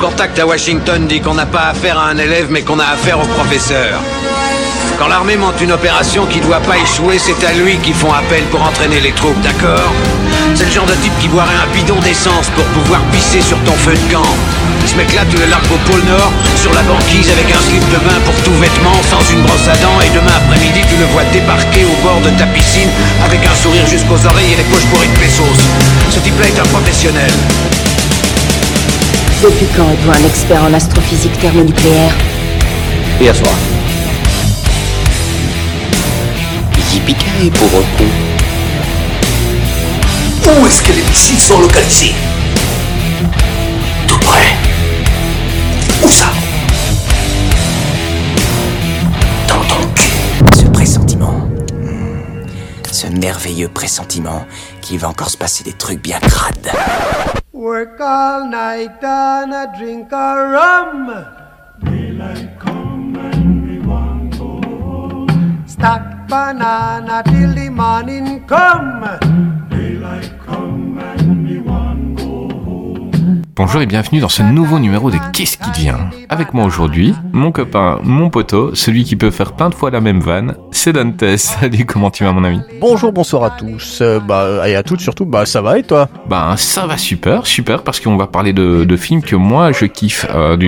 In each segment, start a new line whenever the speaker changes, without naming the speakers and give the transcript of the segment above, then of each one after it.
contact à Washington dit qu'on n'a pas affaire à un élève, mais qu'on a affaire au professeur. Quand l'armée monte une opération qui doit pas échouer, c'est à lui qu'ils font appel pour entraîner les troupes, d'accord? C'est le genre de type qui boirait un bidon d'essence pour pouvoir pisser sur ton feu de camp. Ce mec-là, tu le largues au pôle Nord, sur la banquise avec un slip de bain pour tout vêtement, sans une brosse à dents, et demain après-midi, tu le vois débarquer au bord de ta piscine avec un sourire jusqu'aux oreilles et les poches pourries de pesos. Ce type-là est un professionnel.
Depuis quand êtes-vous un expert en astrophysique thermonucléaire?
Et à soir. Yippee-ki-yay, pauvre con.
Où est-ce que les missiles sont localisés? Tout près. Où ça? Dans ton cul.
Ce pressentiment. Ce merveilleux pressentiment qu'il va encore se passer des trucs bien crades.
Work all night and a drink a rum. Daylight come and we want go home. Stack banana till the morning come. Daylight come and we want go home.
Bonjour et bienvenue dans ce nouveau numéro de Qu'est-ce qui devient ? Avec moi aujourd'hui, mon copain, mon poteau, celui qui peut faire plein de fois la même vanne, c'est Dante. Salut, comment tu vas mon ami ?
Bonjour, bonsoir à tous, et à toutes surtout, ça va et toi ?
Ça va super, parce qu'on va parler de films que moi je kiffe,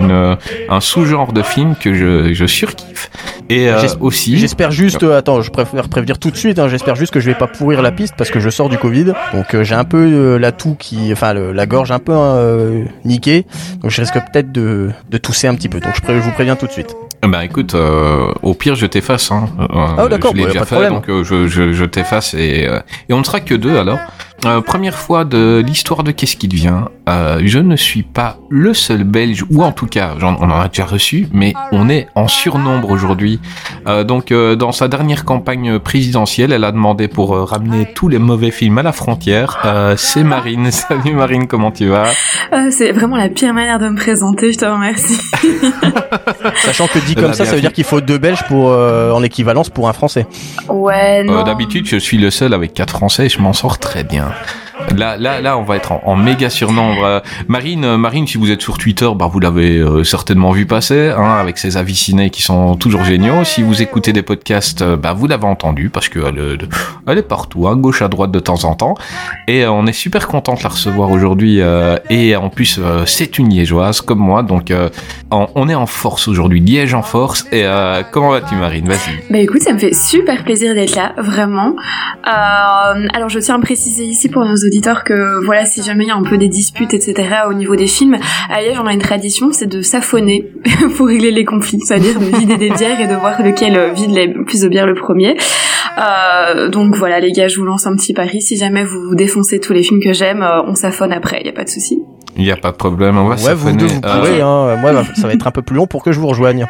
un sous-genre de film que je surkiffe. Et aussi...
J'espère juste, je préfère prévenir tout de suite, j'espère juste que je vais pas pourrir la piste parce que je sors du Covid, donc j'ai un peu la toux la gorge un peu niquée, donc je risque peut-être de tousser un petit peu, donc je vous préviens tout de suite.
Écoute, au pire je t'efface,
d'accord,
je l'ai déjà fait, donc je t'efface et on ne sera que deux alors. Première fois de l'histoire de Qu'est-ce qui devient, je ne suis pas le seul Belge, ou en tout cas, on en a déjà reçu, mais on est en surnombre aujourd'hui. Donc, dans sa dernière campagne présidentielle, elle a demandé pour ramener tous les mauvais films à la frontière. C'est Marine. Salut Marine, comment tu vas ?
C'est vraiment la pire manière de me présenter, je te remercie.
Sachant que dit comme ça veut dire qu'il faut 2 Belges en équivalence pour un Français.
Ouais, non.
D'habitude, je suis le seul avec 4 Français et je m'en sors très bien. Là, on va être en méga surnombre. Marine, si vous êtes sur Twitter, vous l'avez certainement vu passer, avec ses avis ciné qui sont toujours géniaux. Si vous écoutez des podcasts, vous l'avez entendu parce que elle est partout, gauche à droite de temps en temps. Et on est super content de la recevoir aujourd'hui. Et en plus, c'est une liégeoise comme moi, donc on est en force aujourd'hui, Liège en force. Et comment vas-tu, Marine ? Vas-y.
Écoute, ça me fait super plaisir d'être là, vraiment. Alors, je tiens à préciser ici pour nos auditeurs que voilà, si jamais il y a un peu des disputes, etc. au niveau des films, à Liège, on a une tradition, c'est de s'affonner pour régler les conflits, c'est-à-dire de vider des bières et de voir lequel vide les plus de bières le premier. Donc voilà, les gars, je vous lance un petit pari. Si jamais vous défoncez tous les films que j'aime, on s'affonne après, y a pas de souci.
Il y a pas de problème, on va s'affonner.
Vous deux, vous pourrez, moi, ça va être un peu plus long pour que je vous rejoigne.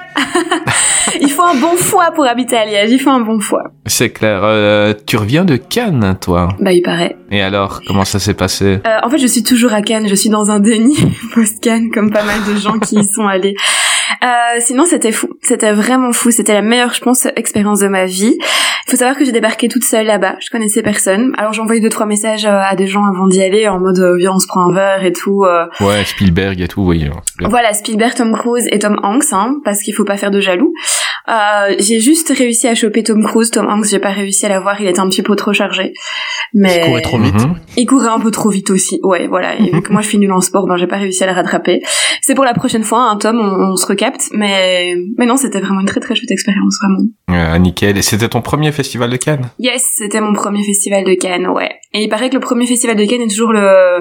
Il faut un bon foie pour habiter à Liège, il faut un bon foie.
C'est clair. Tu reviens de Cannes, toi ?
Il paraît.
Et alors, comment ça s'est passé ?
En fait, je suis toujours à Cannes, je suis dans un déni post-Cannes, comme pas mal de gens qui y sont allés. Sinon, c'était fou. C'était vraiment fou. C'était la meilleure, je pense, expérience de ma vie. Il faut savoir que j'ai débarqué toute seule là-bas. Je connaissais personne. Alors, j'ai envoyé 2-3 messages à des gens avant d'y aller, en mode, viens, on se prend un verre et tout.
Ouais, Spielberg et tout, oui.
Voilà, Spielberg, Tom Cruise et Tom Hanks, parce qu'il faut pas faire de jaloux. J'ai juste réussi à choper Tom Cruise. Tom Hanks, j'ai pas réussi à l'avoir. Il était un petit peu trop chargé. Mais...
Il courait trop vite.
Il courait un peu trop vite aussi. Ouais, voilà. Et vu que moi, je suis nulle en sport, j'ai pas réussi à le rattraper. C'est pour la prochaine fois, Tom, on se recapte. Mais non, c'était vraiment une très très chouette expérience, vraiment.
Nickel. Et c'était ton premier festival de Cannes ?
Yes, c'était mon premier festival de Cannes, ouais. Et il paraît que le premier festival de Cannes est toujours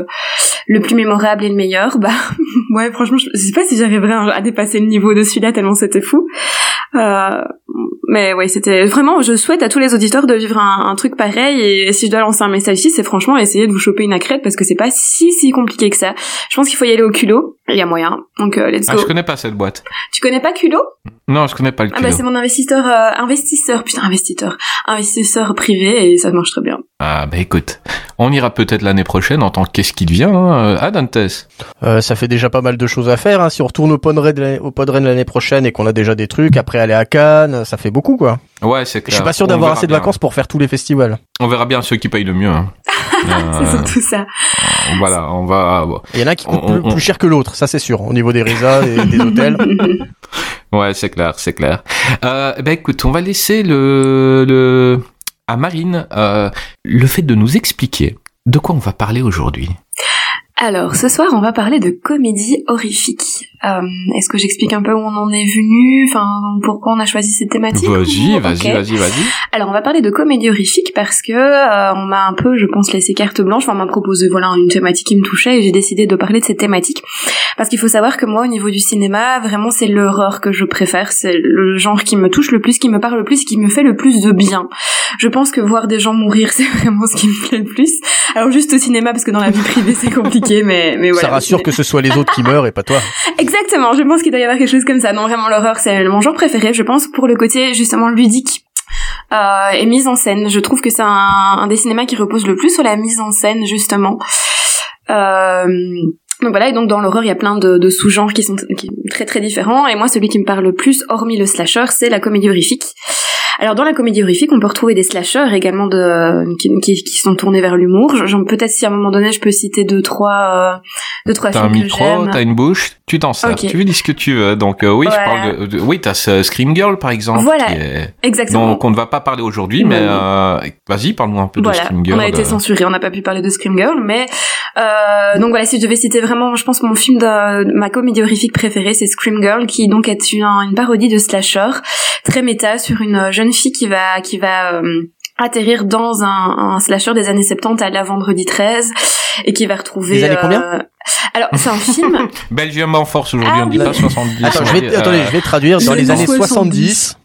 le plus mémorable et le meilleur. Ouais, franchement, je sais pas si j'arriverais à dépasser le niveau de celui-là tellement c'était fou. Mais ouais, c'était vraiment, je souhaite à tous les auditeurs de vivre un truc pareil, et si je dois lancer un message ici, c'est franchement essayer de vous choper une accrète parce que c'est pas si compliqué que ça. Je pense qu'il faut y aller au culot, il y a moyen. Donc let's go.
Je connais pas cette boîte.
Tu connais pas culot ?
Non, je connais pas le culot.
C'est mon investisseur privé et ça marche très bien.
Écoute, on ira peut-être l'année prochaine en tant que Qu'est-ce qui devient, Dantes.
Ça fait déjà pas mal de choses à faire, si on retourne au Podren l'année prochaine et qu'on a déjà des trucs, après aller à Cannes, ça fait beaucoup, quoi.
Ouais, c'est clair.
Je suis pas sûr d'avoir assez de vacances pour faire tous les festivals.
On verra bien ceux qui payent le mieux,
C'est surtout ça.
Voilà, on va.
Il y en a qui coûtent plus cher que l'autre, ça c'est sûr, au niveau des résas et des hôtels.
Ouais, c'est clair. Écoute, on va laisser à Marine le fait de nous expliquer de quoi on va parler aujourd'hui.
Alors, ce soir, on va parler de comédie horrifique. Est-ce que j'explique un peu où on en est venu, enfin, pourquoi on a choisi cette thématique?
Vas-y.
Alors, on va parler de comédie horrifique parce que on m'a un peu, je pense, laissé carte blanche. Enfin, on m'a proposé, voilà, une thématique qui me touchait et j'ai décidé de parler de cette thématique. Parce qu'il faut savoir que moi, au niveau du cinéma, vraiment, c'est l'horreur que je préfère. C'est le genre qui me touche le plus, qui me parle le plus, qui me fait le plus de bien. Je pense que voir des gens mourir, c'est vraiment ce qui me plaît le plus. Alors, juste au cinéma, parce que dans la vie privée, c'est compliqué, mais voilà.
Ça rassure que ce soit les autres qui meurent et pas toi.
Exactement, je pense qu'il doit y avoir quelque chose comme ça. Non, vraiment, l'horreur, c'est mon genre préféré, je pense, pour le côté, justement, ludique. Et mise en scène. Je trouve que c'est un des cinémas qui repose le plus sur la mise en scène, justement. Donc voilà, et donc dans l'horreur, il y a plein de sous-genres qui sont très très différents, et moi, celui qui me parle le plus, hormis le slasher, c'est la comédie horrifique. Alors dans la comédie horrifique, on peut retrouver des slashers également qui sont tournés vers l'humour. Peut-être si à un moment donné je peux citer deux trois films que j'aime.
T'as un micro, t'as une bouche, tu t'en sers. Okay. Tu veux dire ce que tu veux. Donc oui, je parle oui, t'as Scream Girl par exemple.
Voilà, exactement.
Donc on ne va pas parler aujourd'hui, mais vas-y, parle-nous un peu de Scream Girl.
On a été censuré, on n'a pas pu parler de Scream Girl, mais donc voilà, si je devais citer vraiment, je pense mon film de ma comédie horrifique préférée, c'est Scream Girl, qui donc est une parodie de slasher, très méta sur une jeune fille qui va atterrir dans un slasher des années 70 à la Vendredi 13 et qui va retrouver...
Les années combien
Alors, c'est un film...
Belgium en force aujourd'hui, on dit pas 70.
Attends, je vais traduire dans les années 70.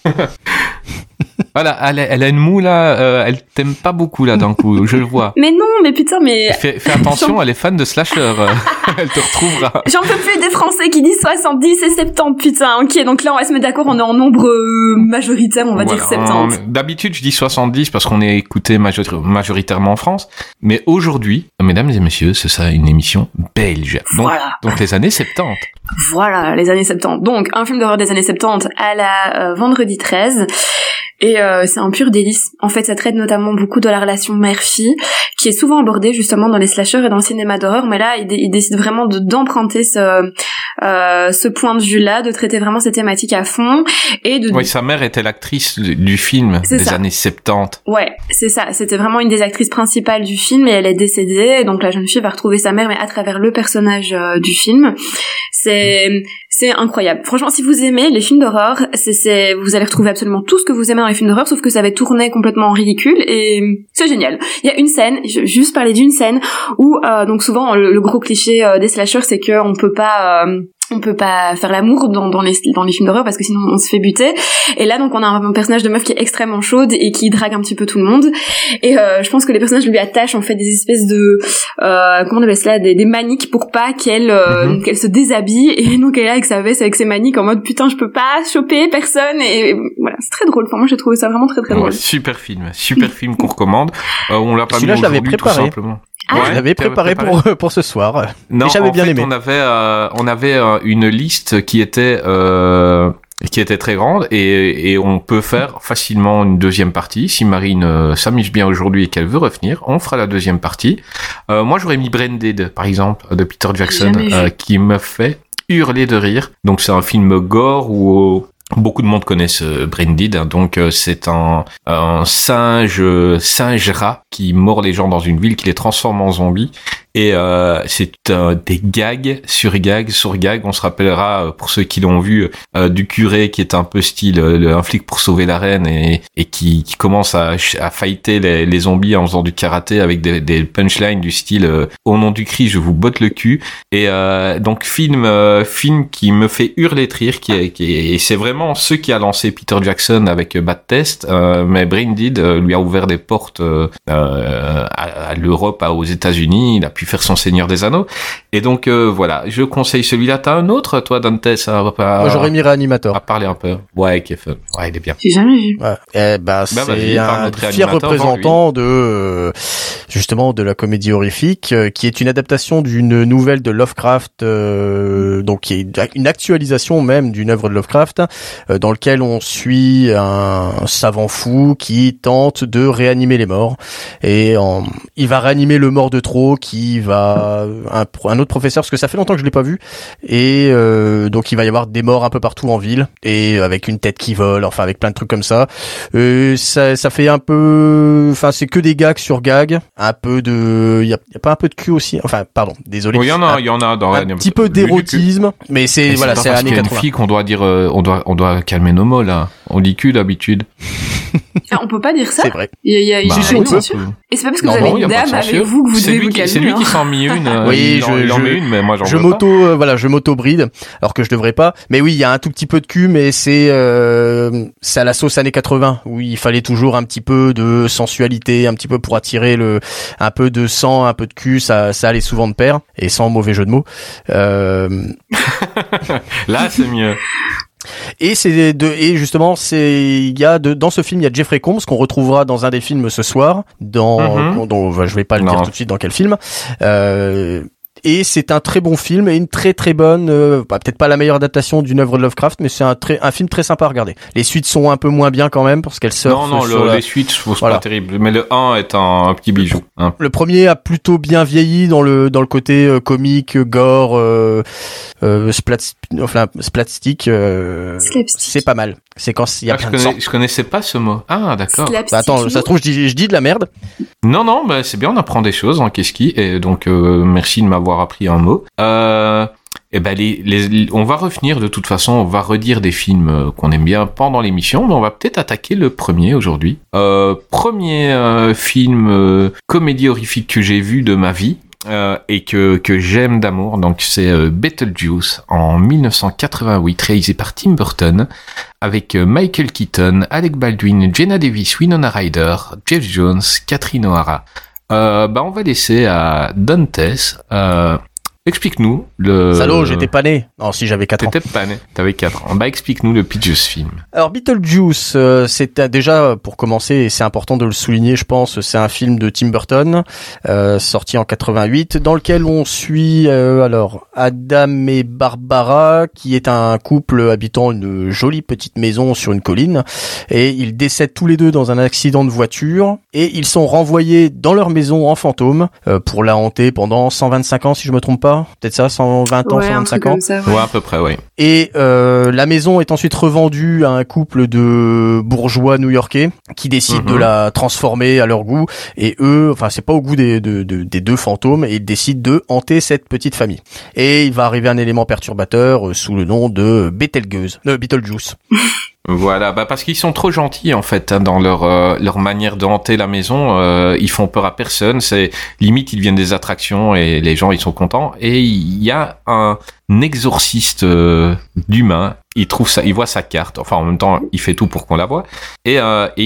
Voilà, elle a une moue là, elle t'aime pas beaucoup là d'un coup, je le vois.
Mais non, mais putain, mais...
Fais attention, elle est fan de slasher, elle te retrouvera.
J'en peux plus des Français qui disent 70 et 70, putain, ok, donc là on va se mettre d'accord, on est en nombre majoritaire, on va dire 70.
D'habitude je dis 70 parce qu'on est écouté majoritairement en France, mais aujourd'hui, mesdames et messieurs, c'est ça, une émission belge. Donc les années 70.
Voilà, les années 70. Donc, un film d'horreur des années 70 à la Vendredi 13. Et c'est un pur délice. En fait, ça traite notamment beaucoup de la relation mère-fille, qui est souvent abordée justement dans les slashers et dans le cinéma d'horreur, mais là, il décide vraiment d'emprunter ce point de vue-là, de traiter vraiment ces thématiques à fond, et de...
Oui, sa mère était l'actrice du film des années 70.
Ouais, c'est ça. C'était vraiment une des actrices principales du film, et elle est décédée, et donc la jeune fille va retrouver sa mère, mais à travers le personnage du film. C'est incroyable. Franchement, si vous aimez les films d'horreur, vous allez retrouver absolument tout ce que vous aimez dans les films d'horreur, sauf que ça va être tourné complètement en ridicule, et c'est génial. Il y a une scène, je vais juste parler d'une scène où, donc souvent, le gros cliché des slashers, c'est que on peut pas faire l'amour dans les films d'horreur parce que sinon on se fait buter. Et là donc on a un personnage de meuf qui est extrêmement chaude et qui drague un petit peu tout le monde. Et je pense que les personnages lui attachent en fait des espèces de comment on appelle cela, des maniques pour pas qu'elle se déshabille. Et donc elle est là avec sa veste, avec ses maniques en mode putain je peux pas choper personne. Et voilà, c'est très drôle. Enfin, moi j'ai trouvé ça vraiment très très drôle.
Super film qu'on recommande. On l'a pas mis aujourd'hui tout simplement.
Je l'avais préparé pour ce soir.
Non,
et j'avais bien aimé.
On avait une liste qui était très grande et on peut faire facilement une deuxième partie. Si Marine s'amuse bien aujourd'hui et qu'elle veut revenir, on fera la deuxième partie. Moi, j'aurais mis Branded, par exemple, de Peter Jackson, qui me fait hurler de rire. Donc, c'est un film gore où beaucoup de monde connaissent Branded, hein, donc c'est un singe rat qui mord les gens dans une ville, qui les transforme en zombies. Et c'est des gags sur gags sur gags. On se rappellera, pour ceux qui l'ont vu, du curé qui est un peu style un flic pour sauver la reine et qui commence à fighter les zombies en faisant du karaté avec des punchlines du style au nom du Christ je vous botte le cul. Et donc film qui me fait hurler de rire, et c'est vraiment ce qui a lancé Peter Jackson avec Bad Test, mais Branded lui a ouvert des portes à l'Europe, aux États-Unis. Il a pu faire son Seigneur des Anneaux, et donc voilà, je conseille celui-là. T'as un autre, toi, Dante?
Moi, j'aurais mis Reanimator.
À parler un peu. Ouais, qui est fun. Ouais, il est bien.
J'ai jamais vu.
Ouais. C'est un fier représentant de justement de la comédie horrifique, qui est une adaptation d'une nouvelle de Lovecraft, donc qui est une actualisation même d'une œuvre de Lovecraft, dans lequel on suit un savant fou qui tente de réanimer les morts, et il va réanimer le mort de trop, qui va un autre professeur, parce que ça fait longtemps que je l'ai pas vu, et donc il va y avoir des morts un peu partout en ville, et avec une tête qui vole, enfin avec plein de trucs comme ça. Ça fait un peu, enfin c'est que des gags sur gags, un peu de, il y a pas un peu de cul aussi, enfin pardon, désolé.
Il y en a dans
un petit peu d'érotisme, mais c'est voilà, c'est années 80.
Une fille qu'on doit dire, on doit calmer nos mots là. On dit cul d'habitude.
On peut pas dire ça.
C'est vrai.
Il y a une censure. Et c'est pas parce que vous avez une dame avec vous que vous devez vous calmer.
C'est lui qui s'en met une.
Oui,
il en met une, mais moi j'en veux pas.
Je m'auto-bride, alors que je devrais pas. Mais oui, il y a un tout petit peu de cul, mais c'est à la sauce années 80, où il fallait toujours un petit peu de sensualité, un petit peu pour attirer un peu de sang, un peu de cul, ça allait souvent de pair, et sans mauvais jeu de mots.
Là, c'est mieux.
Et justement, dans ce film, il y a Jeffrey Combs qu'on retrouvera dans un des films ce soir, dont je vais pas le dire tout de suite dans quel film. Et c'est un très bon film et une très très bonne, peut-être pas la meilleure adaptation d'une œuvre de Lovecraft, mais c'est un film très sympa à regarder. Les suites sont un peu moins bien quand même parce qu'elles surfent.
Les suites, je trouve pas terrible. Mais le 1 est un petit bijou. Hein.
Le premier a plutôt bien vieilli dans le côté comique, gore, splatstick. C'est pas mal. C'est quand il y a plein de sang.
Je connaissais pas ce mot. Ah d'accord.
Attends, ça se trouve je dis de la merde.
Non, bah c'est bien, on apprend des choses en Keski, et donc merci de m'avoir appris un mot. Et ben on va revenir de toute façon, on va redire des films qu'on aime bien pendant l'émission, mais on va peut-être attaquer le premier aujourd'hui. Premier film comédie horrifique que j'ai vu de ma vie. Et que j'aime d'amour, donc c'est Beetlejuice en 1988, réalisé par Tim Burton, avec Michael Keaton, Alec Baldwin, Jenna Davis, Winona Ryder, Jeff Jones, Catherine O'Hara. On va laisser à Dantes. Explique-nous le...
Salaud, j'étais pas né. Non, si, j'avais 4 ans.
T'étais pas né, t'avais 4 ans. Explique-nous le pitch de ce film.
Alors, Beetlejuice, c'était déjà, pour commencer, et c'est important de le souligner, je pense, c'est un film de Tim Burton, sorti en 88, dans lequel on suit, Adam et Barbara, qui est un couple habitant une jolie petite maison sur une colline, et ils décèdent tous les deux dans un accident de voiture, et ils sont renvoyés dans leur maison en fantôme, pour la hanter pendant 125 ans, si je me trompe pas. Peut-être ça, 120 ans, 125 ans.
Ça,
ouais, à peu près, oui.
Et la maison est ensuite revendue à un couple de bourgeois new-yorkais qui décident de la transformer à leur goût. Et eux, enfin, c'est pas au goût des deux fantômes, et ils décident de hanter cette petite famille. Et il va arriver un élément perturbateur sous le nom de Beetlejuice.
Voilà, parce qu'ils sont trop gentils en fait dans leur manière de hanter la maison. Ils font peur à personne. C'est limite ils deviennent des attractions et les gens ils sont contents. Et il y a un exorciste d'humain. Il voit sa carte. Enfin en même temps il fait tout pour qu'on la voie. Et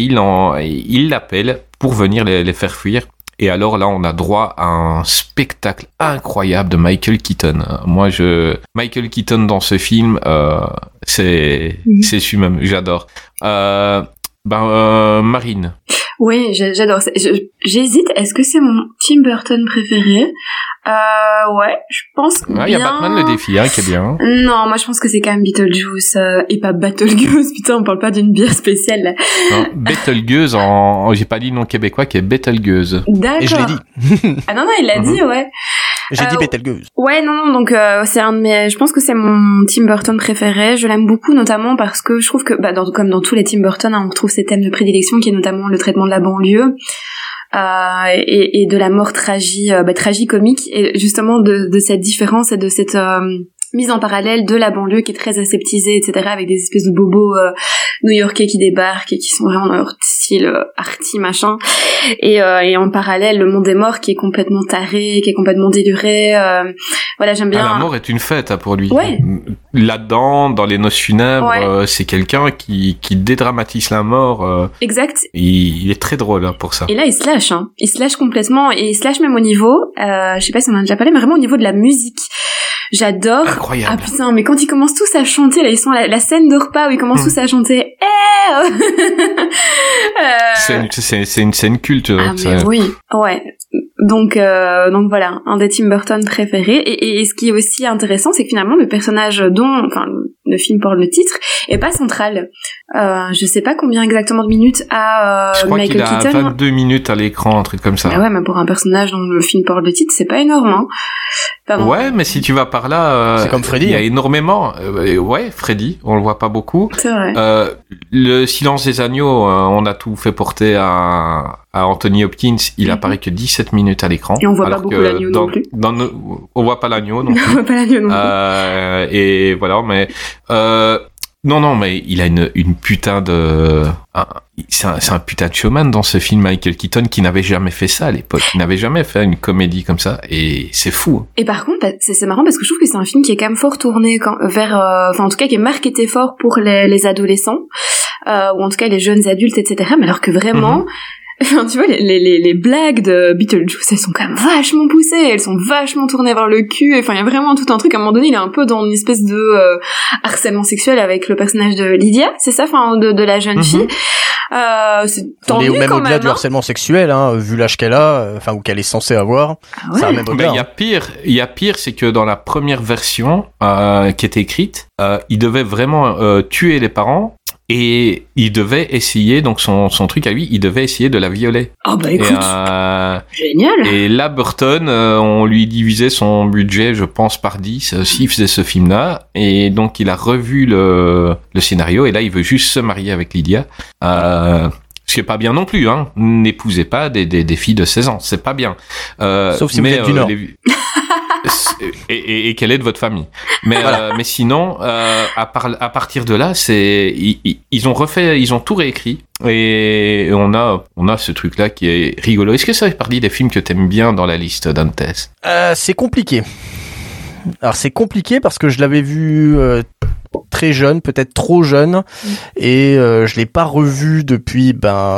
il l'appelle pour venir les faire fuir. Et alors là, on a droit à un spectacle incroyable de Michael Keaton. Michael Keaton dans ce film, c'est summum, j'adore. Marine.
Oui, j'adore ça. J'hésite, est-ce que c'est mon Tim Burton préféré? Ouais, je pense que
il y a Batman le défi, qui est bien.
Non, moi je pense que c'est quand même Beetlejuice, et pas Battlegueuse. Putain, on parle pas d'une bière spéciale, là.
Non, Betelgeuse j'ai pas dit le nom québécois qui est Betelgeuse.
D'accord.
Et je l'ai dit.
Ah non, il l'a dit, ouais.
J'ai dit Betelgeuse.
Ouais, non, donc c'est un de mes... Je pense que c'est mon Tim Burton préféré. Je l'aime beaucoup, notamment parce que je trouve que, comme dans tous les Tim Burton, on retrouve ses thèmes de prédilection, qui est notamment le traitement de la banlieue. Et de la mort tragicomique, et justement de cette différence et de cette mise en parallèle de la banlieue qui est très aseptisée, etc., avec des espèces de bobos new-yorkais qui débarquent et qui sont vraiment dans leur style arty machin, et en parallèle le monde des morts qui est complètement taré, qui est complètement déluré. Voilà, j'aime bien.
La mort est une fête pour lui.
Ouais.
Là-dedans, dans les noces funèbres, c'est quelqu'un qui dédramatise la mort.
Exact.
Il est très drôle pour ça.
Et là, il se lâche complètement, et il se lâche même au niveau, je sais pas si on en a déjà parlé, mais vraiment au niveau de la musique. J'adore
incroyable.
Ah putain, mais quand ils commencent tous à chanter, là, ils sont à la scène de repas où ils commencent tous à chanter.
C'est une scène culte.
Ah mais oui, ouais. Donc voilà, un des Tim Burton préférés. Et ce qui est aussi intéressant, c'est que finalement le personnage le film porte le titre est pas central. Je sais pas combien exactement de minutes a Michael Keaton.
Je crois qu'il a 22 minutes à l'écran, un truc comme ça.
Mais ouais, mais pour un personnage dont le film porte le titre, c'est pas énorme, hein. Pardon.
Ouais, mais si tu vas par là,
c'est comme Freddy.
Il y a énormément. Ouais, Freddy, on le voit pas beaucoup.
C'est vrai.
Le Silence des agneaux, on a tout fait porter à Anthony Hopkins. Il apparaît que 17 minutes à l'écran.
Et on voit pas beaucoup l'agneau non plus.
On voit pas l'agneau non plus.
On voit pas l'agneau non plus.
Et voilà, mais non, mais il a une putain de. C'est un putain de showman dans ce film, Michael Keaton, qui n'avait jamais fait ça à l'époque. Il n'avait jamais fait une comédie comme ça, et c'est fou.
Et par contre, c'est marrant parce que je trouve que c'est un film qui est quand même fort tourné vers, en tout cas qui est marketé fort pour les adolescents, ou en tout cas les jeunes adultes, etc. Mais alors que vraiment. Enfin, tu vois, les blagues de Beetlejuice, elles sont quand même vachement poussées, elles sont vachement tournées vers le cul, enfin, il y a vraiment tout un truc, à un moment donné, il est un peu dans une espèce de harcèlement sexuel avec le personnage de Lydia, c'est ça, enfin, de la jeune fille. C'est tendu
même
quand
au-delà
même,
du harcèlement sexuel, hein, vu l'âge qu'elle a, enfin, ou qu'elle est censée avoir.
Ah ouais.
Ça a même
Mais il y a pire, c'est que dans la première version, qui était écrite, il devait vraiment, tuer les parents, et il devait essayer, donc son truc à lui, il devait essayer de la violer.
Ah bah écoute, génial.
Et là, Burton, on lui divisait son budget, je pense, par 10, s'il faisait ce film-là, et donc il a revu le scénario, et là, il veut juste se marier avec Lydia. Ce qui est pas bien non plus, hein. N'épousez pas des filles de 16 ans, c'est pas bien.
Sauf si vous êtes du Nord.
Et quelle est de votre famille. Mais voilà. Mais sinon, à partir de là, ils ont tout réécrit, et on a ce truc là qui est rigolo. Est-ce que ça fait partie des films que t'aimes bien dans la liste, Dantes?
C'est compliqué. Alors c'est compliqué parce que je l'avais vu très jeune, peut-être trop jeune, et je l'ai pas revu depuis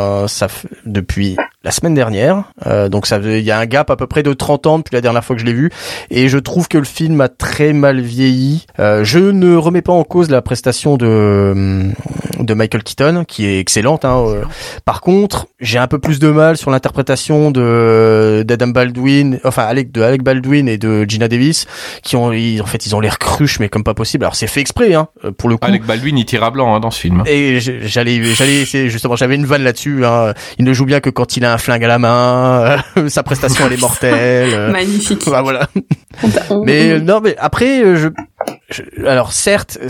depuis la semaine dernière. Donc il y a un gap à peu près de 30 ans depuis la dernière fois que je l'ai vu, et je trouve que le film a très mal vieilli. Je ne remets pas en cause la prestation de Michael Keaton, qui est excellente, hein. Par contre, j'ai un peu plus de mal sur l'interprétation d'Adam Baldwin, enfin Alec Baldwin et de Gina Davis, ils ont l'air cruches, mais comme pas possible. Alors c'est fait exprès, hein, pour le coup.
Alec Baldwin, il tire à blanc, hein, dans ce film.
Et j'allais essayer, justement, j'avais une vanne là-dessus, hein. Il ne joue bien que quand il a un flingue à la main. Sa prestation, elle est mortelle.
Magnifique.
Bah, voilà. Mais non, mais après, alors certes,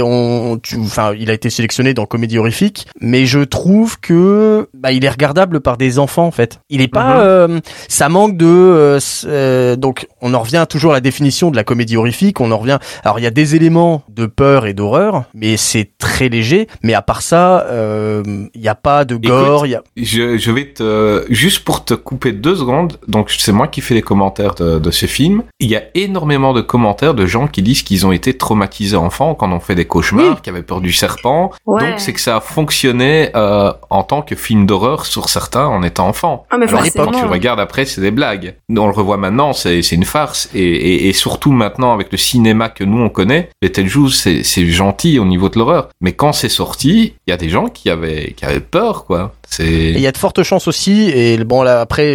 il a été sélectionné dans comédie horrifique, mais je trouve que il est regardable par des enfants, en fait. Il est pas, ça manque de, donc on en revient toujours à la définition de la comédie horrifique. Alors il y a des éléments de peur et d'horreur, mais c'est très léger. Mais à part ça, il y a pas de gore.
Écoute, je vais juste pour te couper 2 secondes. Donc c'est moi qui fais les commentaires de ce film. Il y a énormément de commentaires de gens qui disent qu'ils ont été traumatisés enfants quand on fait des cauchemars, qui avaient peur du serpent.
Ouais.
Donc c'est que ça a fonctionné en tant que film d'horreur sur certains en étant enfant.
Ah, mais
alors à
forcément.
l'époque, tu le regardes après, c'est des blagues. On le revoit maintenant, c'est une farce. Et surtout maintenant avec le cinéma que nous on connaît, Beetlejuice c'est gentil au niveau de l'horreur. Mais quand c'est sorti, il y a des gens qui avaient peur, quoi.
Il y a de fortes chances aussi, et bon là après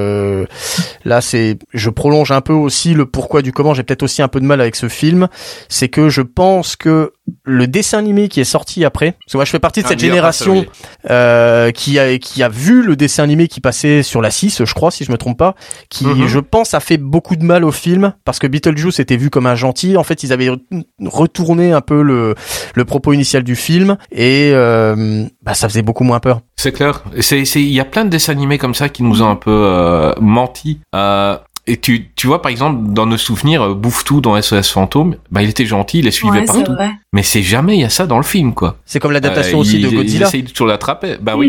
là je prolonge un peu aussi le pourquoi du comment. J'ai peut-être aussi un peu de mal avec ce film, c'est que je pense que le dessin animé qui est sorti après, parce que moi je fais partie de cette génération qui a vu le dessin animé qui passait sur la 6, je crois, si je me trompe pas, qui je pense a fait beaucoup de mal au film, parce que Beetlejuice était vu comme un gentil. En fait, ils avaient retourné un peu le propos initial du film, et ça faisait beaucoup moins peur.
C'est clair. Il y a plein de dessins animés comme ça qui nous ont un peu menti. Et tu vois, par exemple, dans nos souvenirs, Bouffe-Tout dans SOS Fantôme, il était gentil, il les suivait partout.
C'est vrai.
Mais c'est jamais il y a ça dans le film, quoi.
C'est comme l'adaptation aussi de Godzilla.
Il essaye de toujours l'attraper. Bah oui.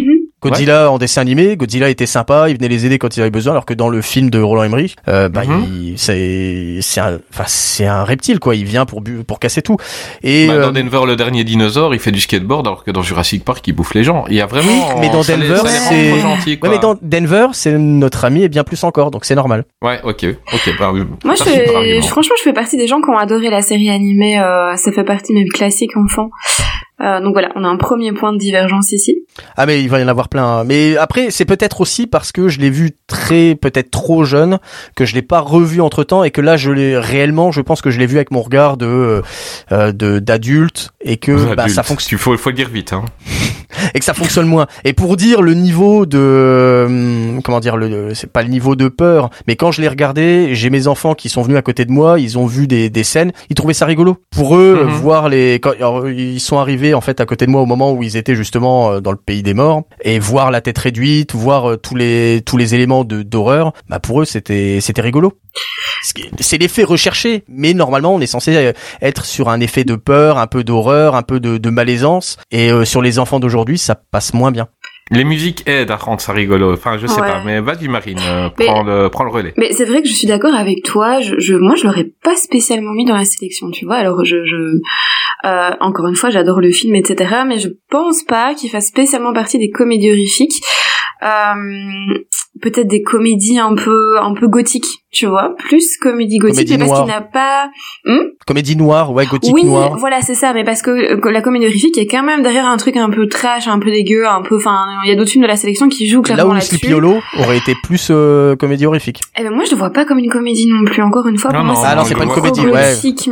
Godzilla en dessin animé, Godzilla était sympa, il venait les aider quand il avait besoin, alors que dans le film de Roland Emmerich, c'est un reptile, quoi. Il vient pour casser tout. Et
dans Denver, le dernier dinosaure, il fait du skateboard, alors que dans Jurassic Park, il bouffe les gens. Il y a vraiment.
Mais dans Denver, c'est
gentil, quoi.
Ouais, mais dans Denver, c'est notre ami et bien plus encore, donc c'est normal.
Ouais, ok. Bah,
moi, franchement, je fais partie des gens qui ont adoré la série animée. Ça fait partie de mes classiques enfants. Donc voilà, on a un premier point de divergence ici.
Ah mais il va y en avoir plein. Mais après, c'est peut-être aussi parce que je l'ai vu peut-être trop jeune, que je l'ai pas revu entre temps et que là je pense que je l'ai vu avec mon regard d'adulte et que ça fonctionne.
Faut le dire vite, hein.
Et que ça fonctionne moins. Et pour dire le niveau de c'est pas le niveau de peur, mais quand je l'ai regardé, j'ai mes enfants qui sont venus à côté de moi, ils ont vu des scènes, ils trouvaient ça rigolo. Pour eux, voir ils sont arrivés en fait à côté de moi au moment où ils étaient justement dans le pays des morts et voir la tête réduite, voir tous les éléments d'horreur, pour eux c'était rigolo. C'est l'effet recherché, mais normalement on est censé être sur un effet de peur, un peu d'horreur, un peu de malaisance, et sur les enfants d'aujourd'hui ça passe moins bien.
Les musiques aident à rendre ça rigolo. Enfin, je sais pas, mais vas-y Marine, prends le relais.
Mais c'est vrai que je suis d'accord avec toi. Moi, je l'aurais pas spécialement mis dans la sélection, tu vois. Alors, encore une fois, j'adore le film, etc. Mais je pense pas qu'il fasse spécialement partie des comédies horrifiques. Peut-être des comédies un peu gothiques, tu vois, plus comédie gothique, mais parce qu'il n'a pas
comédie noire, ouais, gothique noire.
Oui, voilà, c'est ça, mais parce que la comédie horrifique est quand même derrière un truc un peu trash, un peu dégueu, il y a d'autres films de la sélection qui jouent clairement là-dessus.
Là où Sleepy Hollow aurait été plus comédie horrifique.
Eh ben moi je le vois pas comme une comédie non plus, encore une fois.
Non, c'est pas une comédie,
horrifique,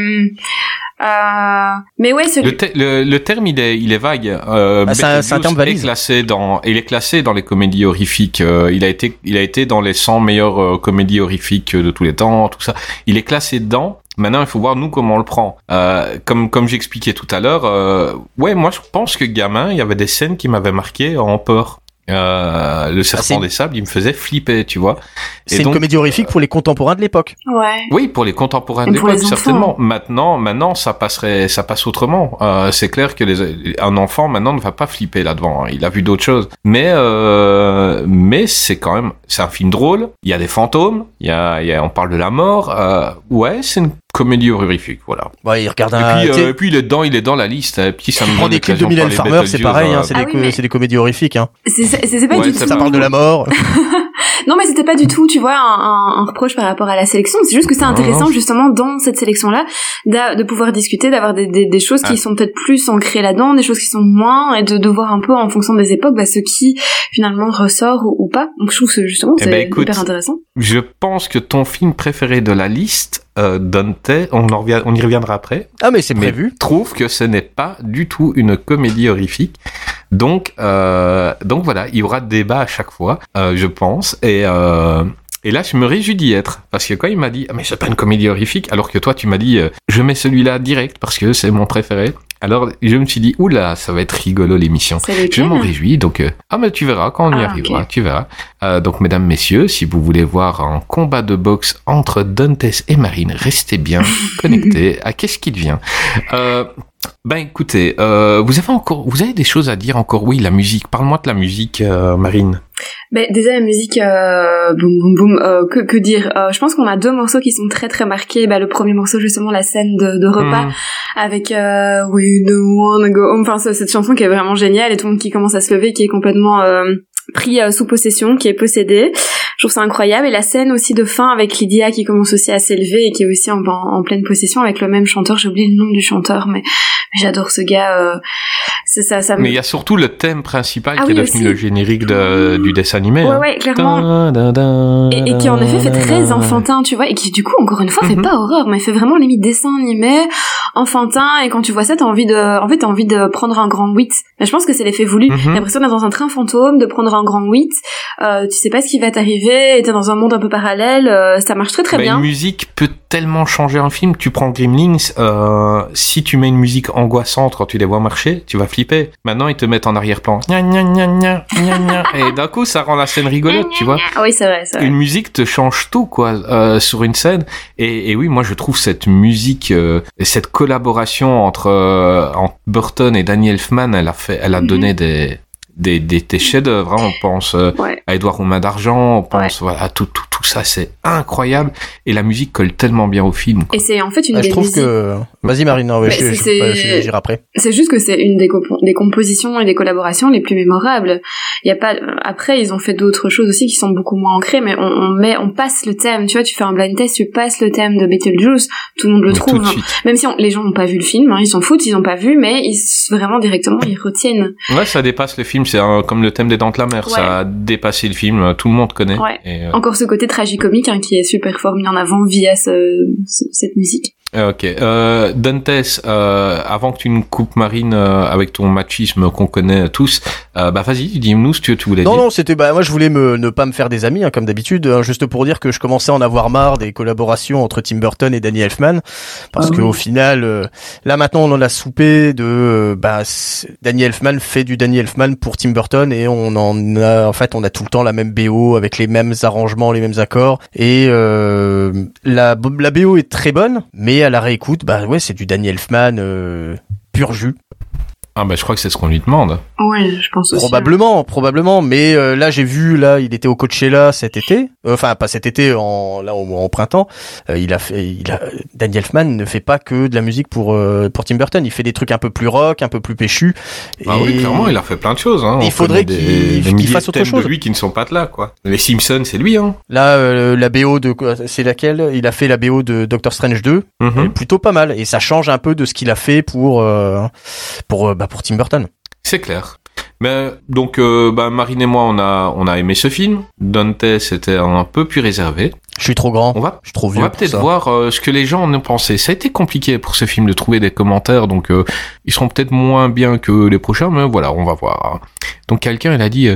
mais ouais,
le terme il est vague.
C'est un terme valise.
Il est classé dans les comédies horrifiques. Il a été dans les 100 meilleures comédies horrifiques de tous les temps, tout ça. Il est classé dedans. Maintenant, il faut voir nous comment on le prend. Comme j'expliquais tout à l'heure, moi je pense que gamin, il y avait des scènes qui m'avaient marqué en peur. Le serpent des sables, il me faisait flipper, tu vois.
C'est une comédie horrifique pour les contemporains de l'époque.
Ouais.
Oui, pour les contemporains de l'époque, certainement. Maintenant, ça passe autrement. C'est clair que un enfant maintenant ne va pas flipper là-devant. Il a vu d'autres choses. Mais c'est un film drôle. Il y a des fantômes. On parle de la mort. C'est une comédie horrifique, voilà.
Ouais, il regarde
et puis il est dans la liste. Et puis ça me
prend des clips de Mylène Farmer, c'est pareil, c'est des comédies horrifiques, hein.
C'est pas du tout.
Ça parle de la mort.
Non, mais c'était pas du tout, tu vois, un reproche par rapport à la sélection. C'est juste que c'est intéressant, justement, dans cette sélection-là, de pouvoir discuter, d'avoir des choses qui sont peut-être plus ancrées là-dedans, des choses qui sont moins, et de voir un peu en fonction des époques, ce qui, finalement, ressort ou pas. Donc, je trouve que, justement, c'est hyper intéressant.
Je pense que ton film préféré de la liste, Dante, on y reviendra après.
Ah, mais c'est prévu.
Trouve que ce n'est pas du tout une comédie horrifique. Donc voilà, il y aura débat à chaque fois, je pense. Et là, je me réjouis d'y être. Parce que quand il m'a dit, mais c'est pas une comédie horrifique, alors que toi, tu m'as dit, je mets celui-là direct parce que c'est mon préféré. Alors, je me suis dit, oula, ça va être rigolo l'émission. Je m'en réjouis, donc, mais tu verras quand on y arrivera, tu verras. Donc, mesdames, messieurs, si vous voulez voir un combat de boxe entre Dantes et Marine, restez bien connectés à Qu'est-ce qui devient. Écoutez, vous avez des choses à dire encore? Oui, la musique. Parle-moi de la musique, Marine.
Déjà la musique, boum boum boum, que dire, je pense qu'on a deux morceaux qui sont très très marqués. Le premier morceau, justement, la scène de repas avec We Don't Wanna Go Home, cette chanson qui est vraiment géniale, et tout le monde qui commence à se lever, qui est complètement pris sous possession, qui est possédé. Je trouve ça incroyable. Et la scène aussi de fin avec Lydia qui commence aussi à s'élever et qui est aussi en pleine possession avec le même chanteur. J'ai oublié le nom du chanteur, mais j'adore ce gars. Ça
mais il y a surtout le thème principal qui est devenu le générique du dessin animé.
Ouais, clairement. Et qui en effet fait très enfantin, tu vois, et qui du coup, encore une fois, fait pas horreur, mais fait vraiment limite dessin animé, enfantin, et quand tu vois ça, t'as envie de prendre un grand 8. Mais je pense que c'est l'effet voulu. T'as l'impression d'être dans un train fantôme, de prendre un grand 8, tu sais pas ce qui va t'arriver, et t'es dans un monde un peu parallèle, ça marche très très bien.
Une musique peut tellement changer un film. Tu prends Gremlins, si tu mets une musique angoissante quand tu les vois marcher, tu vas flipper. Maintenant, ils te mettent en arrière-plan. Gna, gna, gna, gna, gna, gna. Et d'un coup, ça rend la scène rigolote, tu vois.
Oui, c'est vrai.
Une musique te change tout, quoi, sur une scène. Et oui, moi, je trouve cette musique, cette collaboration entre Burton et Danny Elfman, elle a donné des chefs-d'œuvre. Hein. On pense à Édouard aux mains d'argent, on pense voilà, à tout ça, c'est incroyable. Et la musique colle tellement bien au film. Quoi.
Et c'est en fait une des
je trouve
musiques...
que... Vas-y Marine, non, je dirai après.
C'est juste que c'est une des compositions et des collaborations les plus mémorables. Il y a pas... Après, ils ont fait d'autres choses aussi qui sont beaucoup moins ancrées, mais on passe le thème. Tu vois, tu fais un blind test, tu passes le thème de Beetlejuice, tout le monde le trouve. Hein. Même si les gens n'ont pas vu le film, hein, ils s'en foutent, ils n'ont pas vu, mais vraiment directement, ils retiennent.
Ouais, ça dépasse le film, c'est comme le thème des Dents de la Mer, ça a dépassé le film, tout le monde connaît.
Ouais. Et encore ce côté tragicomique hein, qui est super fort mis en avant via cette musique.
Ok. Dantes, avant que tu nous coupes Marine avec ton machisme qu'on connaît tous, vas-y, dis-nous ce que tu voulais dire.
Non, c'était moi je voulais ne pas me faire des amis hein, comme d'habitude, hein, juste pour dire que je commençais à en avoir marre des collaborations entre Tim Burton et Danny Elfman, parce que au final, là maintenant on en a soupé de Danny Elfman fait du Danny Elfman pour Tim Burton et on a tout le temps la même BO avec les mêmes arrangements, les mêmes accords et la BO est très bonne, mais à la réécoute, c'est du Danny Elfman pur jus.
Ah je crois que c'est ce qu'on lui demande.
Oui, je pense aussi.
Probablement, mais là j'ai vu il était au Coachella cet été, enfin pas cet été au printemps, Danny Elfman ne fait pas que de la musique pour Tim Burton, il fait des trucs un peu plus rock, un peu plus péchus.
Oui, clairement, il a fait plein de choses hein.
Il faudrait qu'il fasse autre chose.
De lui qui ne sont pas là quoi. Les Simpsons, c'est lui hein.
Là la BO c'est laquelle? Il a fait la BO de Doctor Strange 2, elle est plutôt pas mal et ça change un peu de ce qu'il a fait pour Tim Burton.
C'est clair. Mais donc Marine et moi on a aimé ce film. Dante c'était un peu plus réservé.
Je suis trop grand. Je suis trop vieux.
On va peut-être voir ce que les gens en ont pensé. Ça a été compliqué pour ce film de trouver des commentaires, donc ils seront peut-être moins bien que les prochains, mais voilà, on va voir. Donc quelqu'un il a dit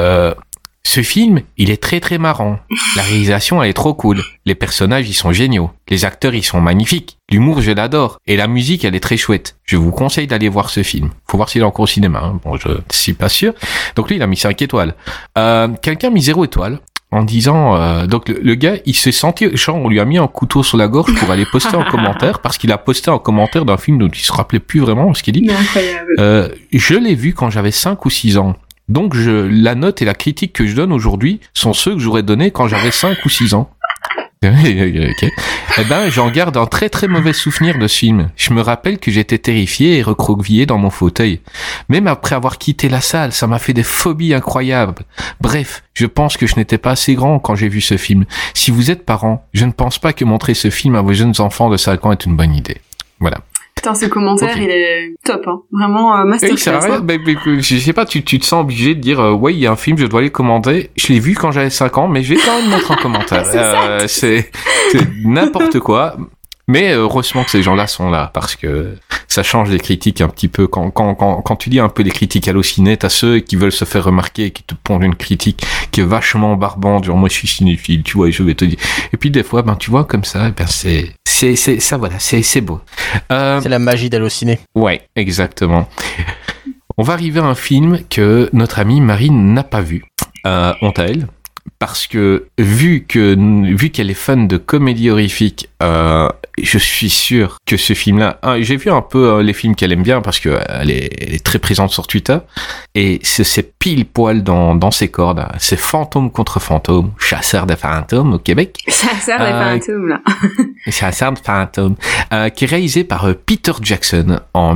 ce film, il est très très marrant. La réalisation, elle est trop cool. Les personnages, ils sont géniaux. Les acteurs, ils sont magnifiques. L'humour, je l'adore. Et la musique, elle est très chouette. Je vous conseille d'aller voir ce film. Faut voir s'il est encore au cinéma. Hein. Bon, je suis pas sûr. Donc lui, il a mis 5 étoiles. Quelqu'un a mis 0 étoile. En disant, donc le gars, il s'est senti, genre, on lui a mis un couteau sur la gorge pour aller poster en commentaire, parce qu'il a posté en commentaire d'un film dont il se rappelait plus vraiment ce qu'il dit.
Incroyable.
Je l'ai vu quand j'avais 5 ou 6 ans. Donc la note et la critique que je donne aujourd'hui sont ceux que j'aurais donné quand j'avais 5 ou 6 ans. Okay. J'en garde un très très mauvais souvenir de ce film. Je me rappelle que j'étais terrifié et recroquevillé dans mon fauteuil. Même après avoir quitté la salle, ça m'a fait des phobies incroyables. Bref, je pense que je n'étais pas assez grand quand j'ai vu ce film. Si vous êtes parent, je ne pense pas que montrer ce film à vos jeunes enfants de 5 ans est une bonne idée. Voilà.
Putain, ce commentaire, il est top, hein. Vraiment, masterclass.
Oui, c'est vrai. Hein. Je sais pas, tu te sens obligé de dire, ouais, il y a un film, je dois aller commander. Je l'ai vu quand j'avais 5 ans, mais je vais quand même mettre un commentaire. C'est n'importe quoi. Mais heureusement que ces gens-là sont là, parce que ça change les critiques un petit peu. Quand tu lis un peu les critiques Allociné, t'as ceux qui veulent se faire remarquer et qui te pondent une critique qui est vachement barbante, genre moi je suis cinéphile, tu vois, et je vais te dire. Et puis des fois, tu vois comme ça, ça voilà, c'est beau.
C'est la magie d'Allociné.
Ouais, exactement. On va arriver à un film que notre amie Marine n'a pas vu. Honte à elle. Parce que vu qu'elle est fan de comédie horrifique, je suis sûr que ce film-là, j'ai vu un peu les films qu'elle aime bien parce que elle est très présente sur Twitter et c'est pile poil dans ses cordes. C'est fantôme contre fantôme, chasseur de fantômes au Québec.
Chasseur de fantômes là.
Chasseur de fantômes, qui est réalisé par Peter Jackson en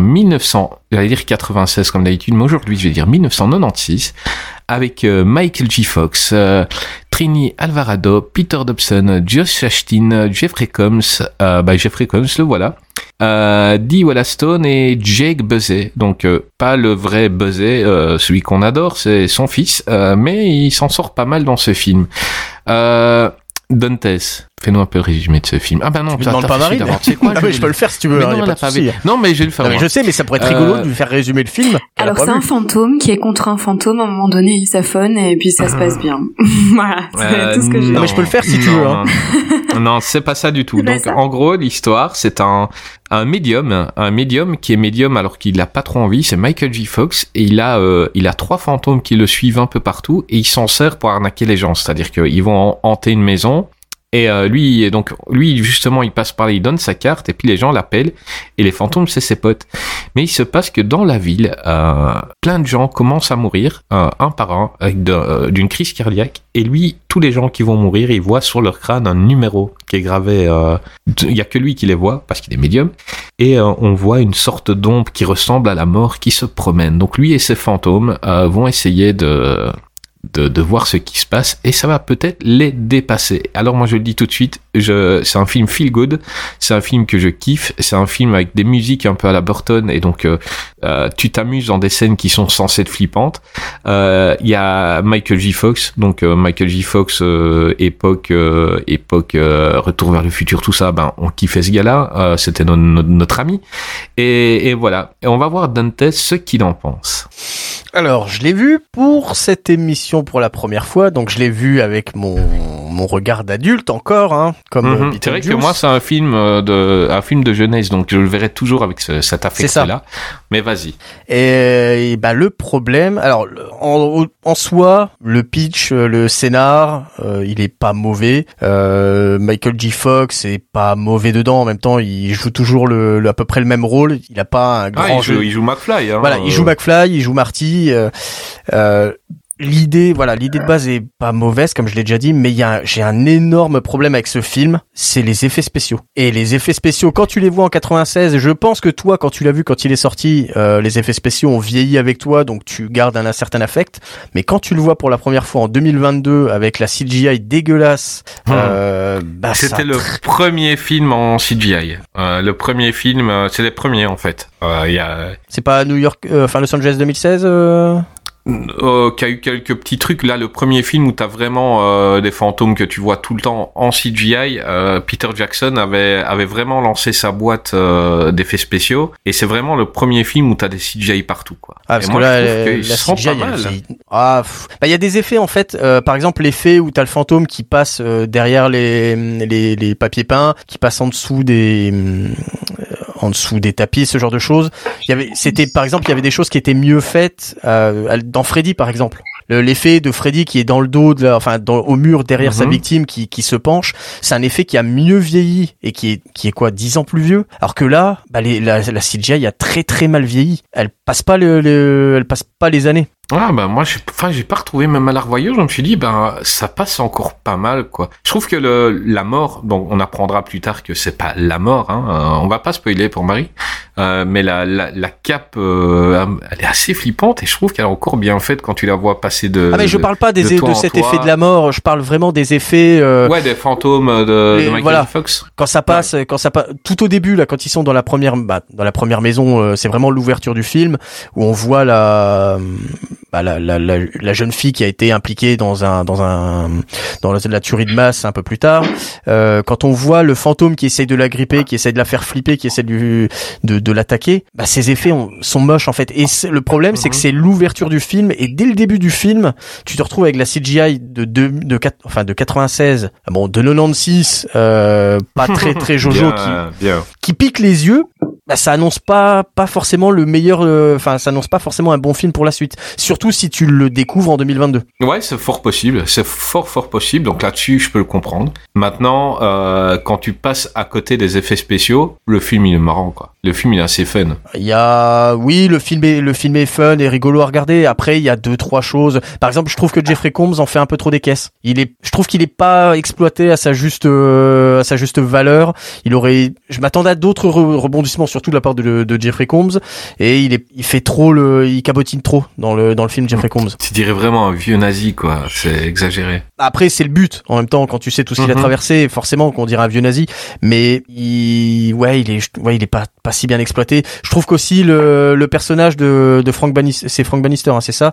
1996 comme d'habitude, mais aujourd'hui je vais dire 1996. Avec Michael J. Fox, Trini Alvarado, Peter Dobson, Josh Ashton, Jeffrey Combs, le voilà, Dee Wollaston et Jake Buzzey. Donc pas le vrai Buzzey, celui qu'on adore, c'est son fils, mais il s'en sort pas mal dans ce film. Dantes, fais-nous un peu le résumé de ce film. Ah non,
tu me demandes pas Marine.
C'est quoi?
Je peux le faire si tu veux.
Non, mais je vais le faire.
Je sais, mais ça pourrait être rigolo de lui faire résumer le film.
Alors c'est un fantôme qui est contre un fantôme. À un moment donné, il s'affone et puis ça se passe bien. Voilà, c'est tout ce que j'ai.
Non, mais je peux le faire si tu veux.
Non, c'est pas ça du tout. Donc en gros, l'histoire, c'est un médium qui est médium alors qu'il a pas trop envie. C'est Michael J. Fox et il a 3 fantômes qui le suivent un peu partout et il s'en sert pour arnaquer les gens. C'est-à-dire qu'ils vont hanter une maison. Et lui justement il passe par là, il donne sa carte et puis les gens l'appellent et les fantômes c'est ses potes. Mais il se passe que dans la ville, plein de gens commencent à mourir, un par un, avec d'une crise cardiaque. Et lui, tous les gens qui vont mourir, il voit sur leur crâne un numéro qui est gravé. Il y a que lui qui les voit parce qu'il est médium. Et on voit une sorte d'ombre qui ressemble à la mort qui se promène. Donc lui et ses fantômes vont essayer de voir ce qui se passe, et ça va peut-être les dépasser. Alors moi je le dis tout de suite, c'est un film feel good, c'est un film que je kiffe, c'est un film avec des musiques un peu à la Burton, et donc tu t'amuses dans des scènes qui sont censées être flippantes. Il y a Michael J. Fox, donc Michael J. Fox époque Retour vers le futur, tout ça, on kiffait ce gars-là, c'était notre ami, et voilà. Et on va voir Dante ce qu'il en pense.
Alors, je l'ai vu pour cette émission pour la première fois, donc je l'ai vu avec mon regard d'adulte encore, hein, comme
c'est vrai que moi c'est un film de jeunesse, donc je le verrai toujours avec cet affect-là. Mais vas-y.
Et le problème, alors en soi, le pitch, le scénar, il est pas mauvais. Michael J. Fox est pas mauvais dedans. En même temps, il joue toujours à peu près le même rôle. Il a pas un grand jeu.
Il joue McFly. Hein,
voilà, il joue McFly, il joue Marty. L'idée de base est pas mauvaise, comme je l'ai déjà dit, mais j'ai un énorme problème avec ce film, c'est les effets spéciaux. Et les effets spéciaux, quand tu les vois en 96, je pense que toi, quand tu l'as vu, quand il est sorti, les effets spéciaux ont vieilli avec toi, donc tu gardes un certain affect. Mais quand tu le vois pour la première fois en 2022, avec la CGI dégueulasse,
c'était le premier film en CGI. Le premier film, c'est les premiers en fait.
C'est pas New York, Los Angeles 2016
qui a eu quelques petits trucs. Là, le premier film où t'as vraiment des fantômes que tu vois tout le temps en CGI, Peter Jackson avait vraiment lancé sa boîte d'effets spéciaux, et c'est vraiment le premier film où t'as des CGI partout, quoi.
Ah, parce que là, la CGI, il y a des effets en fait. Par exemple, l'effet où t'as le fantôme qui passe derrière les papiers peints, qui passe en dessous des tapis, ce genre de choses. Par exemple, il y avait des choses qui étaient mieux faites dans Freddy, par exemple. L'effet de Freddy qui est dans le dos au mur derrière sa victime qui se penche, c'est un effet qui a mieux vieilli et qui est quoi, 10 ans plus vieux. Alors que là, la CGI a très très mal vieilli. Elle passe pas les années.
Ah moi j'ai pas retrouvé, même à la revoyure, je me suis dit ça passe encore pas mal, quoi. Je trouve que la mort, donc on apprendra plus tard que c'est pas la mort, hein, on va pas spoiler pour Marie, mais la cape elle est assez flippante, et je trouve qu'elle est encore bien faite quand tu la vois passer
mais je parle pas de cet effet de la mort, je parle vraiment des effets
des fantômes de Michael J. Fox.
Quand ça passe tout au début là, quand ils sont dans la première maison, c'est vraiment l'ouverture du film où on voit la jeune fille qui a été impliquée dans la tuerie de masse un peu plus tard. Quand on voit le fantôme qui essaye de la gripper, qui essaye de la faire flipper, qui essaie de l'attaquer, ces effets sont moches en fait. Et le problème, c'est que c'est l'ouverture du film, et dès le début du film, tu te retrouves avec la CGI de 96, de 96, pas très très jojo, qui pique les yeux. Ça annonce pas forcément le meilleur, ça annonce pas forcément un bon film pour la suite. Surtout si tu le découvres en 2022.
Ouais, c'est fort possible. C'est fort possible. Donc là-dessus, je peux le comprendre. Maintenant, quand tu passes à côté des effets spéciaux, le film, il est marrant, quoi. Le film, il est assez fun.
Le film est fun et rigolo à regarder. Après, il y a 2-3 choses. Par exemple, je trouve que Jeffrey Combs en fait un peu trop des caisses. Je trouve qu'il est pas exploité à sa juste valeur. Je m'attendais à d'autres rebondissements, surtout de la part de Jeffrey Combs, et il cabotine trop dans le film Jeffrey Combs.
Tu dirais vraiment un vieux nazi, quoi. C'est exagéré.
Après, c'est le but. En même temps, quand tu sais tout ce qu'il a traversé, forcément qu'on dirait un vieux nazi. Mais il est pas si bien exploité. Je trouve qu'aussi le personnage de Frank Bannister, c'est Frank Bannister, hein, c'est ça.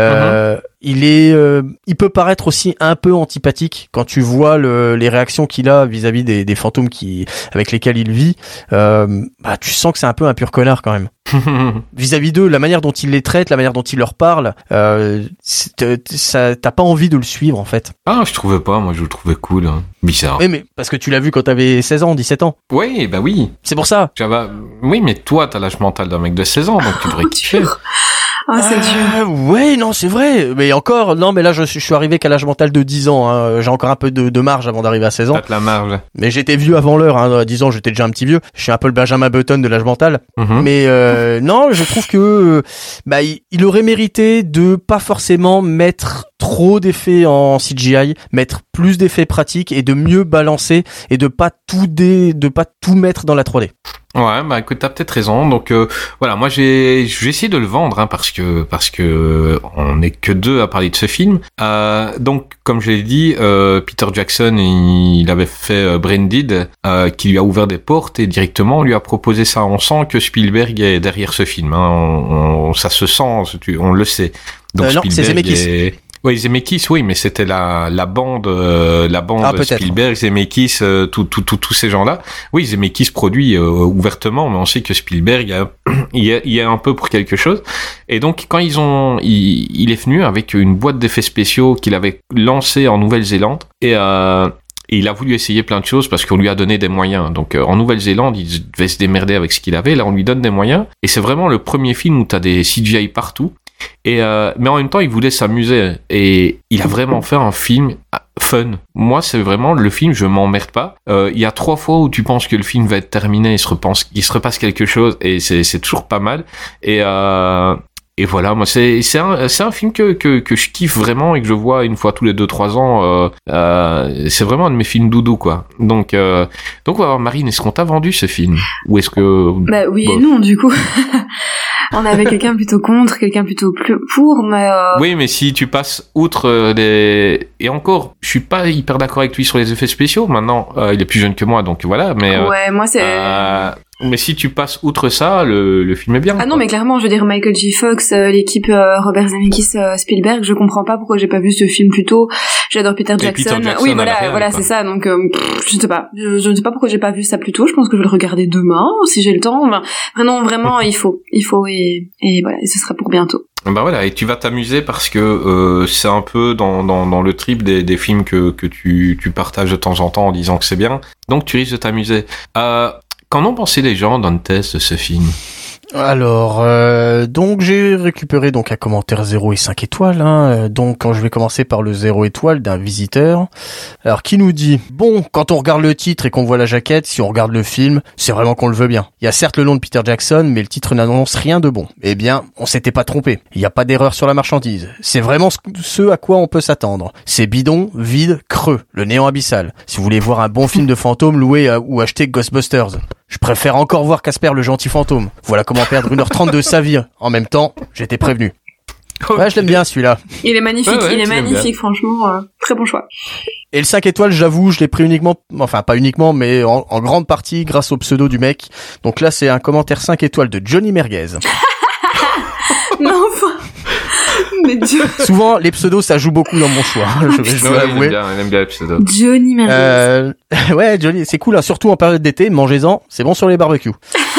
Il peut paraître aussi un peu antipathique quand tu vois les réactions qu'il a vis-à-vis des fantômes avec lesquels il vit. Tu sens que c'est un peu un pur connard quand même. Vis-à-vis d'eux, la manière dont il les traite, la manière dont il leur parle, t'as pas envie de le suivre en fait.
Ah, je trouvais pas, moi je le trouvais cool, hein. Bizarre.
Oui, mais parce que tu l'as vu quand t'avais 16 ans, 17 ans.
Oui, oui.
C'est pour ça.
Oui, mais toi t'as l'âge mental d'un mec de 16 ans, donc tu devrais kiffer.
Oh, c'est dur.
Ouais, non, c'est vrai. Mais encore, non, mais là, je suis arrivé qu'à l'âge mental de 10 ans. Hein. J'ai encore un peu de marge avant d'arriver à 16 ans.
T'as de la marge.
Mais j'étais vieux avant l'heure. Hein. À 10 ans, j'étais déjà un petit vieux. Je suis un peu le Benjamin Button de l'âge mental. Mais non, je trouve que il aurait mérité de pas forcément mettre trop d'effets en CGI, mettre plus d'effets pratiques et de mieux balancer et de pas tout mettre dans la 3D.
Ouais, bah écoute, t'as peut-être raison. Donc voilà, moi j'ai essayé de le vendre parce que on n'est que deux à parler de ce film. Donc comme je l'ai dit, Peter Jackson il avait fait Branded, qui lui a ouvert des portes et directement on lui a proposé ça. On sent que Spielberg est derrière ce film. Hein. Ça se sent, on le sait. Donc
non,
Spielberg
c'est Zemeckis.
Oui, Zemeckis, oui, mais c'était la bande Spielberg, Zemeckis, tous ces gens-là. Oui, Zemeckis produit ouvertement, mais on sait que Spielberg il y a un peu pour quelque chose. Et donc quand il est venu avec une boîte d'effets spéciaux qu'il avait lancée en Nouvelle-Zélande et il a voulu essayer plein de choses parce qu'on lui a donné des moyens. Donc en Nouvelle-Zélande, il devait se démerder avec ce qu'il avait. Là, on lui donne des moyens. Et c'est vraiment le premier film où t'as des CGI partout. Et mais en même temps, il voulait s'amuser. Et il a vraiment fait un film fun. Moi, c'est vraiment le film, je m'emmerde pas. Il y a 3 fois où tu penses que le film va être terminé, il se repasse quelque chose. Et c'est toujours pas mal. Et voilà, moi c'est un film que je kiffe vraiment et que je vois une fois tous les 2-3 ans. C'est vraiment un de mes films doudou, quoi. Donc on va voir, Marine, est-ce qu'on t'a vendu ce film ou est-ce que
Bah oui et non, du coup. On avait quelqu'un plutôt contre, quelqu'un plutôt pour, mais
Oui, mais si tu passes outre les... Et encore, je suis pas hyper d'accord avec lui sur les effets spéciaux. Maintenant, il est plus jeune que moi, donc voilà. Mais
ouais, moi c'est...
Mais si tu passes outre ça, le film est bien.
Ah non, mais clairement, je veux dire, Michael J. Fox, l'équipe Robert Zemeckis, Spielberg, je comprends pas pourquoi j'ai pas vu ce film plus tôt. J'adore Peter Jackson. Oui, voilà, c'est ça. Donc, je ne sais pas. Je ne sais pas pourquoi j'ai pas vu ça plus tôt. Je pense que je vais le regarder demain, si j'ai le temps. Vraiment, il faut. Et voilà, et ce sera pour bientôt.
Bah voilà, et tu vas t'amuser parce que c'est un peu dans le trip des films que tu partages de temps en temps en disant que c'est bien. Donc tu risques de t'amuser. Qu'en ont pensé les gens dans le test de ce film ?
Alors, donc j'ai récupéré donc un commentaire 0 et 5 étoiles. Hein. Donc quand je vais commencer par le 0 étoile d'un visiteur, alors qui nous dit « Bon, quand on regarde le titre et qu'on voit la jaquette, si on regarde le film, c'est vraiment qu'on le veut bien. Il y a certes le nom de Peter Jackson, mais le titre n'annonce rien de bon. Eh bien, on s'était pas trompé. Il n'y a pas d'erreur sur la marchandise. C'est vraiment ce à quoi on peut s'attendre. C'est bidon, vide, creux, le néant abyssal. Si vous voulez voir un bon film de fantôme, louez ou achetez Ghostbusters. Je préfère encore voir Casper le gentil fantôme. Voilà comment perdre 1h30 de sa vie. En même temps, j'étais prévenu. » Ouais, je l'aime bien celui-là.
Il est magnifique, franchement, très bon choix.
Et le 5 étoiles, j'avoue, je l'ai pris uniquement, enfin pas uniquement, mais en grande partie grâce au pseudo du mec. Donc là, c'est un commentaire 5 étoiles de Johnny Merguez.
Non, enfin... Mais Dieu.
Souvent, les pseudos, ça joue beaucoup dans mon choix. Je dois l'avouer.
Il aime bien les pseudos.
Johnny Merguez.
Ouais, Johnny, c'est cool, hein, surtout en période d'été. Mangez-en, c'est bon sur les barbecues.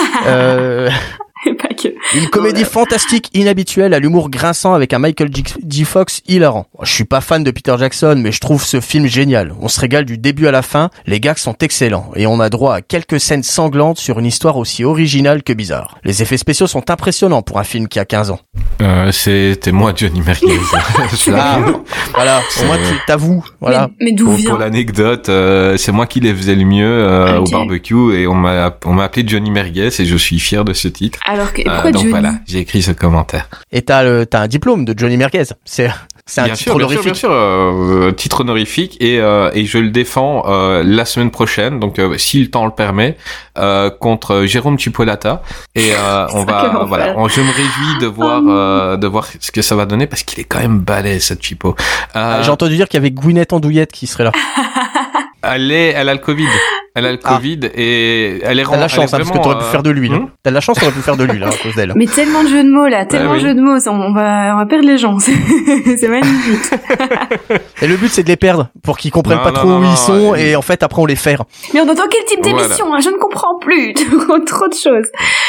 Et pas que.
Une comédie fantastique, inhabituelle, à l'humour grinçant avec un Michael J. Fox hilarant. Je suis pas fan de Peter Jackson, mais je trouve ce film génial. On se régale du début à la fin, les gags sont excellents, et on a droit à quelques scènes sanglantes sur une histoire aussi originale que bizarre. Les effets spéciaux sont impressionnants pour un film qui a 15 ans.
C'était moi, Johnny Merguez.
Voilà, au moins tu t'avoues. Voilà.
Mais d'où vient?
Pour l'anecdote, c'est moi qui les faisais le mieux au barbecue, et on m'a appelé Johnny Merguez, et je suis fier de ce titre.
Alors que, pourquoi
donc
Johnny?
Voilà, j'ai écrit ce commentaire.
Et t'as un diplôme de Johnny Merguez. C'est un titre honorifique.
Bien sûr, titre honorifique et je le défends la semaine prochaine, donc si le temps le permet, contre Jérôme Chipolata et on va je me réjouis de voir ce que ça va donner parce qu'il est quand même balèze cette Chipo.
J'ai entendu dire qu'il y avait Gwyneth Andouillette qui serait là.
Elle a le Covid. Elle a le Covid et elle est
T'as la chance, parce que t'aurais pu faire de lui, là. T'as la chance, t'aurais pu faire de lui, là, à cause d'elle.
Mais tellement de jeux de mots, là, tellement de jeux de mots, on va perdre les gens. C'est magnifique.
Et le but, c'est de les perdre, pour qu'ils comprennent pas trop où ils sont, et en fait, après, on les ferme.
Mais on entend quel type d'émission, hein, je ne comprends plus. Trop de choses.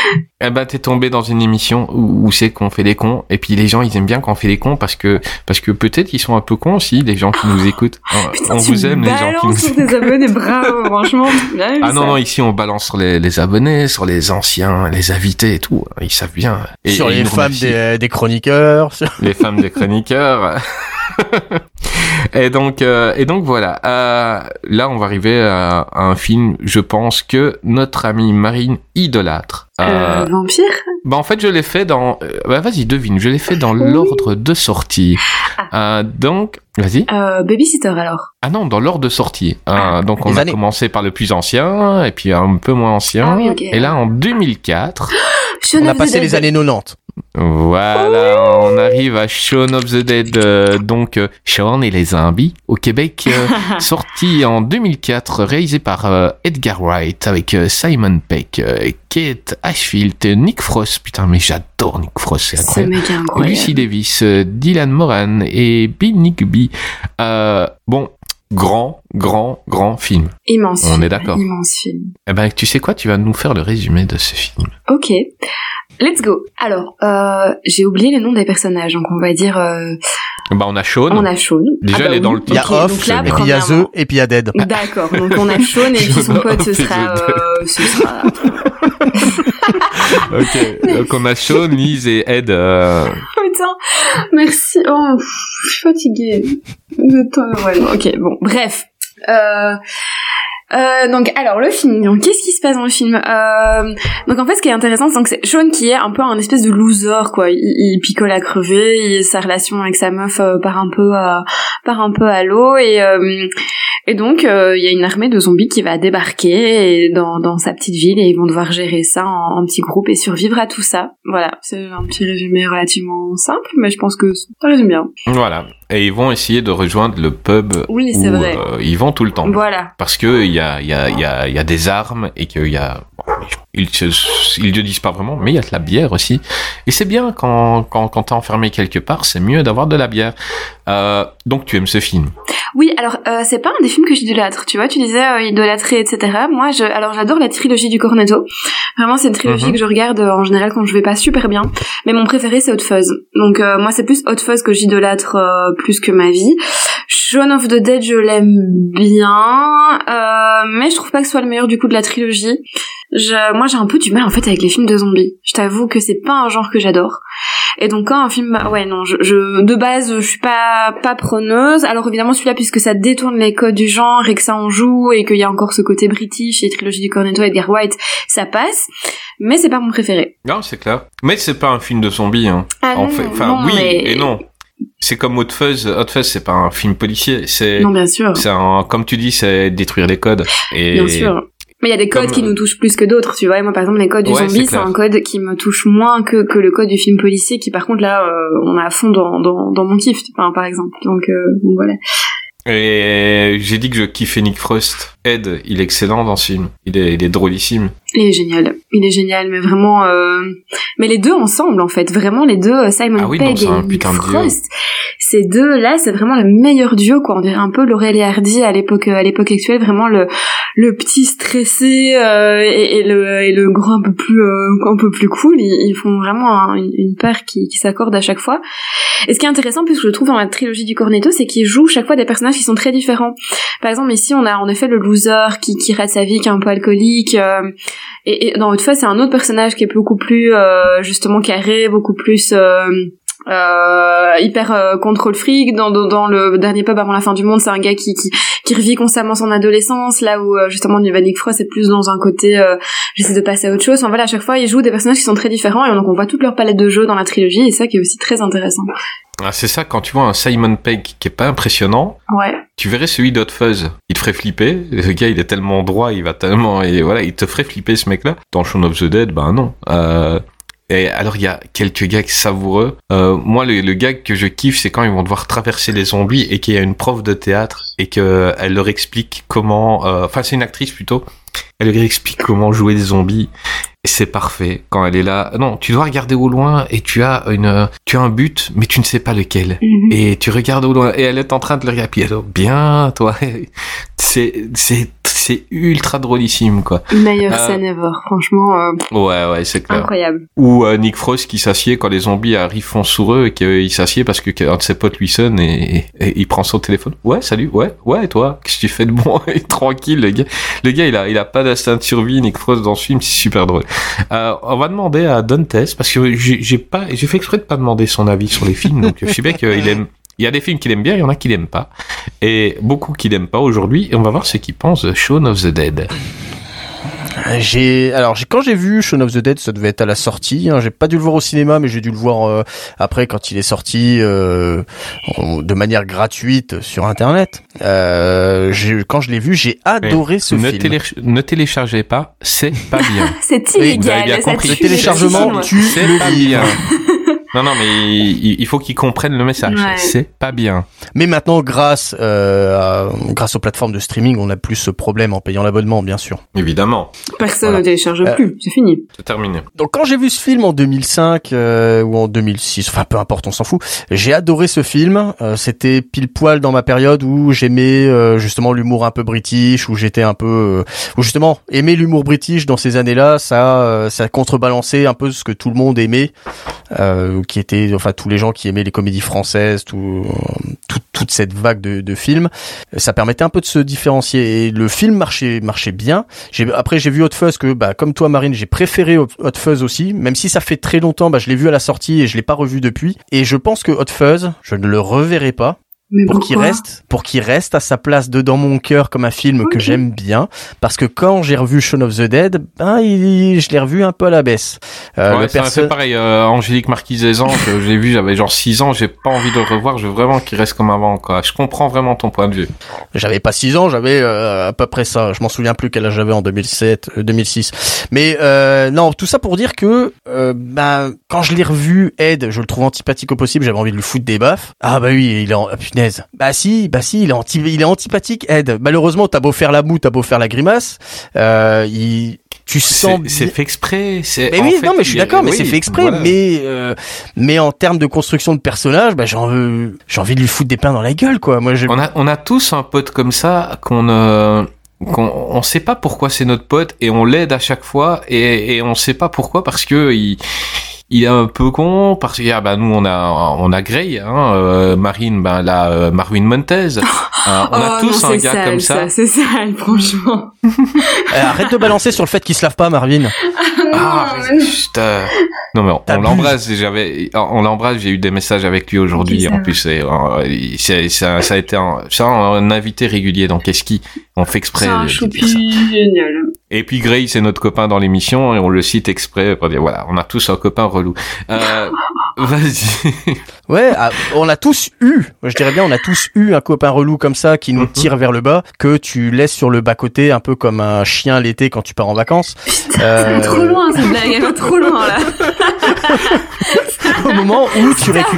Eh ben, t'es tombé dans une émission où c'est qu'on fait des cons, et puis les gens, ils aiment bien quand on fait des cons parce que peut-être ils sont un peu cons aussi, les gens qui nous écoutent.
Putain,
on vous aime, les gens qui nous
sur tes abonnés, bravo, franchement.
Non, ici, on balance sur les abonnés, sur les anciens, les invités et tout. Ils savent bien. Et,
sur les femmes des chroniqueurs.
Les femmes des chroniqueurs. Et donc voilà. Là, on va arriver à un film, je pense que notre amie Marine idolâtre.
Vampire?
Bah en fait, je l'ai fait dans... vas-y, devine. Je l'ai fait dans l'ordre de sortie. Donc, vas-y.
Babysitter, alors.
Ah non, dans l'ordre de sortie. Donc, on a commencé par le plus ancien, et puis un peu moins ancien.
Oui, okay.
Et là, en 2004...
on a passé les années 90.
Voilà, on arrive à Shaun of the Dead, donc Shaun et les zombies au Québec, sorti en 2004, réalisé par Edgar Wright avec Simon Pegg, Kate Ashfield, Nick Frost, putain mais j'adore Nick Frost, c'est incroyable. Lucy Davis, Dylan Moran et Bill Nighy. Bon, grand film.
Immense.
On est d'accord.
Immense film.
Eh ben, tu sais quoi, tu vas nous faire le résumé de ce film.
Ok. Let's go. Alors, j'ai oublié les noms des personnages, donc on va dire...
Bah, on a Shaun. Déjà, elle est dans le
titre. Il y a Off, et puis il y a The, et puis il y a Dead.
D'accord, donc on a Shaun, et puis son pote, ce sera...
Ok, donc on a Shaun, Liz et Ed.
Putain, merci. Oh, je suis fatiguée. Ok, bon, bref. Donc alors le film, donc qu'est-ce qui se passe dans le film? Donc en fait ce qui est intéressant c'est Shaun qui est un peu un espèce de loser quoi, il picole à crever, sa relation avec sa meuf part un peu à l'eau et donc il y a une armée de zombies qui va débarquer dans sa petite ville et ils vont devoir gérer ça en petit groupe et survivre à tout ça. Voilà, c'est un petit résumé relativement simple mais je pense que ça résume bien.
Voilà. Et ils vont essayer de rejoindre le pub où
vrai.
Ils vont tout le temps.
Voilà.
Parce que il y a des armes et qu'il y a... Ils ne disent pas vraiment, mais il y a de la bière aussi. Et c'est bien quand t'es enfermé quelque part, c'est mieux d'avoir de la bière. Donc tu aimes ce film?
Oui, alors c'est pas un des films que j'idolâtre, tu vois, tu disais idolâtrer, etc. Moi, j'adore la trilogie du Cornetto. Vraiment, c'est une trilogie que je regarde en général quand je vais pas super bien. Mais mon préféré, c'est Hot Fuzz. Donc moi, c'est plus Hot Fuzz que j'idolâtre plus que ma vie. Shaun of the Dead, je l'aime bien, mais je trouve pas que ce soit le meilleur du coup de la trilogie. Moi, j'ai un peu du mal en fait avec les films de zombies. Je t'avoue que c'est pas un genre que j'adore. Et donc quand un film, de base, je suis pas preneuse. Alors évidemment celui-là, puisque ça détourne les codes du genre et que ça en joue et qu'il y a encore ce côté british et trilogie du Cornetto, Edgar Wright, ça passe. Mais c'est pas mon préféré.
Non, c'est clair. Mais c'est pas un film de zombies, hein. Et non. C'est comme Hot Fuzz. Hot Fuzz, c'est pas un film policier.
Non, bien sûr.
Comme tu dis, c'est détruire les codes.
Bien sûr. Mais il y a des codes qui nous touchent plus que d'autres, tu vois. Et moi, par exemple, les codes du zombie, c'est un code qui me touche moins que le code du film policier, qui par contre, là, on est à fond dans mon kiff, par exemple. Donc voilà.
Et j'ai dit que je kiffais Nick Frost. Ed, il est excellent dans ce film. Il est drôlissime.
Il est génial, mais vraiment... Mais les deux ensemble, en fait. Vraiment, les deux, Simon Pegg et Nick Frost. Ces deux-là, c'est vraiment le meilleur duo, quoi. On dirait un peu Laurel et Hardy à l'époque actuelle. Vraiment le petit stressé et le grand un peu plus cool. Ils font vraiment une paire qui s'accorde à chaque fois. Et ce qui est intéressant, puisque je trouve dans la trilogie du Cornetto, c'est qu'ils jouent chaque fois des personnages qui sont très différents. Par exemple, ici, on a en effet le loser qui rate sa vie, qui est un peu alcoolique. Et dans Hot Fuzz, c'est un autre personnage qui est beaucoup plus justement carré, beaucoup plus hyper contrôle fric. Dans le dernier pub avant la fin du monde, c'est un gars qui revit constamment son adolescence, là où justement Nick Frost c'est plus dans un côté j'essaie de passer à autre chose. Enfin voilà, à chaque fois ils jouent des personnages qui sont très différents et donc on voit toute leur palette de jeux dans la trilogie et ça qui est aussi très intéressant.
Ah, c'est ça, quand tu vois un Simon Pegg qui est pas impressionnant, tu verrais celui d'Hot Fuzz, il te ferait flipper. Le gars il est tellement droit, il te ferait flipper ce mec là. Dans Shaun of the Dead, non. Et alors il y a quelques gags savoureux. Moi le gag que je kiffe, c'est quand ils vont devoir traverser les zombies et qu'il y a une prof de théâtre et que elle leur explique comment. C'est une actrice plutôt. Elle lui explique comment jouer des zombies. C'est parfait quand elle est là. Non, tu dois regarder au loin et tu as un but, mais tu ne sais pas lequel. Et tu regardes au loin et elle est en train de le regarder. Puis elle dit, bien, toi. C'est ultra drôlissime, quoi.
Meilleure scène ever, franchement.
Ouais, c'est clair.
Incroyable.
Ou Nick Frost qui s'assied quand les zombies arrivent, foncent sur eux et qu'il s'assied parce qu'un de ses potes lui sonne et il prend son téléphone. Ouais, salut, ouais, et toi, qu'est-ce que tu fais de bon? Tranquille, le gars, il a pas d'instinct de survie, Nick Frost dans ce film, c'est super drôle. On va demander à Dantes, parce que j'ai fait exprès de pas demander son avis sur les films, donc je sais bien qu'il aime. Il y a des films qu'il aime bien, il y en a qu'il aime pas. Et beaucoup qu'il aime pas aujourd'hui. Et on va voir ce qu'il pense de Shaun of the Dead.
Quand j'ai vu Shaun of the Dead, ça devait être à la sortie. J'ai pas dû le voir au cinéma, mais j'ai dû le voir après quand il est sorti de manière gratuite sur Internet. Quand je l'ai vu, j'ai adoré ce film.
Ne téléchargez pas, c'est pas bien.
C'est illégal.
Vous avez bien compris.
Le téléchargement tue
le pas bien. Non, mais il faut qu'ils comprennent le message. Ouais. C'est pas bien.
Mais maintenant, grâce aux plateformes de streaming, on n'a plus ce problème en payant l'abonnement, bien sûr.
Évidemment.
Personne ne télécharge plus. C'est fini.
C'est terminé.
Donc, quand j'ai vu ce film en 2005 ou en 2006, enfin peu importe, on s'en fout. J'ai adoré ce film. C'était pile poil dans ma période où j'aimais justement l'humour un peu british, où j'étais un peu, où justement aimer l'humour british dans ces années-là, ça contrebalançait un peu ce que tout le monde aimait. Qui étaient, enfin, tous les gens qui aimaient les comédies françaises, toute cette vague de films, ça permettait un peu de se différencier. Et le film marchait bien. Après, j'ai vu Hot Fuzz que, comme toi, Marine, j'ai préféré Hot Fuzz aussi, même si ça fait très longtemps, je l'ai vu à la sortie et je l'ai pas revu depuis. Et je pense que Hot Fuzz, je ne le reverrai pas. Pour qu'il reste à sa place dans mon cœur comme un film que j'aime bien, parce que quand j'ai revu Shaun of the Dead, je l'ai revu un peu à la baisse.
C'est pareil, Angélique Marquis-Aizan, que j'ai vu, j'avais genre 6 ans, j'ai pas envie de le revoir, je veux vraiment qu'il reste comme avant, quoi. Je comprends vraiment ton point de vue.
J'avais pas 6 ans, j'avais à peu près ça. Je m'en souviens plus quel âge j'avais en 2006. Mais non, tout ça pour dire que quand je l'ai revu, Ed, je le trouve antipathique au possible, j'avais envie de lui foutre des baffes. Ah bah oui, il est punaise. Bah si, il est antipathique, Ed. Malheureusement, t'as beau faire la moue, t'as beau faire la grimace, tu sens.
C'est fait exprès.
Mais oui, non, mais je suis d'accord, mais c'est fait exprès. Voilà. Mais en termes de construction de personnage, j'ai envie de lui foutre des pains dans la gueule, quoi. Moi,
on a tous un pote comme ça qu'on sait pas pourquoi c'est notre pote et on l'aide à chaque fois et on sait pas pourquoi parce que il est un peu con parce que nous on a Grey, Marine, Marwin Montez. On a tous un gars comme ça.
C'est sale, franchement.
Arrête de balancer sur le fait qu'il se lave pas, Marvin.
Non mais on l'embrasse. On l'embrasse. J'ai eu des messages avec lui aujourd'hui. En plus, ça a été un invité régulier dans Qu'est-ce on fait exprès.
C'est un choupi génial.
Et puis Grey, c'est notre copain dans l'émission et on le cite exprès pour dire voilà, on a tous un copain relou. Vas-y.
Ouais, on a tous eu un copain relou comme ça qui nous tire vers le bas, que tu laisses sur le bas-côté un peu comme un chien l'été quand tu pars en vacances.
Putain, trop loin cette blague, elle va trop loin là.
Au moment où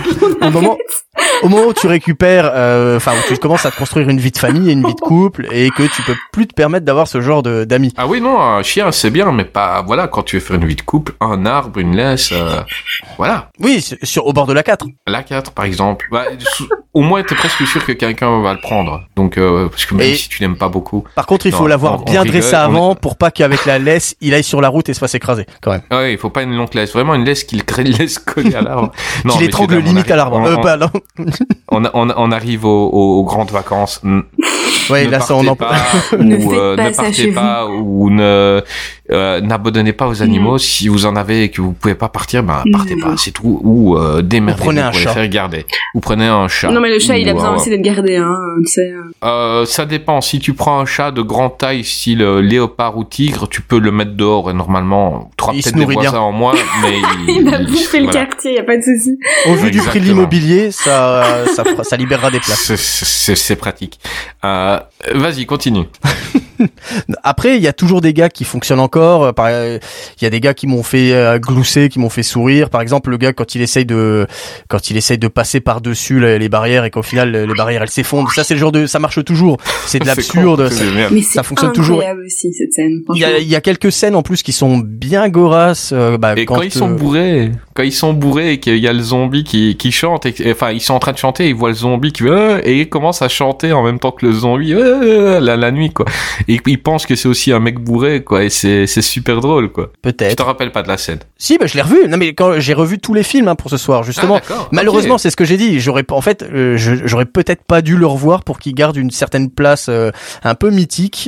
tu récupères, où tu commences à te construire une vie de famille et une vie de couple et que tu peux plus te permettre d'avoir ce genre d'amis.
Ah oui, non, un chien c'est bien, mais pas, voilà, quand tu veux faire une vie de couple, un arbre, une laisse, voilà.
Oui, au bord de la 4.
La 4, par exemple. Au moins, t'es presque sûr que quelqu'un va le prendre. Donc, parce que même si tu l'aimes pas beaucoup.
Par contre, il faut l'avoir bien dressé avant pour pas qu'avec la laisse, il aille sur la route et se fasse écraser, quand même.
Ah oui, il faut pas une longue laisse. Vraiment une laisse qu'il laisse coller à l'arbre.
Qu'il étrangle limite à l'arbre.
Non. On arrive aux grandes vacances.
Ouais, là, ça, on en
parle. Ne partez pas ou n'abandonnez pas aux animaux. Si vous en avez et que vous pouvez pas partir, partez pas, c'est tout. Ou démerdez-vous pour les faire garder. Ou prenez un chat.
Non, mais le chat, il a besoin aussi d'être gardé, tu sais.
Ça dépend. Si tu prends un chat de grande taille, style léopard ou tigre, tu peux le mettre dehors et normalement, tu auras peut-être des voisins en moins, mais
il va bouffer le quartier, y a pas de souci.
Au vu du prix de l'immobilier, ça libérera des places.
C'est pratique. Vas-y, continue.
Après, il y a toujours des gars qui fonctionnent encore. Il y a des gars qui m'ont fait glousser, qui m'ont fait sourire. Par exemple, le gars quand il essaye de passer par-dessus les barrières et qu'au final les barrières elles s'effondrent. Ça, c'est le genre ça marche toujours. C'est de l'absurde.
Mais
ça
c'est
fonctionne toujours.
aussi cette scène.
Il y a quelques scènes en plus qui sont bien gorasses.
Et quand ils sont bourrés, et qu'il y a le zombie qui chante, enfin ils sont en train de chanter, ils voient le zombie qui et il commence à chanter en même temps que le zombie la nuit quoi. Et ils pensent que c'est aussi un mec bourré quoi, et c'est super drôle quoi.
Peut-être.
Je te rappelle pas de la scène.
Si, je l'ai revu. Non mais quand j'ai revu tous les films pour ce soir justement. Malheureusement, c'est ce que j'ai dit. J'aurais peut-être pas dû le revoir pour qu'il garde une certaine place un peu mythique.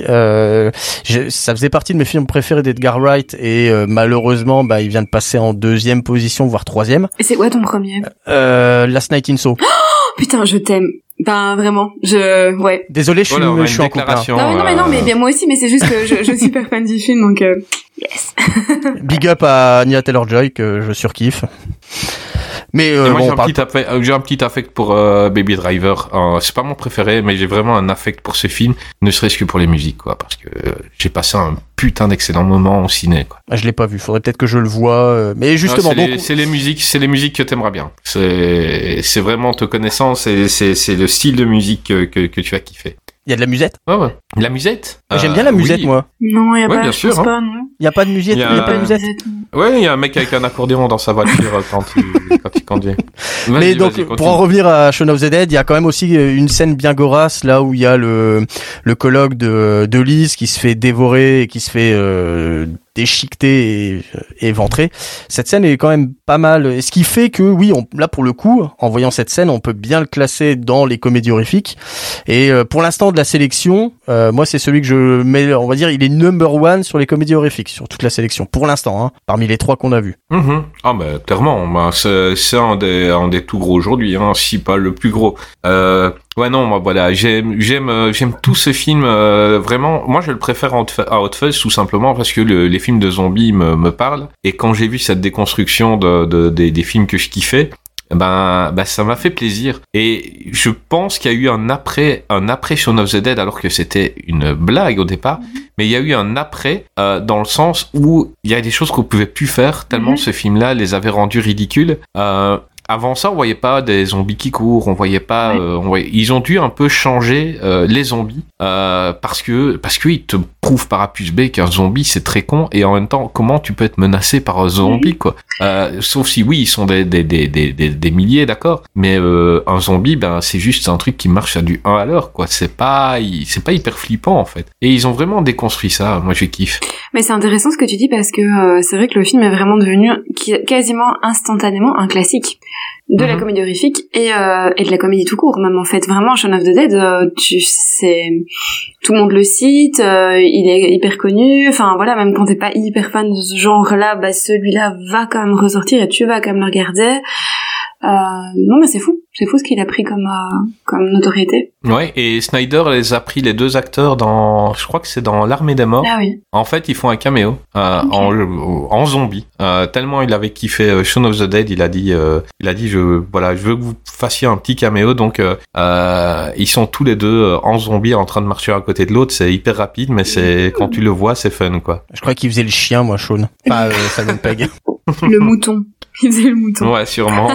Ça faisait partie de mes films préférés d'Edgar Wright et malheureusement il vient de passer en 2e position voire 3e.
Et c'est quoi ton premier?
Last Night in Soho.
Putain, je t'aime. Vraiment, ouais.
Désolé, je suis en couple.
Non, mais bien moi aussi, mais c'est juste que je suis super fan du film, donc yes.
Big up à Anya Taylor-Joy que je surkiffe. Mais
moi j'ai un petit affect pour Baby Driver. C'est pas mon préféré, mais j'ai vraiment un affect pour ce film, ne serait-ce que pour les musiques quoi, parce que j'ai passé un putain d'excellent moment au ciné quoi.
Je l'ai pas vu, faudrait peut-être que je le voie, mais justement
c'est les musiques que t'aimeras bien. C'est vraiment te connaissant, c'est le style de musique que tu as kiffé.
Il y a de la musette?
Ouais. La musette?
J'aime bien la musette,
oui.
moi.
Non, il y a pas,
bien sûr,
je pense pas, non.
Il y a pas de musette, il y a pas de musette.
Ouais, il y a un mec avec un accordéon dans sa voiture quand il conduit.
Mais donc, pour en revenir à Shaun of the Dead, il y a quand même aussi une scène bien gorasse, là où il y a le colloque de Liz qui se fait dévorer et qui se fait déchiqueter et ventrer. Cette scène est quand même pas mal. Et ce qui fait que, oui, là, pour le coup, en voyant cette scène, on peut bien le classer dans les comédies horrifiques. Et pour l'instant de la sélection, moi, c'est celui que je mets, on va dire, il est number 1 sur les comédies horrifiques, sur toute la sélection. Pour l'instant, parmi les 3 qu'on a vus.
Ah, clairement, c'est un des tout gros aujourd'hui, si pas le plus gros. Ouais, non, moi, voilà, j'aime tous ces films, vraiment. Moi, je le préfère à Hot Fuzz, tout simplement, parce que les films de zombies me parlent. Et quand j'ai vu cette déconstruction des films que je kiffais, ça m'a fait plaisir. Et je pense qu'il y a eu un après Shaun of the Dead, alors que c'était une blague au départ. Mais il y a eu un après, dans le sens où il y a des choses qu'on pouvait plus faire, tellement ce film-là les avait rendus ridicules. Avant ça, on voyait pas des zombies qui courent, on voyait pas, ils ont dû un peu changer les zombies parce que ils te prouvent par A plus B qu'un zombie c'est très con, et en même temps comment tu peux être menacé par un zombie quoi. Sauf si oui ils sont des milliers, d'accord, mais un zombie c'est juste un truc qui marche à du 1 à l'heure quoi. C'est pas hyper flippant en fait, et ils ont vraiment déconstruit ça. Moi je kiffe.
Mais c'est intéressant ce que tu dis, parce que c'est vrai que le film est vraiment devenu quasiment instantanément un classique de la comédie horrifique et de la comédie tout court même en fait. Vraiment, Shaun of the Dead, tout le monde le cite, il est hyper connu, enfin voilà, même quand t'es pas hyper fan de ce genre-là, celui-là va quand même ressortir et tu vas quand même le regarder. Non mais c'est fou ce qu'il a pris comme notoriété.
Ouais, et Snyder les a pris les 2 acteurs je crois que c'est dans L'Armée des Morts.
Ah oui.
En fait, ils font un caméo en zombie. Tellement il avait kiffé Shaun of the Dead, il a dit je veux que vous fassiez un petit caméo, donc ils sont tous les 2 en zombie en train de marcher à côté de l'autre. C'est hyper rapide, mais quand tu le vois, c'est fun quoi.
Je crois qu'il faisait le chien, moi, Shaun. Pas Simon Pegg.
Le mouton. Il faisait le mouton.
Ouais, sûrement.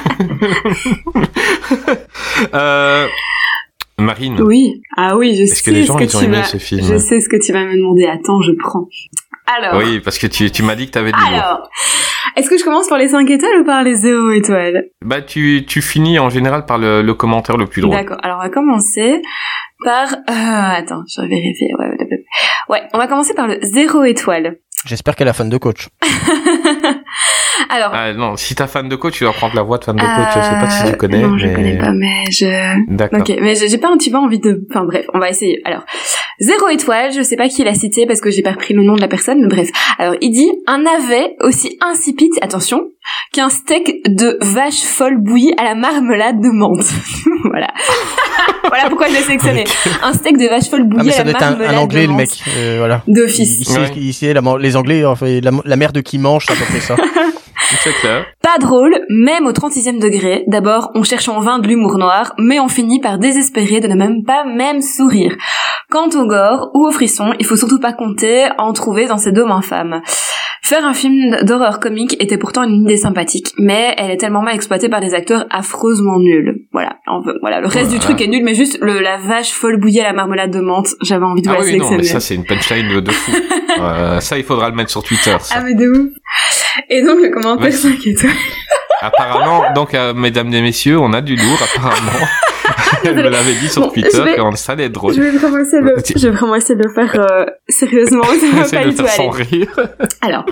Marine.
Oui. Ah oui, je sais
que les gens ils ont aimé ce film.
Je sais ce que tu vas me demander. Attends, je prends. Alors.
Oui, parce que tu m'as dit que t'avais du lourd.
Alors. Est-ce que je commence par les 5 étoiles ou par les 0 étoiles?
Tu finis en général par le commentaire le plus drôle.
D'accord. Alors, on va commencer par, attends, je vais vérifier. Ouais, on va commencer par le 0 étoile.
J'espère qu'elle est fan de coach.
Alors.
Non, si t'es fan de coach, tu vas prendre la voix de fan de coach. Je sais pas si tu connais.
Non, je connais pas, mais
D'accord.
Ok, mais j'ai pas un petit peu envie de. Enfin bref, on va essayer. Alors, 0 étoile. Je sais pas qui l'a cité parce que j'ai pas repris le nom de la personne, mais bref. Alors, il dit un navet aussi insipide, attention, qu'un steak de vache folle bouillie à la marmelade de menthe. Voilà. Voilà pourquoi je l'ai sélectionné. Un steak de vache folle bouillie à la marmelade de menthe.
Ça doit être un anglais, le mec. Voilà.
D'office.
Ici, les anglais, enfin, la merde qui mange, c'est à peu près ça.
C'est clair.
Pas drôle, même au 36e degré. D'abord, on cherche en vain de l'humour noir, mais on finit par désespérer de ne même sourire. Quant au gore ou au frisson, il faut surtout pas compter en trouver dans ces dômes infâmes. Faire un film d'horreur comique était pourtant une idée sympathique, mais elle est tellement mal exploitée par des acteurs affreusement nuls. Voilà, le reste du truc est nul, mais juste la vache folle bouillie à la marmelade de menthe, j'avais envie de vous la sélectionner.
Non, mais ça c'est une punchline de fou. Ça, il faudra le mettre sur Twitter. Ça.
Ah mais de ouf. Et donc le commentaire 5 étoiles.
Apparemment, donc mesdames et messieurs, on a du lourd apparemment. Elle me l'avait dit sur Twitter quand ça allait être drôle.
Je vais vraiment essayer de le faire sérieusement, ça va pas du tout aller.
Sans rire.
Alors,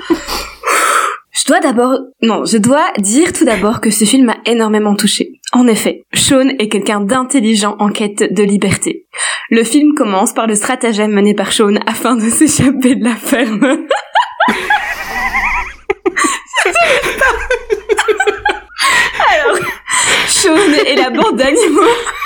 je dois dire tout d'abord que ce film m'a énormément touchée. En effet, Sean est quelqu'un d'intelligent en quête de liberté. Le film commence par le stratagème mené par Sean afin de s'échapper de la ferme. Alors, Sean et la bande d'animaux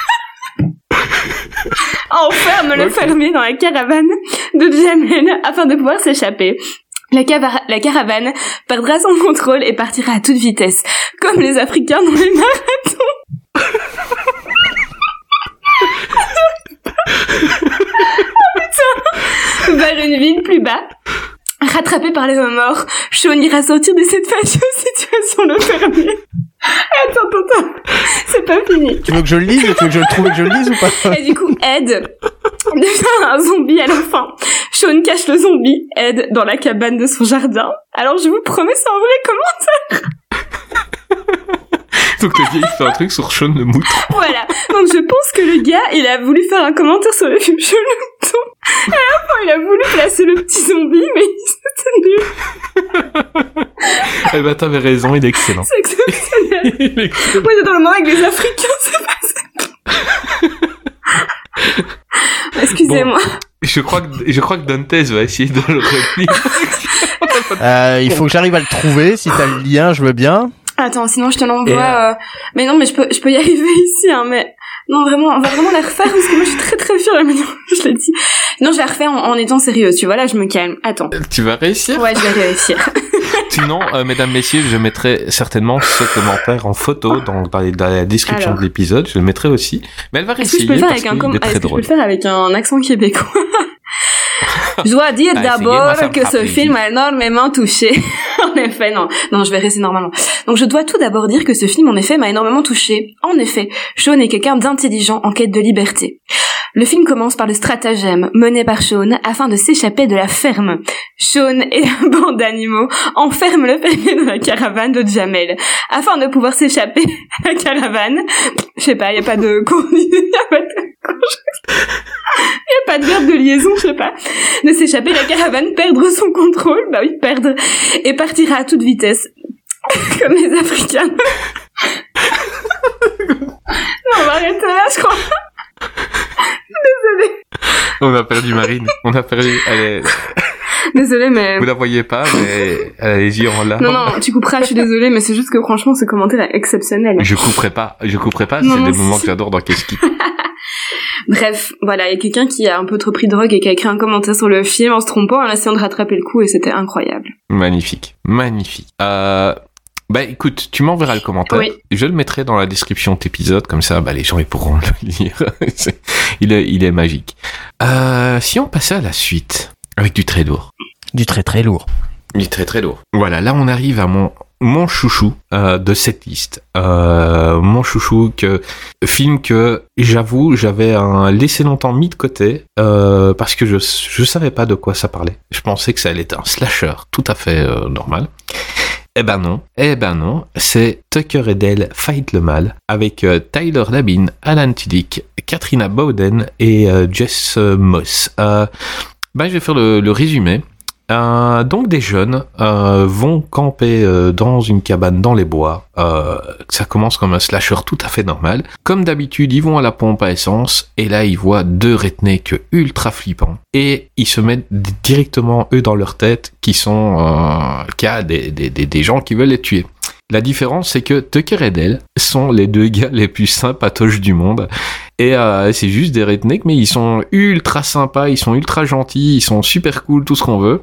enferment le fermier dans la caravane de Jamel afin de pouvoir s'échapper. La caravane perdra son contrôle et partira à toute vitesse, comme les Africains dans les marathons. Oh putain. Vers une ville plus bas, rattrapé par les remords, Sean ira sortir de cette fâcheuse situation le fermier. Attends, c'est pas fini.
Tu veux que je le lise? Tu veux que je le trouve et que je le lise ou pas?
Et du coup, Ed devient un zombie à la fin. Sean cache le zombie, Ed, dans la cabane de son jardin. Alors je vous promets, c'est un vrai commentaire.
Donc le gars, il fait un truc sur Sean le mouton.
Voilà. Donc je pense que le gars, il a voulu faire un commentaire sur le film Sean le mouton. Et à la fin, il a voulu placer le petit zombie, mais c'était nul.
Eh ben, t'avais raison, il est excellent.
C'est exceptionnel.
Il est excellent.
Moi, dans le moment avec les Africains, c'est pas ça. Excusez-moi.
Bon, je crois que Dantes va essayer de le retenir.
Il faut que j'arrive à le trouver. Si t'as le lien, je veux bien.
Attends, sinon je te l'envoie. Mais non, mais je peux y arriver ici, hein. Mais non, vraiment, on va vraiment la refaire parce que moi je suis très très fière de la manière dont je l'ai dit. Non, je vais la refaire en étant sérieuse. Tu vois, là, je me calme. Attends.
Tu vas réussir?
Ouais, je vais réussir.
Sinon, mesdames, messieurs, je mettrai certainement ce commentaire en photo dans la description de l'épisode. Je le mettrai aussi. Mais elle va réussir.
Est-ce que je peux le faire avec un accent québécois? Je dois dire d'abord que ce film m'a énormément touché. En effet, non, je vais rester normalement. Donc, je dois tout d'abord dire que ce film, en effet, m'a énormément touché. En effet, Sean est quelqu'un d'intelligent en quête de liberté. Le film commence par le stratagème mené par Sean afin de s'échapper de la ferme. Sean et la bande d'animaux enferment le fermier dans la caravane de Jamel afin de pouvoir s'échapper à la caravane. Je sais pas, y a pas de verbe de liaison, je sais pas. De s'échapper, la caravane, perdre son contrôle, bah oui, perdre, et partira à toute vitesse, comme les Africains. Non, on va arrêter là, je crois. Désolée.
On a perdu Marine.
Désolée, mais...
Vous la voyez pas, mais elle a les yeux en larmes.
Non, tu couperas, je suis désolée, mais c'est juste que franchement, ce commentaire est exceptionnel.
Je couperai pas, c'est des moments que j'adore dans Qu'est-ce qui...
Bref, voilà, il y a quelqu'un qui a un peu trop pris de drogue et qui a écrit un commentaire sur le film en se trompant, en essayant de rattraper le coup, et c'était incroyable.
Magnifique. Bah écoute, tu m'enverras le commentaire.
Oui.
Je le mettrai dans la description de l'épisode, comme ça, les gens ils pourront le lire. il est magique. Si on passait à la suite, avec du très lourd.
Du très très lourd.
Du très très lourd. Voilà, là on arrive à mon chouchou de cette liste. Mon chouchou film que j'avoue j'avais laissé longtemps mis de côté parce que je savais pas de quoi ça parlait. Je pensais que ça allait être un slasher tout à fait normal. Eh ben non, c'est Tucker et Dale Fight le Mal avec Tyler Labine, Alan Tudyk, Katrina Bowden et Jess Moss. Je vais faire le résumé. Donc des jeunes vont camper dans une cabane dans les bois. Ça commence comme un slasher tout à fait normal. Comme d'habitude, ils vont à la pompe à essence et là ils voient deux rednecks ultra flippants et ils se mettent directement eux dans leur tête qu'il y a des gens qui veulent les tuer. La différence, c'est que Tucker et Dale sont les deux gars les plus sympatoches du monde. Et c'est juste des rednecks, mais ils sont ultra sympas, ils sont ultra gentils, ils sont super cool, tout ce qu'on veut.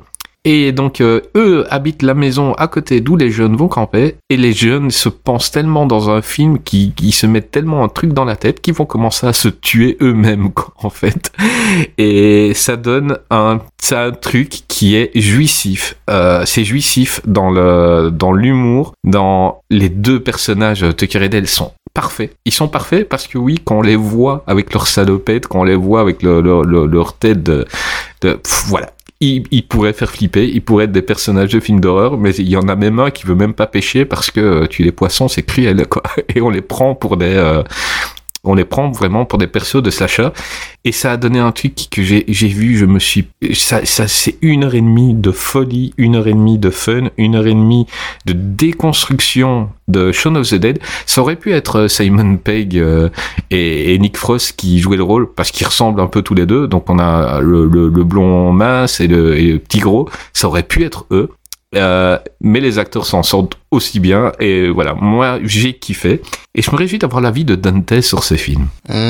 Et donc, eux habitent la maison à côté d'où les jeunes vont camper, et les jeunes se pensent tellement dans un film qu'ils se mettent tellement un truc dans la tête qu'ils vont commencer à se tuer eux-mêmes, quoi, en fait. Et ça donne un truc qui est jouissif. C'est jouissif dans l'humour, dans les deux personnages, Tucker et Dale sont parfaits. Ils sont parfaits parce que oui, quand on les voit avec leur salopette, quand on les voit avec leur tête voilà. Ils pourraient faire flipper, ils pourraient être des personnages de films d'horreur, mais il y en a même un qui veut même pas pêcher parce que tuer les poissons, c'est cruel, quoi. Et on les prend vraiment pour des persos de slasher. Et ça a donné un truc que j'ai vu, ça c'est 1h30 de folie, 1h30 de fun, 1h30 de déconstruction de Shaun of the Dead. Ça aurait pu être Simon Pegg et Nick Frost qui jouaient le rôle, parce qu'ils ressemblent un peu tous les deux. Donc on a le blond mince et le petit gros. Ça aurait pu être eux. Mais les acteurs s'en sortent aussi bien, et voilà, moi j'ai kiffé, et je me réjouis d'avoir l'avis de Dante sur ce film.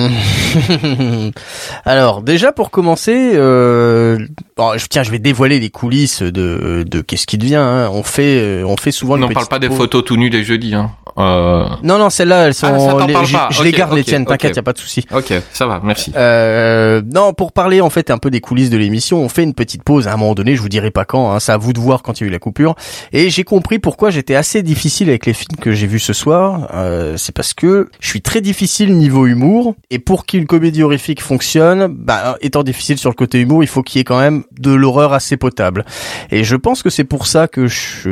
Alors déjà pour commencer, je vais dévoiler les coulisses de qu'est-ce qui devient. Hein. On fait souvent.
On parle pas des photos tout nus des jeudis. Hein.
Non, celles-là, elles sont. Je les garde, les tiennes. T'inquiète, y a pas de souci.
Ok, ça va, merci.
Non, pour parler en fait un peu des coulisses de l'émission, on fait une petite pause à un moment donné. Je vous dirai pas quand. Hein, c'est à vous de voir quand il y a eu la coupure. Et j'ai compris pourquoi j'étais assez difficile avec les films que j'ai vus ce soir. C'est parce que je suis très difficile niveau humour, et pour qu'une comédie horrifique fonctionne, étant difficile sur le côté humour, il faut qu'il y ait quand même de l'horreur assez potable. Et je pense que c'est pour ça que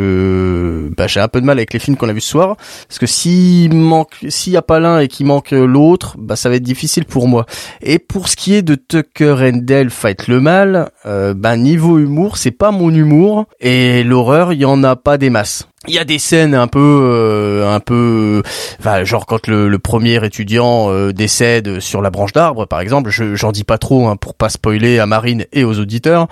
j'ai un peu de mal avec les films qu'on a vus ce soir, parce que s'il y a pas l'un et qu'il manque l'autre, ça va être difficile pour moi. Et pour ce qui est de Tucker and Dale Fight le Mal, niveau humour, c'est pas mon humour, et l'horreur, il y en a pas des masses. Il y a des scènes un peu, genre quand le premier étudiant décède sur la branche d'arbre, par exemple. J'en dis pas trop, hein, pour pas spoiler à Marine et aux auditeurs.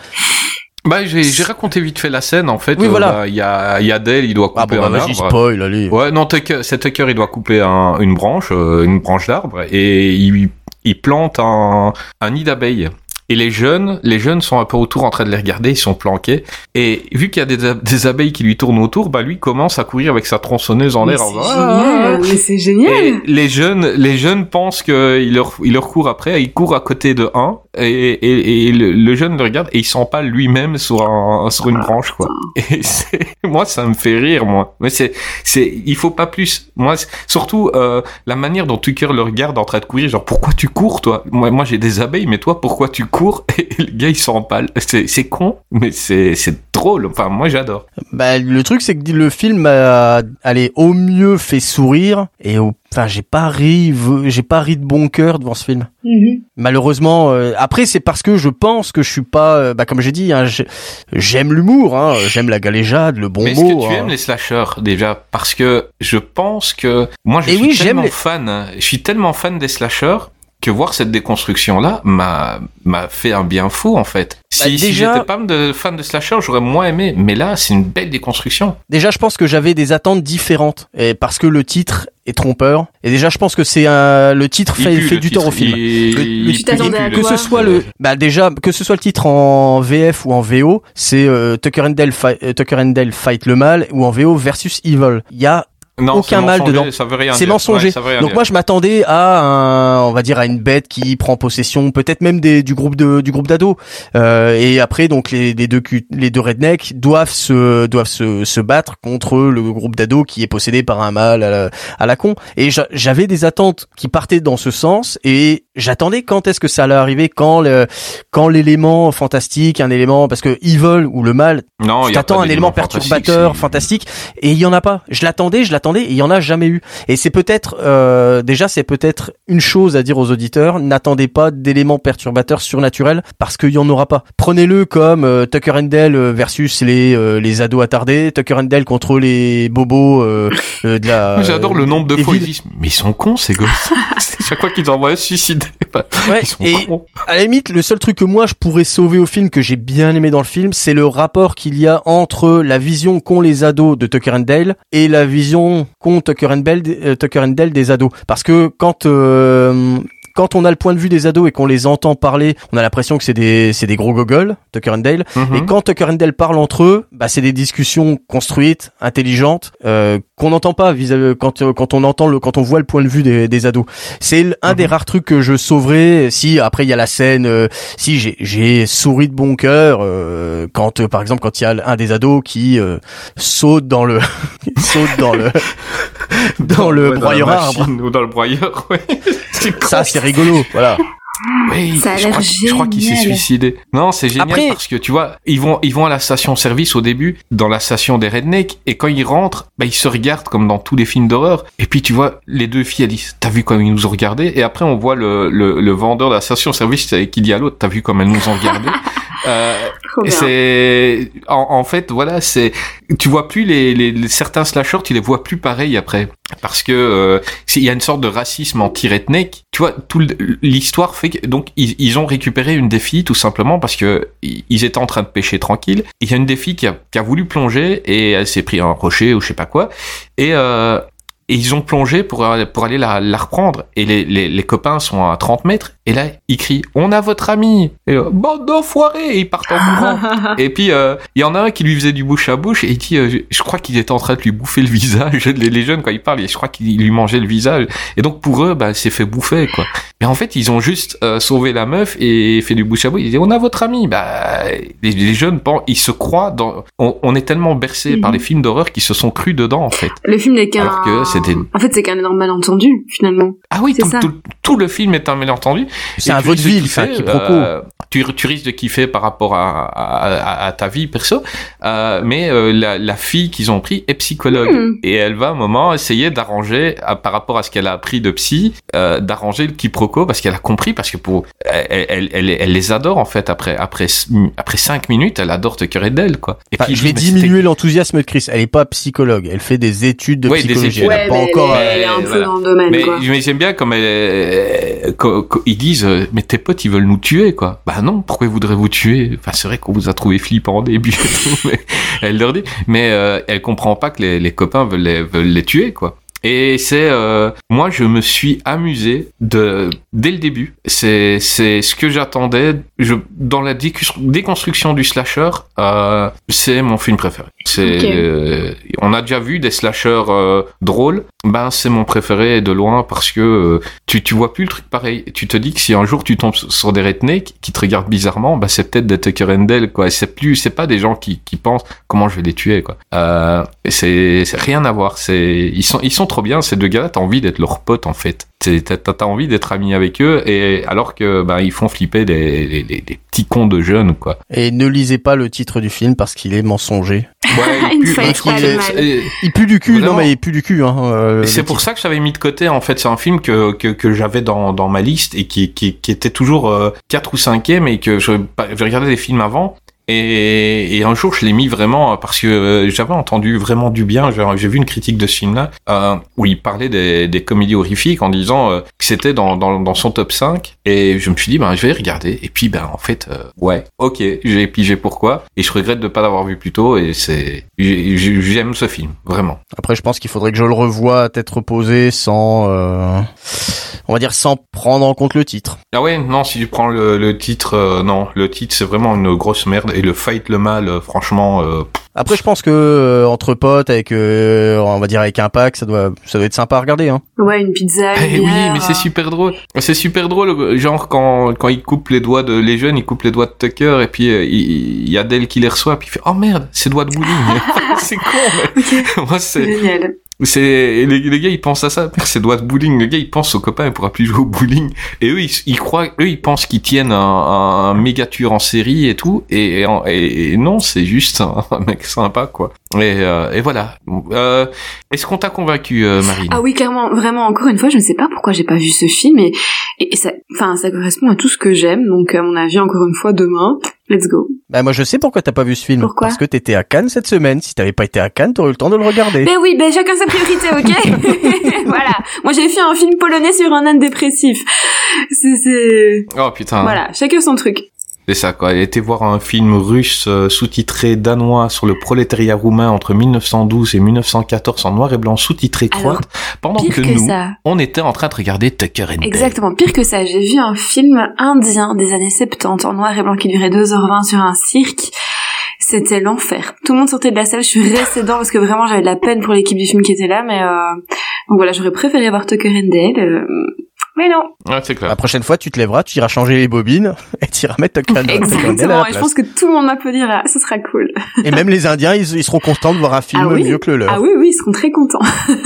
J'ai raconté vite fait la scène, en fait.
Oui, voilà.
Il y a Dale, il doit couper un arbre.
Spoil, allez.
Ouais, non, Tucker, il doit couper une branche d'arbre, et il plante un nid d'abeilles. Et les jeunes sont un peu autour en train de les regarder, ils sont planqués. Et vu qu'il y a des abeilles qui lui tournent autour, lui commence à courir avec sa tronçonneuse en l'air.
Mais c'est génial.
Et les jeunes pensent qu'il leur court après, il court à côté de un, et le jeune le regarde, et il s'empale lui-même sur une branche, quoi. Et moi, ça me fait rire, moi. Mais il faut pas plus. Moi, surtout, la manière dont Tucker le regarde en train de courir, genre, pourquoi tu cours, toi? Moi, j'ai des abeilles, mais toi, pourquoi tu cours? Et le gars il s'empale. C'est con, mais c'est drôle. Enfin, moi j'adore. Le
truc c'est que le film au mieux fait sourire, et j'ai pas ri de bon cœur devant ce film. Mm-hmm. Malheureusement, après c'est parce que je pense que je suis pas, comme j'ai dit, hein, j'aime l'humour, hein, j'aime la galéjade, le bon mot.
Mais est-ce que tu aimes les slashers déjà? Parce que je pense que moi je suis tellement fan des slashers que voir cette déconstruction-là m'a fait un bien fou, en fait. Si j'étais pas fan de slasher, j'aurais moins aimé. Mais là, c'est une belle déconstruction.
Déjà, je pense que j'avais des attentes différentes. Et parce que le titre est trompeur. Et déjà, je pense que c'est le titre fait du tort au film.
Tu t'attendais à quoi?
Que ce soit que ce soit le titre en VF ou en VO, c'est Tucker and Dale Fight le Mal, ou en VO versus Evil. Il y a aucun mal dedans.
Ça veut rien
c'est
dire.
mensonger.
Ouais,
donc moi je m'attendais à à une bête qui prend possession, peut-être même du groupe d'ados. Et après donc les deux rednecks doivent se battre contre le groupe d'ados qui est possédé par un mal à la con. Et j'avais des attentes qui partaient dans ce sens, et j'attendais quand est-ce que ça allait arriver, quand l'élément fantastique, un élément, parce que Evil ou le mal, tu t'attends un élément perturbateur, fantastique, et il y en a pas. Je l'attendais, et il y en a jamais eu. Et c'est peut-être une chose à dire aux auditeurs: n'attendez pas d'éléments perturbateurs surnaturels, parce qu'il y en aura pas. Prenez-le comme Tucker and Dale versus les ados attardés, Tucker and Dale contre les bobos de la.
J'adore le nombre de fois ils disent mais ils sont cons ces gosses. Chaque fois qu'ils envoient un suicide.
Ouais, et à la limite, le seul truc que moi je pourrais sauver au film, que j'ai bien aimé dans le film, c'est le rapport qu'il y a entre la vision qu'ont les ados de Tucker and Dale et la vision qu'ont Tucker and Dale des ados. Parce que quand quand on a le point de vue des ados et qu'on les entend parler, on a l'impression que c'est des gros gogoles, Tucker and Dale. Et quand Tucker and Dale parlent entre eux, c'est des discussions construites, intelligentes, qu'on n'entend pas quand on voit le point de vue des ados. C'est un des rares trucs que je sauverais. Si après il y a la scène, si j'ai souri de bon cœur quand par exemple quand il y a un des ados qui saute dans le broyeur arbre
ou dans le broyeur, ouais.
Ça c'est rigolo, voilà.
Oui,
ça a
je crois qu'il s'est suicidé. Non, c'est génial. Après, parce que tu vois, ils vont à la station-service au début, dans la station des rednecks, et quand ils rentrent, ils se regardent comme dans tous les films d'horreur. Et puis tu vois, les deux filles, elles disent, t'as vu comme ils nous ont regardés? Et après, on voit le vendeur de la station-service qui dit à l'autre, t'as vu comme elles nous ont regardés? C'est en fait voilà, c'est tu vois plus les certains slashers, tu les vois plus pareils après, parce que il y a une sorte de racisme anti-redneck. Tu vois, l'histoire fait que donc ils ont récupéré une des filles tout simplement parce que ils étaient en train de pêcher tranquille. Il y a une des filles qui a voulu plonger et elle s'est pris un rocher ou je sais pas quoi et ils ont plongé pour aller la reprendre. Et les copains sont à 30 mètres. Et là, ils crient, on a votre ami. Et bande d'enfoirés. Et ils partent en courant. Et puis, il y en a un qui lui faisait du bouche à bouche. Et il dit, je crois qu'il était en train de lui bouffer le visage. Les jeunes, quand ils parlent, je crois qu'il lui mangeait le visage. Et donc, pour eux, c'est fait bouffer, quoi. Mais en fait, ils ont juste sauvé la meuf et fait du bouche à bouche. Ils disent, on a votre ami. Les jeunes, ils se croient dans... On est tellement bercés par les films d'horreur qu'ils se sont crus dedans, en fait.
Le film n'est qu'un...
Alors que c'était...
En fait, c'est qu'un énorme malentendu, finalement.
Ah oui, tout le film est un malentendu.
C'est un vaudeville, c'est un quiproquo.
Tu risques de kiffer par rapport à ta vie perso, mais la fille qu'ils ont pris est psychologue et elle va à un moment essayer d'arranger par rapport à ce qu'elle a appris de psy, d'arranger le quiproquo parce qu'elle a compris, parce que elle les adore en fait. Après 5 minutes, elle adore Tucker and Dale, quoi. Et puis
je vais diminuer l'enthousiasme de Chris. Elle est pas psychologue, elle fait des études de psychologie.
Elle a pas encore. Elle est un peu dans le domaine.
Mais j'aime bien comme ils disent, mais tes potes ils veulent nous tuer, quoi. Bah non, pourquoi ils voudraient vous tuer? Enfin, c'est vrai qu'on vous a trouvé flippant au début, mais elle leur dit, mais elle comprend pas que les copains veulent les tuer, quoi. Et c'est moi je me suis amusé dès le début. C'est ce que j'attendais. Dans la déconstruction du slasher, c'est mon film préféré. On a déjà vu des slashers drôles. C'est mon préféré de loin parce que tu vois plus le truc pareil. Tu te dis que si un jour tu tombes sur des rednecks qui te regardent bizarrement, c'est peut-être des Tucker and Dale, quoi. C'est pas des gens qui pensent comment je vais les tuer, quoi. C'est rien à voir. Ils sont trop bien, ces deux gars-là, t'as envie d'être leur pote, en fait. T'as envie d'être ami avec eux, et alors que ils font flipper des petits cons de jeunes, quoi.
Et ne lisez pas le titre du film parce qu'il est mensonger.
Ouais,
il pue du cul. Vraiment. Non, mais il pue du cul.
C'est pour ça que j'avais mis de côté. En fait, c'est un film que j'avais dans ma liste et qui était toujours 4 ou 5e et que je regardais des films avant. Et un jour, je l'ai mis vraiment parce que j'avais entendu vraiment du bien. J'ai vu une critique de ce film-là où il parlait des comédies horrifiques en disant que c'était dans son top 5. Et je me suis dit, je vais regarder. Et puis, en fait, ouais, ok, j'ai pigé pourquoi. Et je regrette de pas l'avoir vu plus tôt. Et j'aime ce film, vraiment.
Après, je pense qu'il faudrait que je le revoie à tête reposée sans... on va dire sans prendre en compte le titre.
Ah ouais, non, si tu prends le titre, non, le titre c'est vraiment une grosse merde et le fight le mal, franchement.
Après, je pense que entre potes, avec, on va dire avec un pack, ça doit être sympa à regarder, hein.
Ouais, une pizza.
Oui, mais c'est super drôle. C'est super drôle, genre quand ils coupent les doigts les jeunes, ils coupent les doigts de Tucker et puis il y a Dale qui les reçoit puis il fait oh merde, c'est doigts de bowling. C'est con. Mais...
Okay.
Moi, c'est
génial.
Les gars ils pensent à ça, c'est doigts de bowling. Le gars il pense au copain, il pourra plus jouer au bowling. Et eux ils pensent qu'ils tiennent un méga tueur en série et tout. Et non, c'est juste un mec sympa, quoi. Et voilà. Est-ce qu'on t'a convaincu, Marine?
Ah oui, clairement, vraiment. Encore une fois, je ne sais pas pourquoi j'ai pas vu ce film et ça correspond à tout ce que j'aime. Donc à mon avis, encore une fois, demain. Let's go.
Moi je sais pourquoi t'as pas vu ce film.
Pourquoi?
Parce que t'étais à Cannes cette semaine. Si t'avais pas été à Cannes, t'aurais eu le temps de le regarder.
Mais oui, chacun sa priorité, ok? Voilà. Moi j'ai fait un film polonais sur un âne dépressif. C'est...
Oh putain.
Voilà, chacun son truc.
C'est ça, quoi. Elle était voir un film russe sous-titré danois sur le prolétariat roumain entre 1912 et 1914 en noir et blanc, sous-titré croate, pendant
Pire
que
que
nous,
ça.
on était en train de regarder Tucker and Dale.
Exactement, pire que ça, j'ai vu un film indien des années 70 en noir et blanc qui durait 2h20 sur un cirque. C'était l'enfer. Tout le monde sortait de la salle, je suis restée dedans parce que vraiment j'avais de la peine pour l'équipe du film qui était là, mais donc voilà, j'aurais préféré voir Tucker and Dale, mais non.
Ouais, c'est clair.
La prochaine fois, tu te lèveras, tu iras changer les bobines et tu iras mettre Tucker and Dale à la
Exactement, et je
place.
pense que tout le monde m'applaudira, ce sera cool.
Et même les Indiens, ils seront contents de voir un film mieux que le leur.
Ah oui, ils seront très contents.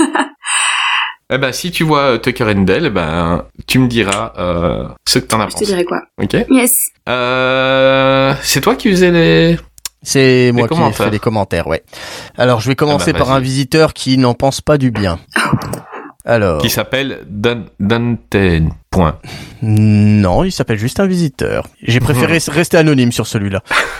Eh ben, si tu vois Tucker and Dale, tu me diras ce que t'en as
Je te
pensé.
dirai quoi.
Ok.
Yes.
C'est toi qui faisais les...
C'est moi qui ai
commentaires.
fait les commentaires, ouais. Alors, je vais commencer par
vas-y.
un visiteur qui n'en pense pas du bien. Alors.
Qui s'appelle Dante. Point.
Non, il s'appelle juste un visiteur. J'ai préféré rester anonyme sur celui-là.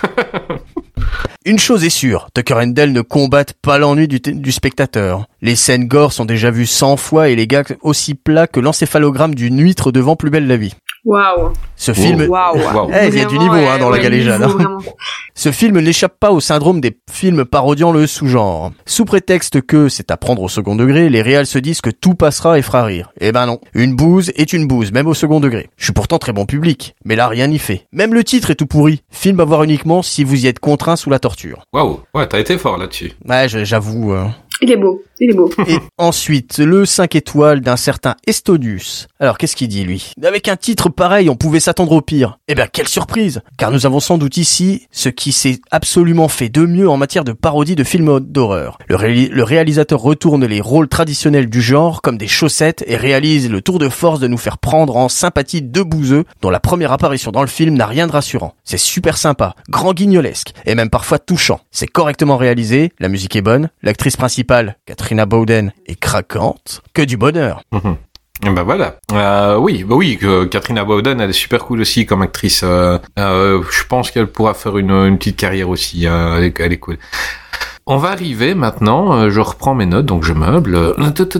Une chose est sûre, Tucker and Dale ne combattent pas l'ennui du spectateur. Les scènes gore sont déjà vues 100 fois et les gags aussi plats que l'encéphalogramme d'une huître devant Plus belle la vie.
Waouh.
Ce film...
Waouh.
il y a du niveau dans la galéjade. Ce film n'échappe pas au syndrome des films parodiant le sous-genre. Sous prétexte que c'est à prendre au second degré, les réals se disent que tout passera et fera rire. Eh ben non. Une bouse est une bouse, même au second degré. Je suis pourtant très bon public, mais là rien n'y fait. Même le titre est tout pourri. Film à voir uniquement si vous y êtes contraint sous la torture.
Waouh. Ouais, t'as été fort là-dessus.
Ouais, j'avoue...
Il est beau.
Et ensuite, le 5 étoiles d'un certain Estonius. Alors, qu'est-ce qu'il dit, lui? Avec un titre pareil, on pouvait s'attendre au pire. Eh ben, quelle surprise! Car nous avons sans doute ici ce qui s'est absolument fait de mieux en matière de parodie de films d'horreur. Le réalisateur retourne les rôles traditionnels du genre comme des chaussettes et réalise le tour de force de nous faire prendre en sympathie deux bouseux dont la première apparition dans le film n'a rien de rassurant. C'est super sympa, grand guignolesque et même parfois touchant. C'est correctement réalisé, la musique est bonne, l'actrice principale, Katrina Bowden, est craquante, que du bonheur.
Ben voilà. Oui, Katrina Bowden, elle est super cool aussi comme actrice. Je pense qu'elle pourra faire une petite carrière aussi. Elle est cool. On va arriver maintenant. Je reprends mes notes, donc je meuble.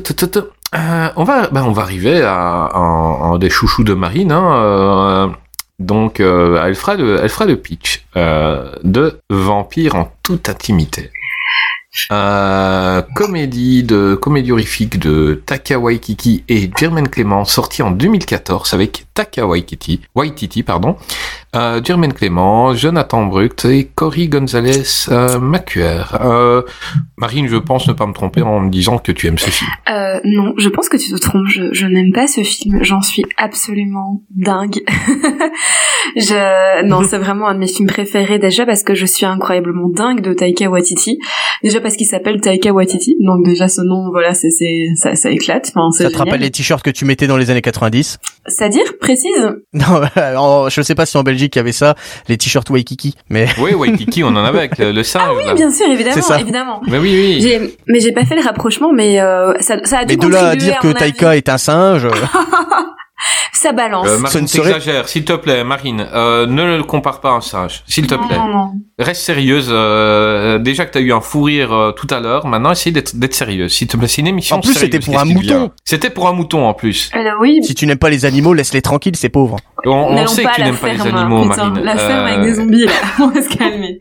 On va arriver à des chouchous de Marine. Donc, elle fera le pitch de Vampire en toute intimité. Comédie horrifique de Taika Waititi et Jermaine Clement, sorti en 2014 avec Taika Waititi, Jermaine Clement, Jonathan Brucht et Cory Gonzalez Macuer. Marine, je pense ne pas me tromper en me disant que tu aimes ce film.
Non, je pense que tu te trompes. Je n'aime pas ce film. J'en suis absolument dingue. Non, c'est vraiment un de mes films préférés déjà parce que je suis incroyablement dingue de Taika Waititi. Déjà parce qu'il s'appelle Taika Waititi, donc déjà ce nom, voilà, ça éclate. Enfin, c'est
ça te
génial.
rappelle les t-shirts que tu mettais dans les années 90?
C'est-à-dire, précise?
Non, je sais pas si en Belgique il y avait ça, les t-shirts Waikiki, mais...
Oui, Waikiki, on en avait avec le singe.
Ah oui,
là.
bien sûr, évidemment,
C'est ça.
évidemment.
Mais oui.
Mais j'ai pas fait le rapprochement, mais ça a dû
Mais de là à
contribuer
dire que
mon
Taika
avis.
est un singe...
Ça balance.
Marine, t'exagères, s'il te plaît, Marine. Ne le compare pas à un singe, s'il te plaît.
Non.
Reste sérieuse. Déjà que t'as eu un fou rire tout à l'heure, maintenant essaye d'être sérieuse. S'il te plaît, c'est une émission
En plus,
sérieuse,
c'était pour
qu'est-ce
un
qui devient
mouton.
C'était pour un mouton en plus.
Alors oui.
Si tu n'aimes pas les animaux, laisse-les tranquilles, c'est pauvre.
On
N'allons
sait que tu
à la
n'aimes pas les
ferme,
animaux,
putain,
Marine.
La ferme avec des zombies, là. On va se calmer.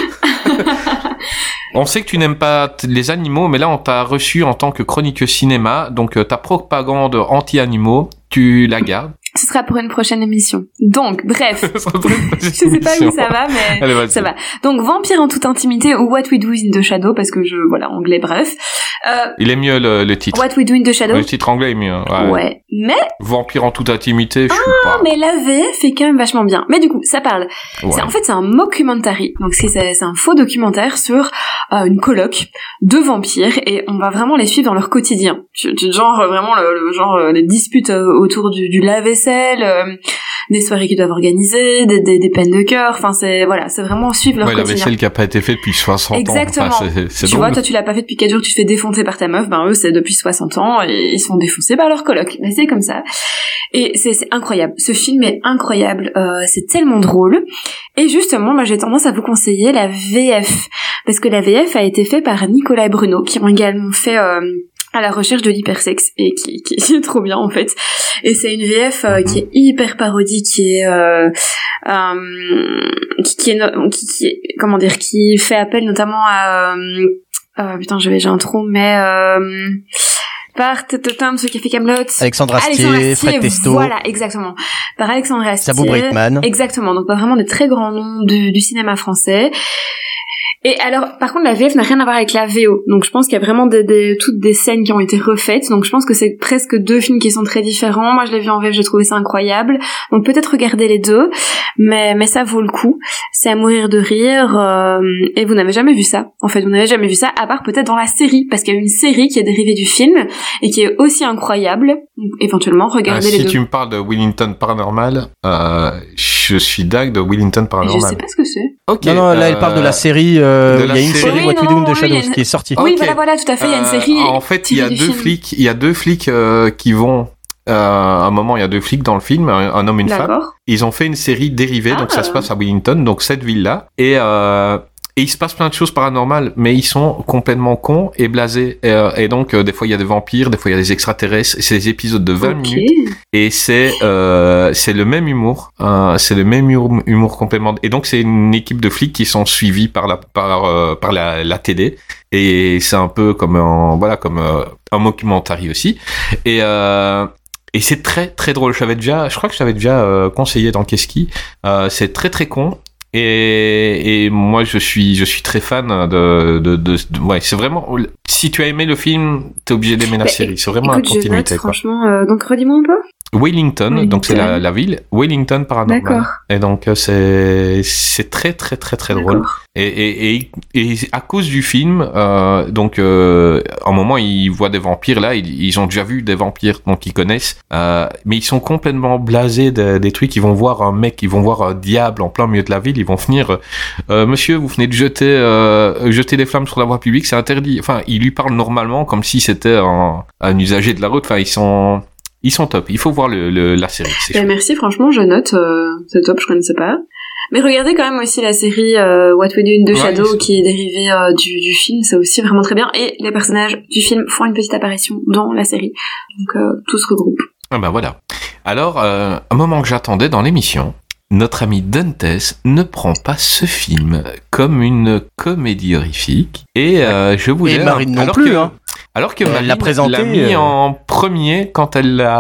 On sait que tu n'aimes pas les animaux, mais là, on t'a reçu en tant que chroniqueuse cinéma, donc ta propagande anti-animaux, tu la gardes.
Ce sera pour une prochaine émission. Donc, bref. Je sais pas où ça va, mais
allez,
ça va. Donc, Vampire en toute intimité ou What We Do in the Shadow, parce que anglais, bref.
Il est mieux le titre.
What We Do in the Shadow.
Le titre anglais est mieux.
Ouais. Mais...
Vampire en toute intimité, je suis pas...
mais la VF est quand même vachement bien. Mais du coup, ça parle.
Ouais.
C'est un mockumentary. Donc, c'est un faux documentaire sur une coloc de vampires et on va vraiment les suivre dans leur quotidien. Genre, vraiment, les disputes autour du lave-vaisselle, des soirées qu'ils doivent organiser, des peines de cœur. Enfin, c'est vraiment suivre leur quotidien.
La vaisselle qui a pas été faite depuis 60
Exactement.
ans. Enfin, c'est
tu
drôle.
vois, toi, tu l'as pas fait depuis 4 jours, tu te fais défoncer par ta meuf. Ben, eux, c'est depuis 60 ans et ils sont défoncés par leur coloc. Mais c'est comme ça. Et c'est incroyable. Ce film est incroyable. C'est tellement drôle. Et justement, moi, j'ai tendance à vous conseiller la VF. Parce que la VF a été faite par Nicolas et Bruno, qui ont également fait, à la recherche de l'hypersexe et qui est trop bien en fait. Et c'est une VF qui est hyper parodique, qui fait appel notamment à putain j'ai un trou mais Par celui qui a fait Kaamelott.
Alexandre Astier, Fred Testo.
Voilà, exactement. Par Alexandre Astier.
Sabou Breitman.
Exactement. Donc, pas vraiment des très grands noms du cinéma français. Et alors, par contre, la VF n'a rien à voir avec la VO. Donc, je pense qu'il y a vraiment toutes des scènes qui ont été refaites. Donc, je pense que c'est presque deux films qui sont très différents. Moi, je l'ai vu en VF, j'ai trouvé ça incroyable. Donc, peut-être regarder les deux. Mais ça vaut le coup. C'est à mourir de rire. Et vous n'avez jamais vu ça. En fait, vous n'avez jamais vu ça, à part peut-être dans la série. Parce qu'il y a une série qui est dérivée du film et qui est aussi incroyable. Donc, éventuellement, regardez les deux.
Si tu me parles de Wellington Paranormal, je suis dingue de Wellington Paranormal.
Je sais pas ce que c'est.
Ok.
Non, là, elle parle de la série. Il y a une série What We Do in the Shadows qui est sortie.
Oui, voilà, tout à fait. Il y a une série.
En fait, il y a deux flics qui vont. À un moment, il y a deux flics dans le film, un homme et une femme. Ils ont fait une série dérivée, donc ça se passe à Wellington, donc cette ville-là. Et il se passe plein de choses paranormales, mais ils sont complètement cons et blasés. Et donc, des fois, il y a des vampires, des fois, il y a des extraterrestres. C'est des épisodes de 20 minutes. Et c'est le même humour. C'est le même humour complètement. Et donc, c'est une équipe de flics qui sont suivis par la télé. Et c'est un peu comme un mockumentary aussi. Et c'est très, très drôle. Je crois que je t'avais déjà conseillé dans Keski. C'est très, très con. Et moi je suis très fan ouais, c'est vraiment, si tu as aimé le film, t'es obligé d'aimer la série. C'est vraiment la continuité, quoi.
Franchement, donc redis-moi un peu.
Wellington, donc c'est la ville Wellington Paranormal. D'accord. Et donc c'est très très très très drôle. Et à cause du film, à un moment ils voient des vampires là, ils ont déjà vu des vampires, donc ils connaissent, mais ils sont complètement blasés des trucs. Ils vont voir un diable en plein milieu de la ville, ils vont venir, monsieur, vous venez de jeter des flammes sur la voie publique, c'est interdit. Enfin, ils lui parlent normalement comme si c'était un usager de la route. Enfin, ils sont top. Il faut voir la série.
Merci, franchement, je note. C'est top, je connaissais pas. Mais regardez quand même aussi la série What We Do in the Shadows qui est dérivée du film. C'est aussi vraiment très bien. Et les personnages du film font une petite apparition dans la série. Donc tout se regroupe.
Ah bah voilà. Alors, un moment que j'attendais dans l'émission, notre ami Dantes ne prend pas ce film comme une comédie horrifique. Et je voulais...
Et Marine non plus, hein.
Alors que Marine l'a mis en premier quand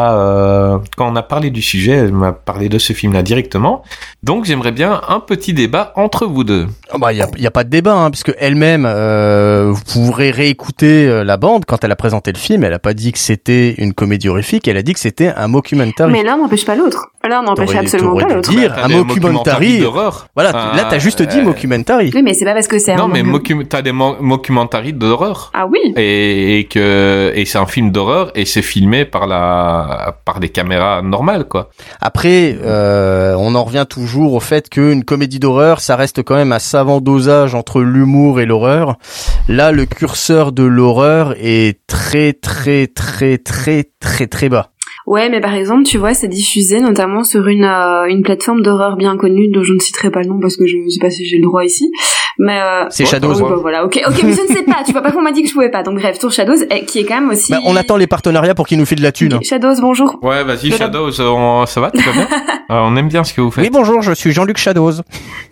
on a parlé du sujet, elle m'a parlé de ce film-là directement. Donc j'aimerais bien un petit débat entre vous deux.
Oh bah y a pas de débat, hein, puisque elle-même, vous pourrez réécouter la bande quand elle a présenté le film. Elle a pas dit que c'était une comédie horrifique, elle a dit que c'était un mockumentary.
Mais l'un n'empêche pas l'autre. L'un n'empêche absolument pas l'autre.
Dire un mockumentary d'horreur. Voilà, là t'as juste dit mockumentary.
Oui, mais c'est pas parce que c'est
non, mais t'as des mockumentaries d'horreur.
Ah oui.
Et c'est un film d'horreur et c'est filmé par des caméras normales, quoi.
Après, on en revient toujours au fait qu'une comédie d'horreur, ça reste quand même un savant dosage entre l'humour et l'horreur. Là, le curseur de l'horreur est très très très très très très bas.
Ouais, mais par exemple, tu vois, c'est diffusé notamment sur une plateforme d'horreur bien connue dont je ne citerai pas le nom parce que je sais pas si j'ai le droit ici. Mais
c'est Shadows.
Oui, bah, voilà, ok, mais je ne sais pas. Tu vois pas qu'on m'a dit que je pouvais pas. Donc bref, sur Shadows, qui est quand même aussi.
Bah, on attend les partenariats pour qu'ils nous filent de la thune.
Okay, Shadows, bonjour.
Ouais, vas-y, Shadows, ça va, tu vas bien? On aime bien ce que vous faites.
Oui, bonjour, je suis Jean-Luc Shadows.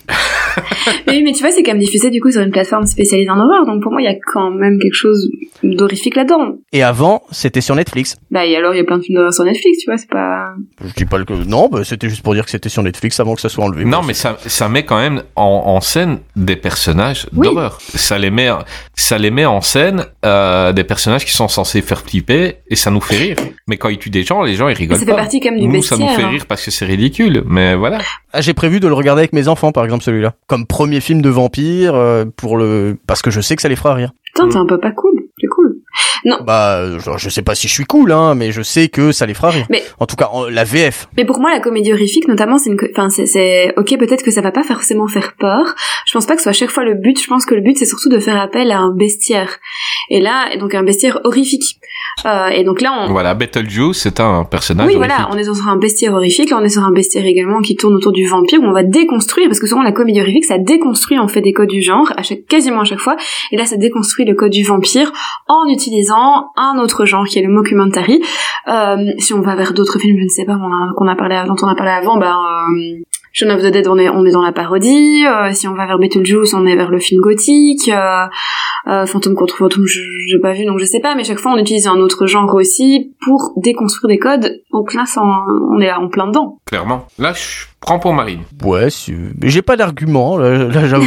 Oui, mais tu vois, c'est quand même diffusé du coup sur une plateforme spécialisée en horreur, donc pour moi, il y a quand même quelque chose d'horrifique là-dedans.
Et avant, c'était sur Netflix.
Bah, et alors, il y a plein de films d'horreur sur Netflix, tu vois, c'est pas...
Je dis pas non, bah, c'était juste pour dire que c'était sur Netflix avant que ça soit enlevé.
Non, mais ça met quand même en scène des personnages d'horreur. Ça les met en scène, des personnages qui sont censés faire flipper, et ça nous fait rire. Mais quand ils tuent des gens, les gens, ils rigolent pas.
Ça fait partie quand même du bestiaire.
Nous, ça nous fait rire parce que c'est ridicule, mais voilà.
Ah, j'ai prévu de le regarder avec mes enfants, par exemple, celui-là. Comme premier film de vampire, parce que je sais que ça les fera rire.
Putain, t'es un peu pas cool. C'est cool. Non.
Bah, je sais pas si je suis cool, hein, mais je sais que ça les fera rire. Mais, en tout cas, la VF.
Mais pour moi, la comédie horrifique, notamment, c'est ok, peut-être que ça va pas forcément faire peur. Je pense pas que ce soit à chaque fois le but. Je pense que le but, c'est surtout de faire appel à un bestiaire. Et là, donc un bestiaire horrifique. Et donc là,
voilà, Betelgeuse, c'est un personnage
horrifique.
Voilà,
on est sur un bestiaire horrifique. Là, on est sur un bestiaire également qui tourne autour du vampire, où on va déconstruire, parce que souvent, la comédie horrifique, ça déconstruit, en fait, des codes du genre, quasiment à chaque fois. Et là, ça déconstruit le code du vampire en utilisant un autre genre qui est le mockumentary. Si on va vers d'autres films, je ne sais pas, dont on a parlé avant, Shaun of the Dead, on est dans la parodie. Si on va vers Beetlejuice, on est vers le film gothique. Fantôme contre Fantôme, j'ai pas vu, donc je sais pas. Mais chaque fois, on utilise un autre genre aussi pour déconstruire des codes. Donc là, on est là en plein dedans.
Clairement. Là, je prends pour Marine.
Ouais, mais j'ai pas d'argument, là j'avoue.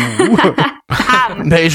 Mais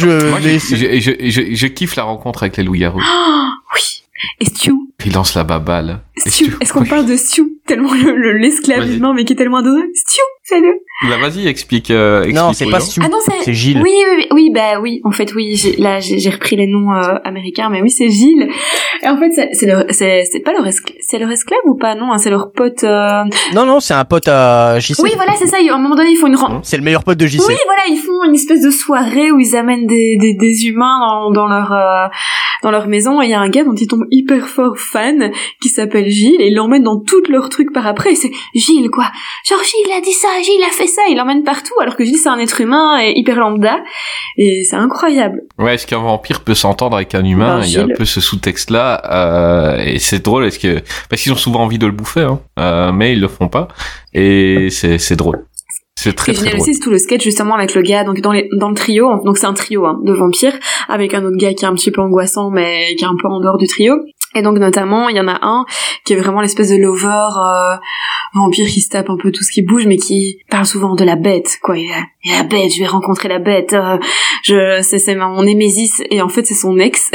je kiffe la rencontre avec les loups-garous.
Oh, oui. Et Stu.
Il lance la baballe.
Stu. Est-ce qu'on parle de Stu? Tellement l'esclavisme, mais qui est tellement adoré. Stu, fais-le.
Bah, vas-y, explique.
Non, c'est pas Stu.
Ah non,
c'est Gilles.
Oui, bah oui. En fait, oui. J'ai repris les noms américains, mais oui, c'est Gilles. Et en fait, c'est pas c'est leur esclave ou pas? Non, hein, c'est leur pote.
Non, c'est un pote à JC.
Oui, voilà, c'est ça. À un moment donné, ils font une
C'est le meilleur pote de JC.
Oui, voilà, ils font une espèce de soirée où ils amènent des humains dans leur maison, et il y a un gars dont ils tombent hyper fort fan qui s'appelle Gilles, et il l'emmène dans tous leurs trucs par après, et c'est Gilles quoi, genre Gilles a dit ça, Gilles a fait ça, il l'emmène partout, alors que Gilles c'est un être humain et hyper lambda, et c'est incroyable.
Ouais, est-ce qu'un vampire peut s'entendre avec un humain? Il y a un peu ce sous-texte là, et c'est drôle, parce qu'ils ont souvent envie de le bouffer, hein, mais ils le font pas, et c'est drôle. C'est très très drôle.
Aussi, c'est tout le sketch justement avec le gars, donc dans le trio, donc c'est un trio de vampires, avec un autre gars qui est un petit peu angoissant, mais qui est un peu en dehors du trio. Et donc notamment, il y en a un qui est vraiment l'espèce de lover vampire qui se tape un peu tout ce qui bouge, mais qui parle souvent de la bête, quoi. Il y a la bête, je vais rencontrer la bête, c'est mon némésis, et en fait c'est son ex.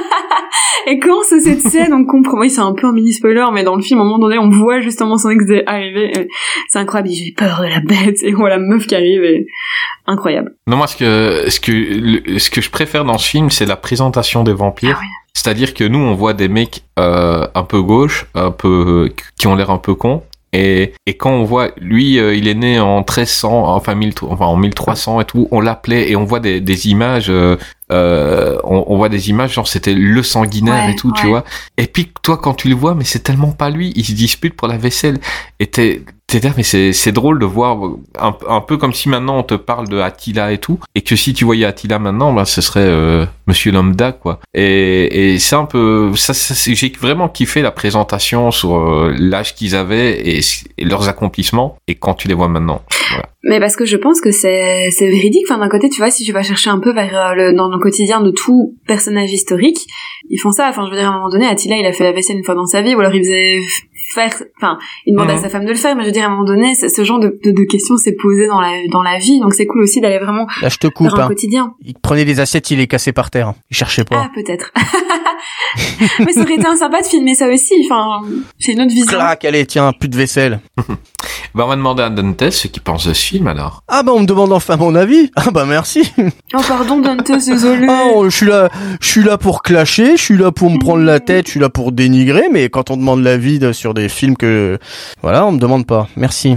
Et quand c'est cette scène, on comprend, oui, c'est un peu un mini spoiler, mais dans le film, à un moment donné, on voit justement son ex arriver, c'est incroyable, j'ai peur de la bête, et on voit la meuf qui arrive, et incroyable.
Non, moi, ce que je préfère dans ce film, c'est la présentation des vampires. Ah oui. C'est-à-dire que nous, on voit des mecs, un peu gauches, qui ont l'air un peu cons. Et quand on voit, lui, il est né en 1300, en 1300 et tout, on l'appelait, et on voit des images, on voit des images, genre c'était le sanguinaire et tout, tu vois. Et puis, toi, quand tu le vois, mais c'est tellement pas lui, il se dispute pour la vaisselle. Et t'es là, mais c'est drôle de voir, un peu comme si maintenant on te parle de Attila et tout, et que si tu voyais Attila maintenant, bah, ce serait, Monsieur Lambda, quoi. Et c'est un peu, j'ai vraiment kiffé la présentation sur l'âge qu'ils avaient et leurs accomplissements, et quand tu les vois maintenant. Voilà.
Mais parce que je pense que c'est véridique. Enfin, d'un côté, tu vois, si tu vas chercher un peu vers dans le quotidien de tout personnage historique, ils font ça. Enfin, je veux dire, à un moment donné, Attila, il a fait la vaisselle une fois dans sa vie, ou alors il faisait il demandait à sa femme de le faire, mais je veux dire, à un moment donné, ce genre de questions s'est posé dans la vie, donc c'est cool aussi d'aller vraiment
là, je te coupe,
vers un quotidien.
Il prenait des assiettes, il les cassait par terre. Il cherchait pas.
Ah, peut-être. Mais ça aurait été sympa de filmer ça aussi. Enfin, c'est une autre vision.
Clac, allez, tiens, plus de vaisselle.
Bah, on va demander à Dantes ce qu'il pense de ce film, alors.
Ah, bah, on me demande enfin mon avis. Ah, bah, merci.
Oh, pardon, Dantes, désolé.
Oh, je suis là pour clasher, je suis là pour me prendre la tête, je suis là pour dénigrer, mais quand on demande l'avis sur des films voilà, on me demande pas. Merci.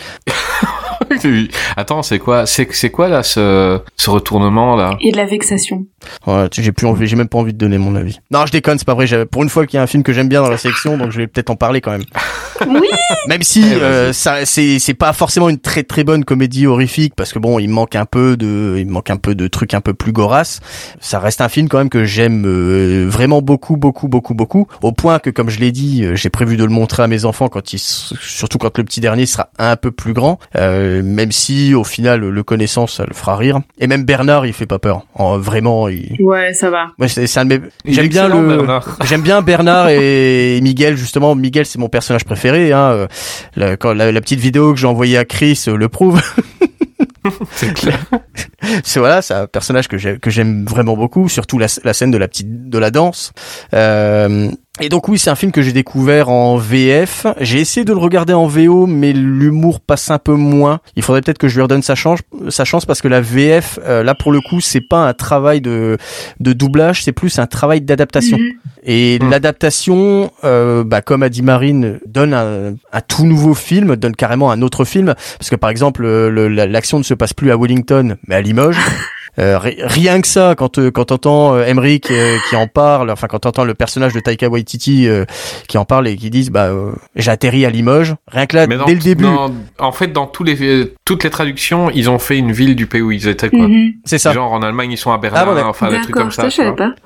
Attends, c'est quoi là ce retournement là?
Et de la vexation.
Ouais, j'ai même pas envie de donner mon avis. Non, je déconne, c'est pas vrai. Pour une fois qu'il y a un film que j'aime bien dans la sélection, donc je vais peut-être en parler quand même.
Oui.
Même si ça, c'est pas forcément une très très bonne comédie horrifique, parce que bon, il manque un peu de trucs un peu plus goraces. Ça reste un film quand même que j'aime vraiment beaucoup, au point que, comme je l'ai dit, j'ai prévu de le montrer à mes enfants surtout quand le petit dernier sera un peu plus grand. Même si au final le connaissant ça le fera rire, et même Bernard il fait pas peur, vraiment
ouais, ça va.
Ouais, j'aime bien Bernard et Miguel, justement. Miguel, c'est mon personnage préféré, hein. Quand la petite vidéo que j'ai envoyée à Chris le prouve.
C'est clair.
C'est un personnage que j'aime vraiment beaucoup, surtout la scène de la danse. Et donc oui, c'est un film que j'ai découvert en VF. J'ai essayé de le regarder en VO, mais l'humour passe un peu moins. Il faudrait peut-être que je lui redonne sa chance parce que la VF, là pour le coup, c'est pas un travail de doublage, c'est plus un travail d'adaptation. Et l'adaptation, comme a dit Marine, donne un tout nouveau film, donne carrément un autre film, parce que par exemple, l'action ne se passe plus à Wellington, mais à Limoges. Rien que ça, quand t'entends Emmerich qui en parle, enfin quand t'entends le personnage de Taika Waititi qui en parle et qui disent j'ai atterri à Limoges, rien que là dès le début.
En fait, dans toutes les traductions, ils ont fait une ville du pays où ils étaient, quoi.
C'est ça.
Genre en Allemagne, ils sont à Berlin, des trucs comme ça.
Je savais pas. Cool.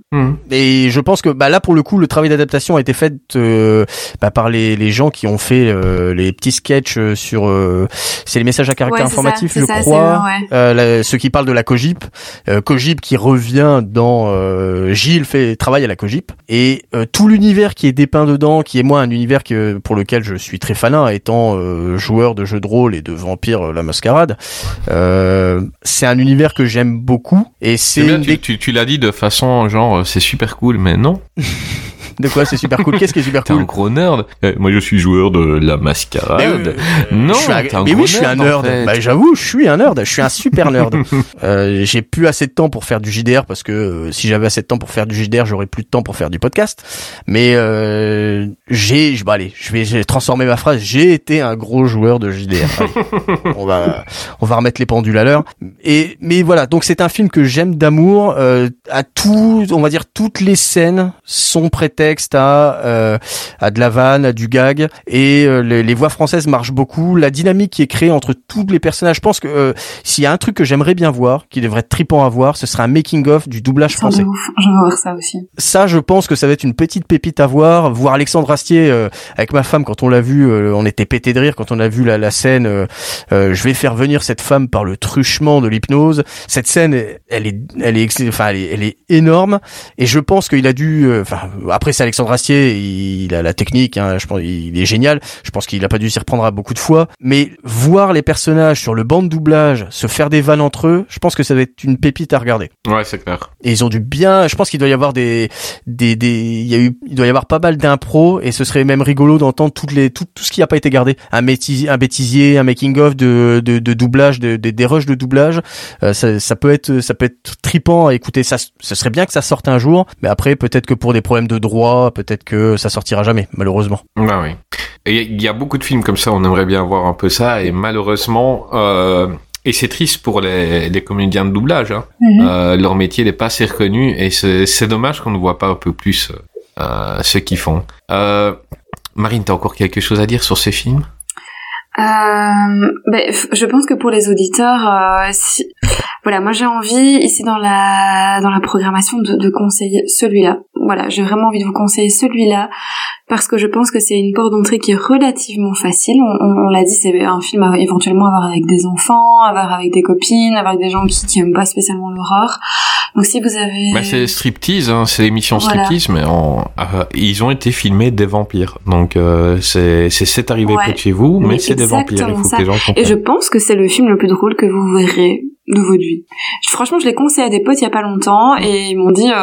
Et je pense que là pour le coup le travail d'adaptation a été fait par les gens qui ont fait les petits sketchs sur c'est les messages à caractère informatif je crois ceux qui parlent de la Cogip qui revient dans Gilles travaille à la Cogip et tout l'univers qui est dépeint dedans qui est moi un univers pour lequel je suis très fanin étant joueur de jeux de rôle et de Vampire la Mascarade c'est un univers que j'aime beaucoup et c'est
bien, tu l'as dit de façon genre c'est super cool, mais non.
De quoi c'est super cool? Qu'est-ce qui est super cool?
T'es un gros nerd. Moi, je suis joueur de la Mascarade. Non, t'es un gros nerd.
Je suis un nerd. En fait. J'avoue, je suis un nerd. Je suis un super nerd. J'ai plus assez de temps pour faire du JDR parce que si j'avais assez de temps pour faire du JDR, j'aurais plus de temps pour faire du podcast. Mais je vais transformer ma phrase. J'ai été un gros joueur de JDR. Allez, on va remettre les pendules à l'heure. Mais voilà. Donc c'est un film que j'aime d'amour. On va dire toutes les scènes sont prétextes à de la vanne, à du gag et les voix françaises marchent beaucoup. La dynamique qui est créée entre tous les personnages, je pense que s'il y a un truc que j'aimerais bien voir, qui devrait être trippant à voir, ce serait un making of du doublage français.
Je veux voir ça aussi.
Ça, je pense que ça va être une petite pépite à voir. Voir Alexandre Astier avec ma femme quand on l'a vu, on était pété de rire quand on a vu la scène. Je vais faire venir cette femme par le truchement de l'hypnose. Cette scène, elle est énorme et je pense qu'il a dû. Après c'est Alexandre Astier, il a la technique, hein, je pense il est génial. Je pense qu'il a pas dû s'y reprendre à beaucoup de fois, mais voir les personnages sur le banc de doublage se faire des vannes entre eux, je pense que ça va être une pépite à regarder.
Ouais, c'est clair.
Et ils ont dû bien, je pense qu'il doit y avoir il doit y avoir pas mal d'impro et ce serait même rigolo d'entendre tout ce qui a pas été gardé. Un bêtisier, un making of de doublage, des rushs de doublage, ça peut être trippant à écouter. Ça, ce serait bien que ça sorte un jour, mais après peut-être que pour des problèmes de droit, peut-être que ça sortira jamais, malheureusement.
Bah oui. Il y a beaucoup de films comme ça, on aimerait bien voir un peu ça, et malheureusement, et c'est triste pour les comédiens de doublage, hein. Leur métier n'est pas assez reconnu, et c'est dommage qu'on ne voit pas un peu plus ce qu'ils font. Marine, t'as encore quelque chose à dire sur ces films?
Je pense que pour les auditeurs, voilà, moi j'ai envie ici dans la programmation de conseiller celui-là. Voilà, j'ai vraiment envie de vous conseiller celui-là parce que je pense que c'est une porte d'entrée qui est relativement facile. On l'a dit, c'est un film à éventuellement à voir avec des enfants, à voir avec des copines, à voir avec des gens qui aiment pas spécialement l'horreur. Donc si vous avez...
c'est Striptease, hein, c'est l'émission Striptease, mais ils ont été filmés des vampires. Donc c'est arrivé près de chez vous, mais c'est des vampires, il faut que les gens comprennent.
Et je pense que c'est le film le plus drôle que vous verrez de votre vie. Franchement, je l'ai conseillé à des potes il y a pas longtemps et ils m'ont dit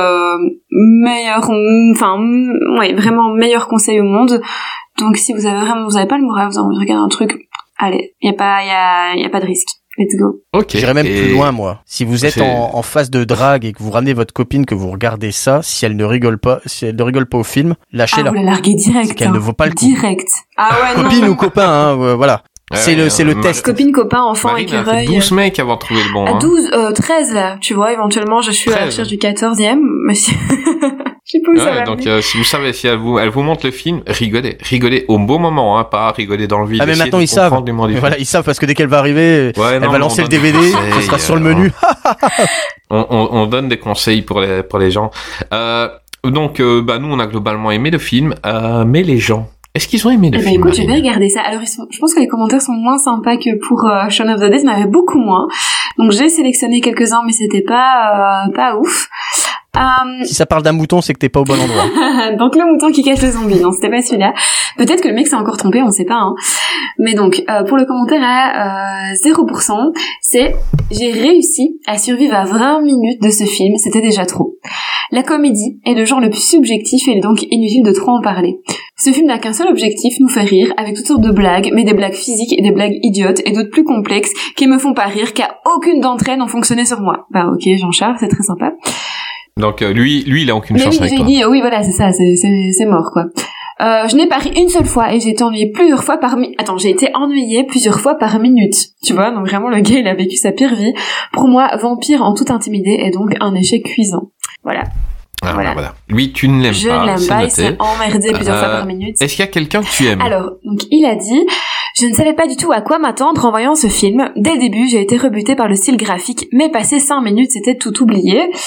vraiment meilleur conseil au monde. Donc si vous avez pas le moral, vous avez envie de regarder un truc, allez, il y a pas de risque. Let's go.
Ok.
J'irais même plus loin, moi. Si vous êtes en phase de drague et que vous ramenez votre copine, que vous regardez ça, si elle ne rigole pas au film, lâchez-la.
Vous la larguez direct.
Qu'elle ne vaut pas le coup.
Direct. Ah ouais, non.
Copine ou copain, voilà. C'est le test.
Copine, copain, enfant,
Marine
écureuil.
A fait 12 mecs avant de trouver le bon.
13 là, tu vois, éventuellement je suis 13. À la recherche du 14e, mais je sais pas où ça va.
Donc si vous savez, si elle vous montre le film, rigolez au bon moment, hein, pas rigoler dans le vide.
Ah mais maintenant ils savent. Voilà, ils savent parce que dès qu'elle va arriver, elle va lancer le DVD, ça sera sur le menu.
on donne des conseils pour les gens. Donc nous on a globalement aimé le film, mais les gens, est-ce qu'ils ont aimé le film?
Écoute, je vais regarder ça. Alors, je pense que les commentaires sont moins sympas que pour Shaun of the Dead, mais il y avait beaucoup moins. Donc, j'ai sélectionné quelques-uns, mais c'était pas ouf.
Si ça parle d'un mouton, c'est que t'es pas au bon endroit.
Donc, le mouton qui cache le zombie. Non, c'était pas celui-là. Peut-être que le mec s'est encore trompé, on sait pas, hein. Mais donc, pour le commentaire à 0%, c'est « J'ai réussi à survivre à 20 minutes de ce film, c'était déjà trop. La comédie est le genre le plus subjectif et il est donc inutile de trop en parler. Ce film n'a qu'un seul objectif, nous faire rire, avec toutes sortes de blagues, mais des blagues physiques et des blagues idiotes et d'autres plus complexes qui me font pas rire, car aucune d'entre elles n'ont fonctionné sur moi. » Bah ok, Jean-Charles, c'est très sympa.
Donc lui il a aucune chance avec toi.
Mais j'ai dit oui voilà c'est ça, c'est mort quoi. Je n'ai pas ri une seule fois et j'ai été ennuyée plusieurs fois par minute. Tu vois, donc vraiment le gars il a vécu sa pire vie. Pour moi, Vampire en toute intimidé est donc un échec cuisant. Voilà.
Voilà. Lui, tu ne l'aimes pas.
Je ne l'aime pas, il s'est emmerdé plusieurs fois par minute.
Est-ce qu'il y a quelqu'un que tu aimes?
Alors, donc il a dit « Je ne savais pas du tout à quoi m'attendre en voyant ce film. Dès le début, j'ai été rebutée par le style graphique, mais passé 5 minutes, c'était tout oublié. »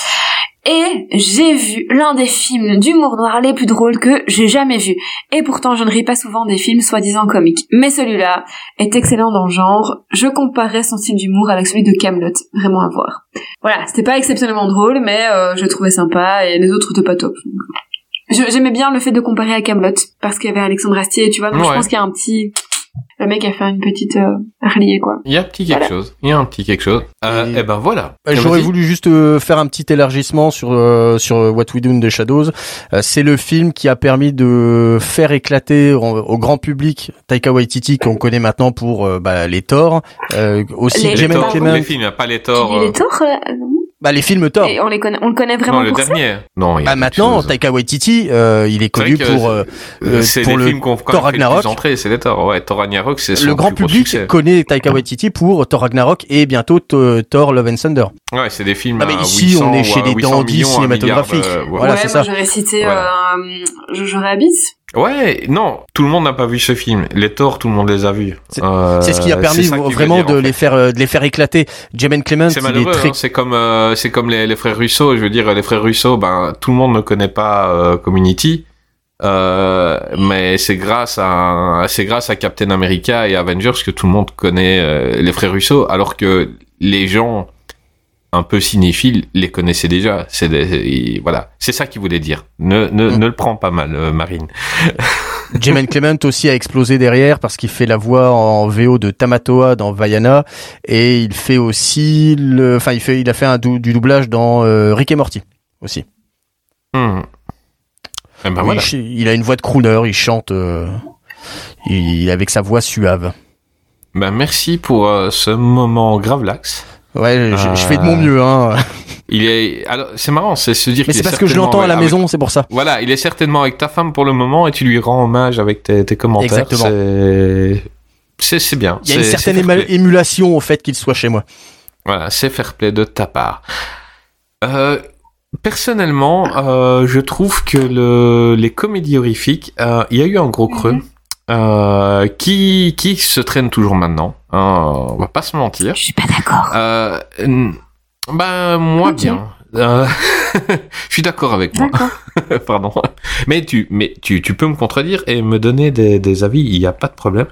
Et j'ai vu l'un des films d'humour noir les plus drôles que j'ai jamais vu. Et pourtant, je ne ris pas souvent des films soi-disant comiques. Mais celui-là est excellent dans le genre. Je comparerais son style d'humour avec celui de Kaamelott. Vraiment à voir. Voilà, c'était pas exceptionnellement drôle, mais je le trouvais sympa et les autres étaient pas top. J'aimais bien le fait de comparer à Kaamelott parce qu'il y avait Alexandre Astier, tu vois. Donc je pense qu'il y a un petit... Le mec a fait une petite reliée, quoi.
Il y a un petit quelque chose. Il y a un petit quelque chose. Et ben voilà.
J'aurais voulu juste faire un petit élargissement sur What We Do in the Shadows. C'est le film qui a permis de faire éclater au grand public Taika Waititi qu'on connaît maintenant pour les Thor. Aussi Jemaine Clement.
Les films, pas les Thor.
Les Thor
les films Thor.
Et on le connaît vraiment
le
pour
dernier.
ça.
Non, il y a
maintenant, Taika Waititi, il est connu pour
c'est
pour
les
le
films qu'on
Thor Ragnarok.
C'est les Thor. Ouais, Thor Ragnarok, c'est
le grand public connaît Taika Waititi pour Thor Ragnarok et bientôt Thor Love and Thunder.
Ouais, c'est des films.
Mais ici, on est chez des dandys cinématographiques. Voilà, c'est ça.
J'aurais cité Jojo Rabbit.
Ouais, non, tout le monde n'a pas vu ce film. Les Thor, tout le monde les a vus.
C'est ce qui a permis vraiment de les faire éclater. Jemaine Clement,
c'est malheureux, c'est comme les frères Russo. Je veux dire, les frères Russo, tout le monde ne connaît pas Community. Mais c'est grâce à Captain America et Avengers que tout le monde connaît les frères Russo, alors que les gens un peu cinéphiles les connaissaient déjà. Voilà, c'est ça qu'il voulait dire. Ne le prends pas mal, Marine.
Jemaine Clement aussi a explosé derrière parce qu'il fait la voix en VO de Tamatoa dans Vaiana et il fait aussi il a fait du doublage dans Rick et Morty aussi.
Voilà.
Il a une voix de crooner, il chante avec sa voix suave.
Merci pour ce moment gravelax.
Ouais, je fais de mon mieux, hein.
Alors, c'est marrant, c'est se dire.
Mais c'est parce que je l'entends à la maison, c'est pour ça.
Voilà, il est certainement avec ta femme pour le moment et tu lui rends hommage avec tes commentaires.
Exactement.
C'est bien.
Il y a une certaine émulation au fait qu'il soit chez moi.
Voilà, c'est fair play de ta part. Personnellement, je trouve que les comédies horrifiques, il y a eu un gros creux. Qui se traîne toujours maintenant. On va pas se mentir.
Je suis pas d'accord.
Moi okay. Bien. Je suis d'accord avec moi. Pardon. Mais tu peux me contredire et me donner des avis. Il y a pas de problème.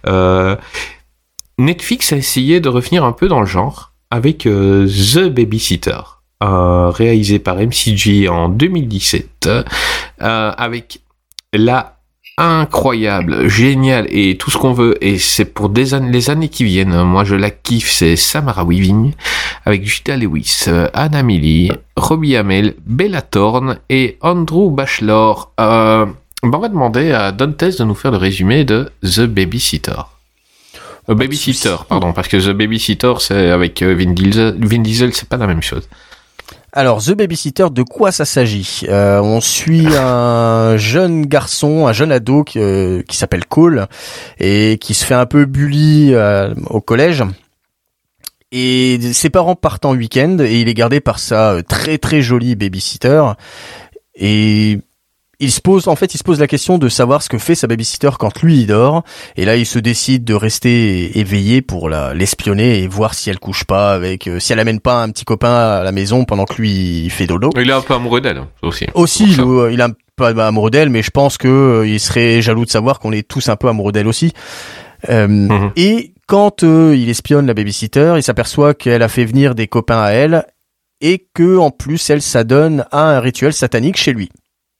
Netflix a essayé de revenir un peu dans le genre avec The Babysitter, réalisé par MCG en 2017, avec la incroyable, génial et tout ce qu'on veut, et c'est pour les années qui viennent. Moi je la kiffe, c'est Samara Weaving avec Julia Lewis, Anna Millie, Robbie Amell, Bella Thorne et Andrew Bachelor. On va demander à Dantes de nous faire le résumé de The Babysitter. Babysitter, pardon, parce que The Babysitter c'est avec Vin Diesel, c'est pas la même chose.
Alors, The Babysitter, de quoi ça s'agit ? On suit un jeune garçon, un jeune ado qui s'appelle Cole et qui se fait un peu bully au collège. Et ses parents partent en week-end et il est gardé par sa très très jolie babysitter. Et il se pose la question de savoir ce que fait sa babysitter quand lui il dort. Et là, il se décide de rester éveillé pour l'espionner et voir si elle couche pas si elle amène pas un petit copain à la maison pendant que lui il fait dodo.
Il est un peu amoureux d'elle aussi.
Il a pas amoureux d'elle, mais je pense que il serait jaloux de savoir qu'on est tous un peu amoureux d'elle aussi. Et quand il espionne la babysitter, il s'aperçoit qu'elle a fait venir des copains à elle et que en plus elle s'adonne à un rituel satanique chez lui.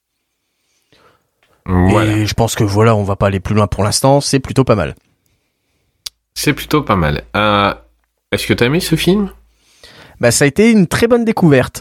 Voilà. Et je pense que on va pas aller plus loin pour l'instant, c'est plutôt pas mal.
C'est plutôt pas mal. Est-ce que t'as aimé ce film ?
Ça a été une très bonne découverte.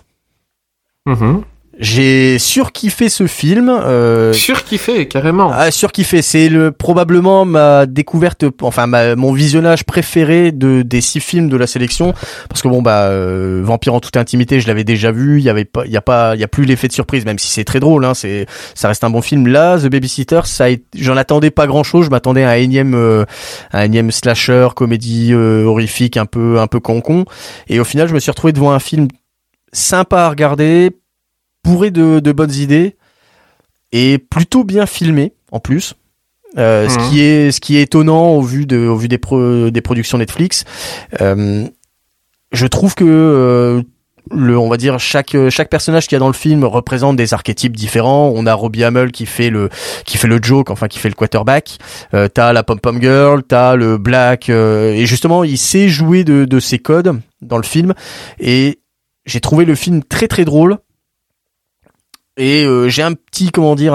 J'ai surkiffé ce film.
Surkiffé, carrément.
Surkiffé. C'est probablement ma découverte, mon visionnage préféré des 6 films de la sélection. Parce que Vampire en toute intimité, je l'avais déjà vu. Il y a plus l'effet de surprise, même si c'est très drôle, ça reste un bon film. Là, The Babysitter, j'en attendais pas grand chose. Je m'attendais à un énième slasher, comédie horrifique, un peu con. Et au final, je me suis retrouvé devant un film sympa à regarder, bourré de bonnes idées et plutôt bien filmé en plus. Ce qui est étonnant au vu des productions Netflix. Je trouve que on va dire chaque personnage qu'il y a dans le film représente des archétypes différents. On a Robbie Amell qui fait le joke, enfin qui fait le quarterback. T'as la pom-pom girl, t'as le black, et justement il sait jouer de ces codes dans le film. Et j'ai trouvé le film très très drôle. Et j'ai un petit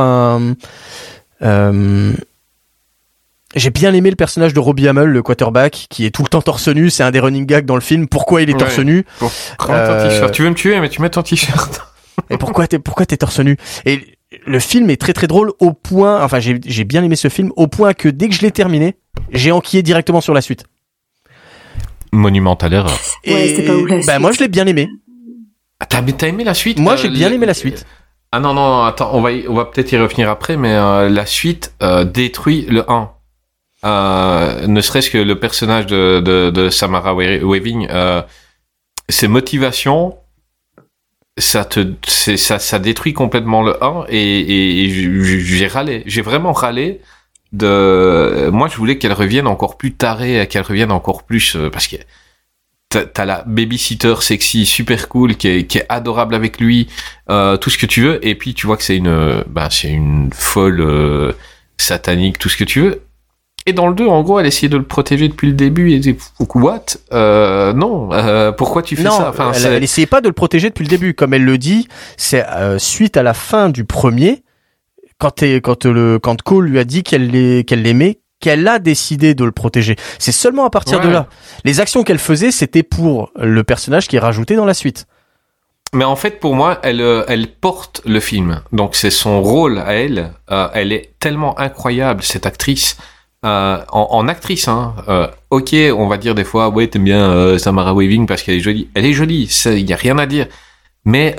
j'ai bien aimé le personnage de Robbie Amell, le quarterback, qui est tout le temps torse nu. C'est un des running gags dans le film. Pourquoi il est torse nu?
Ton t-shirt. Tu veux me tuer, mais tu mets ton t-shirt.
Et pourquoi t'es torse nu? Et le film est très très drôle au point, enfin j'ai bien aimé ce film au point que dès que je l'ai terminé, j'ai enquillé directement sur la suite.
Monumentale erreur.
Ouais, c'est pas ouf la suite.
Moi je l'ai bien aimé.
Ah, t'as aimé la suite?
Moi j'ai bien aimé la suite.
Ah non, attends, on va peut-être y revenir après, mais la suite détruit le 1. Ne serait-ce que le personnage de Samara Weaving, ses motivations, ça détruit complètement le 1 et j'ai râlé. J'ai vraiment râlé moi je voulais qu'elle revienne encore plus tarée, qu'elle revienne encore plus, parce que t'as la babysitter sexy, super cool, qui est adorable avec lui, tout ce que tu veux, et puis tu vois que c'est une folle satanique, tout ce que tu veux. Et dans le 2, en gros, elle essayait de le protéger depuis le début, et what? Non, pourquoi tu fais ça? Enfin,
elle essayait pas de le protéger depuis le début, comme elle le dit, c'est suite à la fin du premier, quand Cole lui a dit qu'elle l'aimait, qu'elle a décidé de le protéger. C'est seulement à partir de là. Les actions qu'elle faisait, c'était pour le personnage qui est rajouté dans la suite.
Mais en fait, pour moi, elle porte le film. Donc, c'est son rôle à elle. Elle est tellement incroyable, cette actrice. En actrice, hein. Ok, on va dire des fois, ouais, t'aimes bien Samara Weaving parce qu'elle est jolie. Elle est jolie, il y a rien à dire. Mais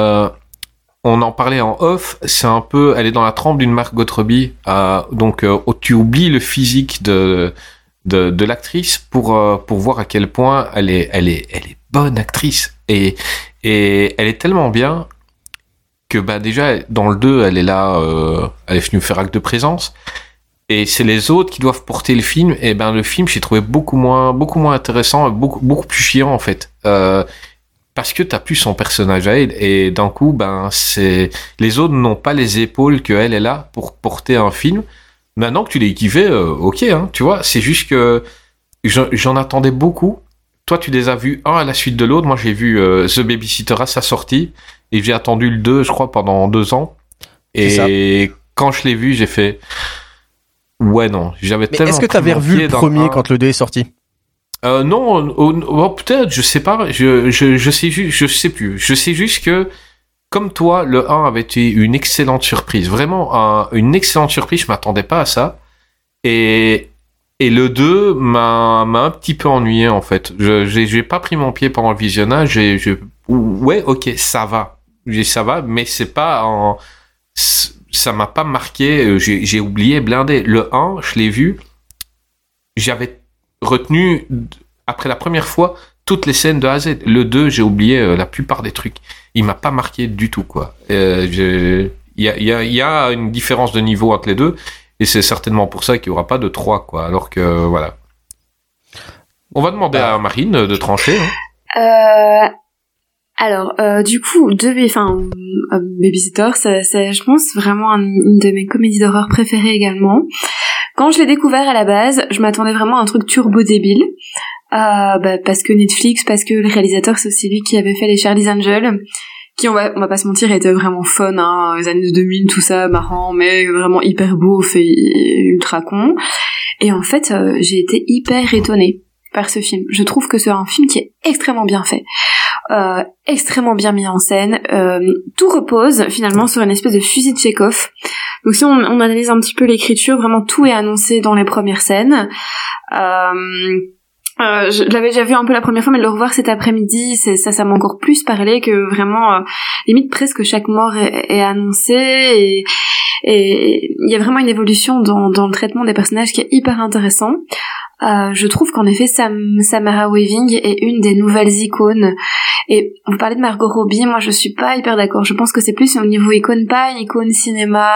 on en parlait en off, c'est un peu, elle est dans la trempe d'une Margot Robbie. Donc, tu oublies le physique de l'actrice pour voir à quel point elle est bonne actrice. Et elle est tellement bien que déjà dans le 2, elle est là, elle est venue faire acte de présence. Et c'est les autres qui doivent porter le film. Et le film, j'ai trouvé beaucoup moins intéressant, beaucoup plus chiant en fait, parce que t'as plus son personnage à elle. Et d'un coup, c'est les autres n'ont pas les épaules que elle est là pour porter un film. Maintenant que tu l'as kiffé, ok, hein, tu vois. C'est juste que j'en attendais beaucoup. Toi, tu les as vus un à la suite de l'autre. Moi, j'ai vu The Babysitter à sa sortie et j'ai attendu le 2, je crois, pendant 2 ans. Et quand je l'ai vu, j'ai fait. Ouais, non, j'avais tellement.
Est-ce que t'avais revu le premier quand le 2 est sorti?
Non, peut-être, je sais pas, je sais plus. Je sais juste que, comme toi, le 1 avait été une excellente surprise. Vraiment, une excellente surprise, je m'attendais pas à ça. Et le 2 m'a un petit peu ennuyé, en fait. J'ai pas pris mon pied pendant le visionnage, ouais, ok, ça va, mais c'est pas ça m'a pas marqué, j'ai oublié blindé. Le 1, je l'ai vu, j'avais retenu, après la première fois, toutes les scènes de A à Z. Le 2, j'ai oublié la plupart des trucs. Il m'a pas marqué du tout, quoi. Il y a une différence de niveau entre les deux, et c'est certainement pour ça qu'il y aura pas de 3, quoi. Alors que, voilà. On va demander à Marine de trancher. Hein.
Alors, du coup, Babysitter, c'est, je pense, vraiment une de mes comédies d'horreur préférées également. Quand je l'ai découvert à la base, je m'attendais vraiment à un truc turbo débile, parce que Netflix, parce que le réalisateur, c'est aussi lui qui avait fait les Charlie's Angels, qui, on va pas se mentir, était vraiment fun, hein, les années 2000, tout ça, marrant, mais vraiment hyper beau, fait ultra con. Et en fait, j'ai été hyper étonnée par ce film. Je trouve que c'est un film qui est extrêmement bien fait. Extrêmement bien mis en scène. Tout repose finalement sur une espèce de fusil de Tchekhov. Donc si on analyse un petit peu l'écriture, vraiment tout est annoncé dans les premières scènes. Je l'avais déjà vu un peu la première fois, mais de le revoir cet après-midi, ça m'a encore plus parlé, que vraiment limite presque chaque mort est annoncée, et il y a vraiment une évolution dans le traitement des personnages qui est hyper intéressant. Je trouve qu'en effet Samara Weaving est une des nouvelles icônes. Et vous parlez de Margot Robbie, moi je suis pas hyper d'accord. Je pense que c'est plus au niveau icône, pas icône cinéma,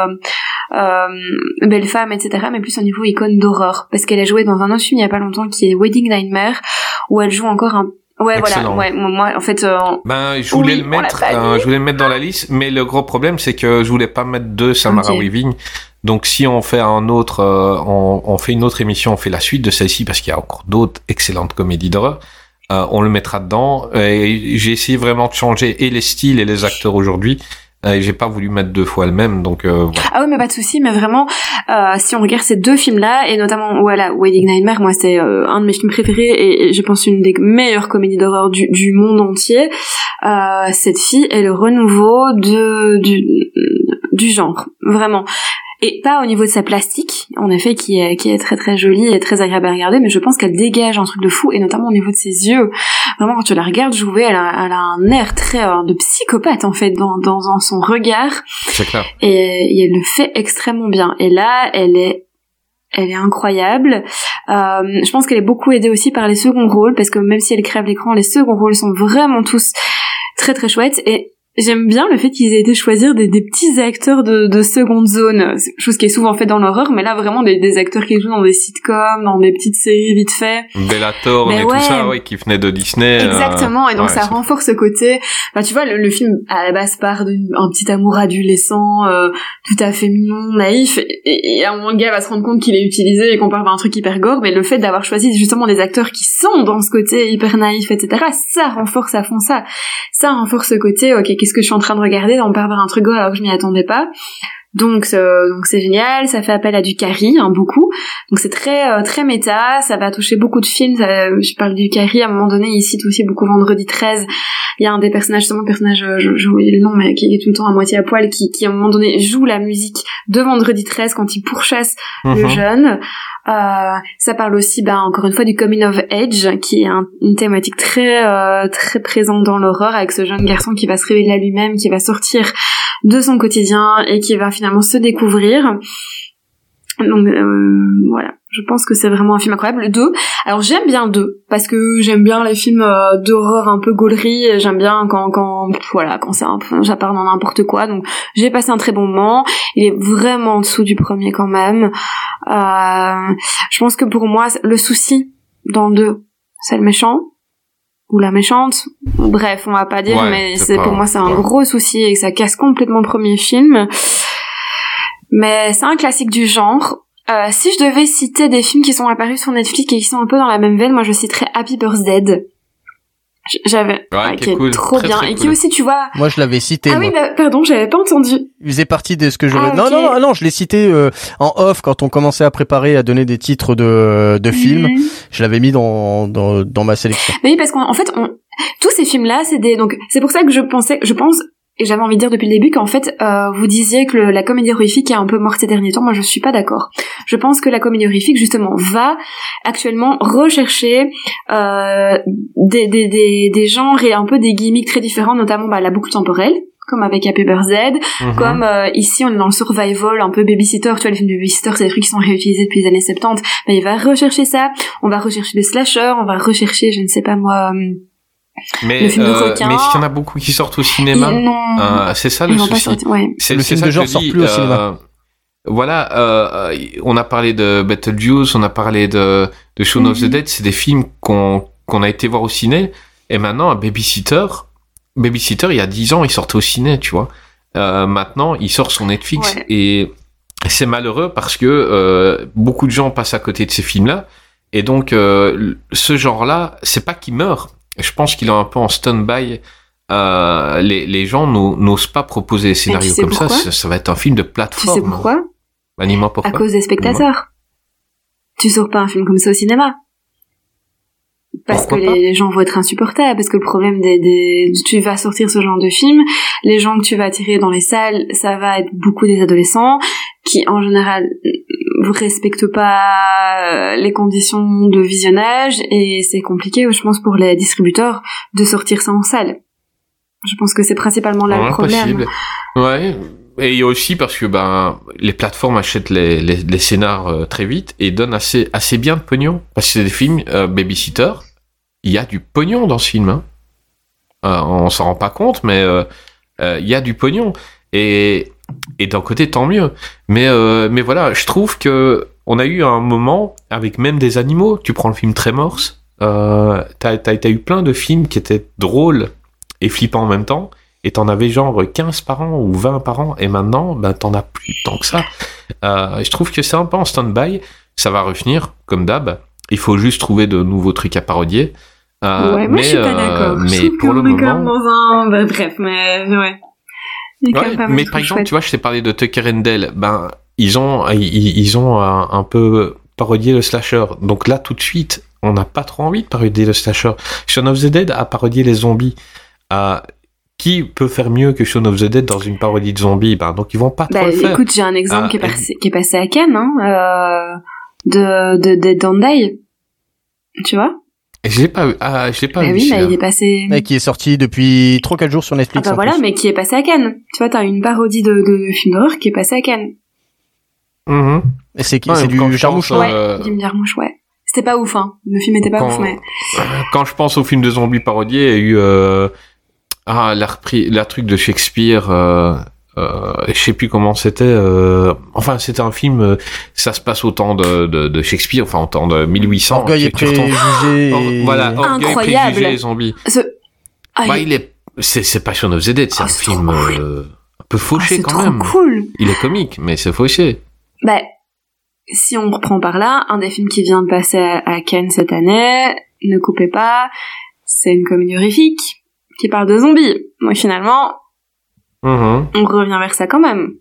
belle femme, etc., mais plus au niveau icône d'horreur, parce qu'elle a joué dans un autre film il y a pas longtemps qui est Wedding Nightmare, où elle joue encore Ouais,
Excellent.
voilà. Ouais, moi, en fait.
Je voulais le mettre. Je voulais le mettre dans la liste, mais le gros problème, c'est que je voulais pas mettre deux Samara Weaving. Donc, si on fait un autre, on fait une autre émission, on fait la suite de celle-ci parce qu'il y a encore d'autres excellentes comédies d'horreur. On le mettra dedans. Et j'ai essayé vraiment de changer et les styles et les acteurs aujourd'hui. Et j'ai pas voulu mettre deux fois le même, donc voilà.
Ah oui, mais pas de souci. Mais vraiment, si on regarde ces deux films-là, et notamment Wedding Nightmare, moi c'est un de mes films préférés et je pense une des meilleures comédies d'horreur du monde entier. Cette fille est le renouveau du genre, vraiment. Et pas au niveau de sa plastique, en effet, qui est très très jolie et très agréable à regarder, mais je pense qu'elle dégage un truc de fou, et notamment au niveau de ses yeux. Vraiment, quand tu la regardes jouer, elle a un air très de psychopathe, en fait, dans son regard.
C'est clair.
Et elle le fait extrêmement bien. Et là, elle est incroyable. Je pense qu'elle est beaucoup aidée aussi par les seconds rôles, parce que même si elle crève l'écran, les seconds rôles sont vraiment tous très très chouettes. Et j'aime bien le fait qu'ils aient été choisir des petits acteurs de seconde zone, chose qui est souvent faite dans l'horreur, mais là vraiment des acteurs qui jouent dans des sitcoms, dans des petites séries vite fait.
Bellator et tout ça, qui venait de Disney.
Exactement, et donc ça renforce ce côté. Bah tu vois, le film à la base part d'un petit amour adolescent, tout à fait mignon, naïf, et à un moment le gars va se rendre compte qu'il est utilisé et qu'on part vers un truc hyper gore, mais le fait d'avoir choisi justement des acteurs qui sont dans ce côté hyper naïf, etc., ça renforce à fond ça renforce ce côté, ok, qu'est-ce que je suis en train de regarder, on part vers un truc gore alors que je m'y attendais pas. Donc c'est génial, ça fait appel à du Carrie, beaucoup. Donc c'est très très méta, ça va toucher beaucoup de films. Je parle du Carrie, à un moment donné, il cite aussi beaucoup Vendredi 13. Il y a un des personnages, justement, j'ai oublié le nom, mais qui est tout le temps à moitié à poil, qui à un moment donné joue la musique de Vendredi 13 quand il pourchasse le jeune. Ça parle aussi, encore une fois, du coming of age, qui est une thématique très très présente dans l'horreur, avec ce jeune garçon qui va se révéler à lui-même, qui va sortir de son quotidien et qui va finalement se découvrir. Donc voilà, je pense que c'est vraiment un film incroyable. Le 2, alors j'aime bien le 2 parce que j'aime bien les films d'horreur un peu gaulerie, et j'aime bien quand c'est un peu, ça part dans n'importe quoi. Donc j'ai passé un très bon moment. Il est vraiment en dessous du premier quand même. Je pense que pour moi le souci dans le 2, c'est le méchant ou la méchante. Bref, on va pas dire, mais pour moi c'est un gros souci et que ça casse complètement le premier film. Mais c'est un classique du genre. Si je devais citer des films qui sont apparus sur Netflix et qui sont un peu dans la même veine, moi je citerais Happy Birthday. Qui est cool. Trop très, bien, très et qui cool. Aussi, tu vois.
Moi je l'avais cité.
Ah oui, pardon, j'avais pas entendu.
Il faisait partie de ce que j'aurais.
Okay.
Non, je l'ai cité en off quand on commençait à préparer, à donner des titres de films. Je l'avais mis dans ma sélection.
Mais oui, parce qu'en fait, tous ces films-là, donc c'est pour ça que je pense. Et j'avais envie de dire depuis le début qu'en fait, vous disiez que la comédie horrifique est un peu morte ces derniers temps. Moi, je suis pas d'accord. Je pense que la comédie horrifique, justement, va actuellement rechercher des genres et un peu des gimmicks très différents, notamment la boucle temporelle, comme avec Happy Birthday, comme ici on est dans le survival, un peu babysitter, tu vois, les films de babysitter, c'est des trucs qui sont réutilisés depuis les années 70. Il va rechercher ça. On va rechercher des slashers, on va rechercher, je ne sais pas moi...
Mais s'il y en a beaucoup qui sortent au cinéma, c'est ça le souci.
C'est le film de genre sort plus au cinéma.
On a parlé de Beetlejuice, on a parlé de Shaun of the Dead, c'est des films qu'on a été voir au ciné, et maintenant Babysitter, il y a 10 ans, il sortait au ciné, tu vois. Maintenant, il sort sur Netflix, et c'est malheureux parce que beaucoup de gens passent à côté de ces films-là, et donc ce genre-là, c'est pas qu'il meurt. Je pense qu'il est un peu en stand-by. Les gens n'osent pas proposer des scénarios comme ça. Ça va être un film de plateforme.
Tu sais pourquoi ?
Dis-moi pourquoi.
À cause des spectateurs. Tu sors pas un film comme ça au cinéma. Parce que les gens vont être insupportables. Parce que le problème tu vas sortir ce genre de film, les gens que tu vas attirer dans les salles, ça va être beaucoup des adolescents qui, en général, ne respectent pas les conditions de visionnage, et c'est compliqué, je pense, pour les distributeurs de sortir ça en salle. Je pense que c'est principalement là le problème.
Possible. Ouais. Et il y a aussi parce que les plateformes achètent les scénars très vite et donnent assez bien de pognon. Parce que c'est des films Babysitter, il y a du pognon dans ce film. Hein. On s'en rend pas compte, mais il y a du pognon. Et d'un côté, tant mieux. Mais voilà, je trouve que on a eu un moment avec même des animaux. Tu prends le film Tremors, t'as eu plein de films qui étaient drôles et flippants en même temps, et t'en avais genre 15 par an ou 20 par an, et maintenant, t'en as plus tant que ça. Je trouve que c'est un peu en stand-by, ça va revenir, comme d'hab, il faut juste trouver de nouveaux trucs à parodier.
Ouais, moi je suis pas d'accord.
Mais pour le moment...
Dans un... bref, mais ouais.
Mais par exemple, tu vois, je t'ai parlé de Tucker and Dale, ils ont un peu parodié le slasher, donc là, tout de suite, on n'a pas trop envie de parodier le slasher. Shaun of the Dead a parodié les zombies. Qui peut faire mieux que Shaun of the Dead dans une parodie de zombies? Donc ils vont pas trop le faire.
Écoute, j'ai un exemple qui est passé à Cannes, de Dead Don't Die. Tu vois?
Je l'ai pas vu. Je l'ai pas vu.
Oui, mais il est passé.
Mais qui est sorti depuis 3-4 jours sur Netflix.
Voilà, mais qui est passé à Cannes. Tu vois, t'as une parodie de film d'horreur qui est passée à Cannes.
Mm-hmm.
Et c'est du Jarmouche,
ouais, du Jarmouche, ouais. C'était pas ouf, hein. Le film était pas ouf, mais.
Quand je pense au film de zombies parodié, il y a eu la truc de Shakespeare. Je sais plus comment c'était. Enfin, c'était un film. Ça se passe au temps de Shakespeare, enfin au temps de 1800.
Orgueil et préjugés.
Voilà, Orgueil et
incroyable.
préjugés, zombies. C'est pas Shaun of the Dead, c'est un film un peu fauché quand même.
C'est trop cool.
Il est comique, mais c'est fauché.
Si on reprend par là, un des films qui vient de passer à Cannes cette année, Ne coupez pas, c'est une comédie horrifique qui parle de zombies. Donc finalement, on revient vers ça quand même.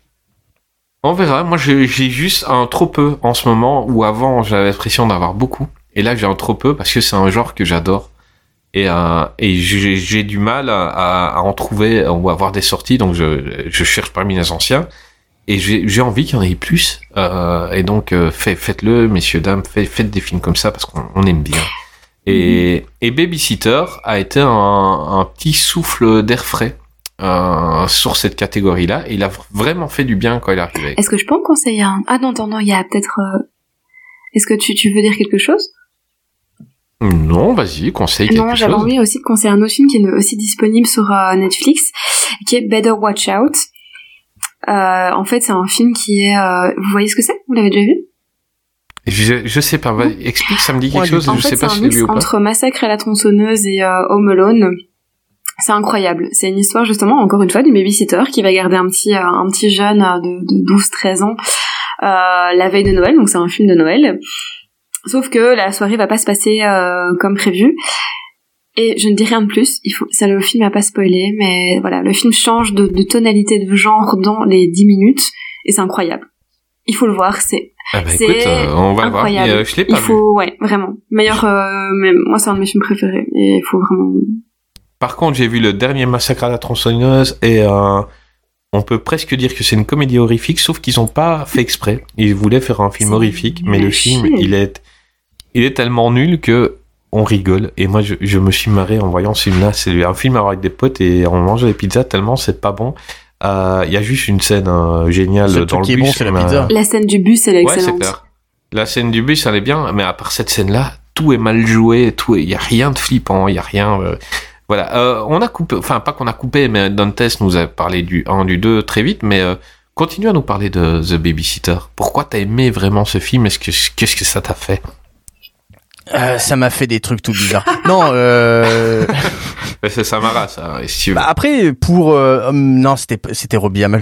On verra. Moi, j'ai juste un trop peu en ce moment, où avant, j'avais l'impression d'avoir beaucoup. Et là, j'ai un trop peu parce que c'est un genre que j'adore. Et j'ai du mal à en trouver ou à avoir des sorties. Donc, je cherche parmi les anciens. Et j'ai envie qu'il y en ait plus. Et donc, faites-le, messieurs, dames. Faites des films comme ça parce qu'on aime bien. Et Babysitter a été un petit souffle d'air frais sur cette catégorie-là. Et il a vraiment fait du bien quand il est arrivé.
Est-ce que je peux en conseiller un? Ah non, il y a peut-être... Est-ce que tu veux dire quelque chose?
Non, vas-y, conseille quelque chose.
Non, j'avais envie aussi de conseiller un autre film qui est aussi disponible sur Netflix, qui est Better Watch Out. En fait, c'est un film qui est... Vous voyez ce que c'est? Vous l'avez déjà vu?
Je sais pas, explique, ça me dit quelque chose,
en
je
fait,
sais pas
si
si
je
l'ai vu ou pas.
Entre Massacre à la tronçonneuse et Home Alone, c'est incroyable. C'est une histoire justement, encore une fois, d'une babysitter qui va garder un petit jeune de 12-13 ans la veille de Noël, donc c'est un film de Noël. Sauf que la soirée va pas se passer comme prévu. Et je ne dis rien de plus, le film n'a pas spoilé, mais voilà, le film change de tonalité de genre dans les 10 minutes, et c'est incroyable. Il faut le voir, c'est
écoute, on va
incroyable.
Le voir. Je l'ai pas vu.
Ouais, vraiment. Meilleur, mais moi c'est un de mes films préférés, et il faut vraiment...
Par contre, j'ai vu le dernier Massacre à la tronçonneuse, et on peut presque dire que c'est une comédie horrifique, sauf qu'ils ont pas fait exprès. Ils voulaient faire un film horrifique, mais le film, il est tellement nul que on rigole. Et moi, je me suis marré en voyant ce film-là. C'est un film avec des potes et on mange des pizzas tellement c'est pas bon. Il y a juste une scène géniale dans le bus.
Bon, c'est la pizza.
La scène du bus, elle est excellente.
Ouais, c'est clair. La scène du bus, elle est bien, mais à part cette scène-là, tout est mal joué, il y a rien de flippant, il y a rien. Voilà. On a coupé, enfin pas qu'on a coupé, mais Dantes nous a parlé du 1, du 2 très vite, mais continue à nous parler de The Babysitter. Pourquoi t'as aimé vraiment ce film? Qu'est-ce que ça t'a fait?
Ça m'a fait des trucs tout bizarres. Non,
c'est Samara, ça. Si tu veux.
Après, non, c'était Robbie Amell.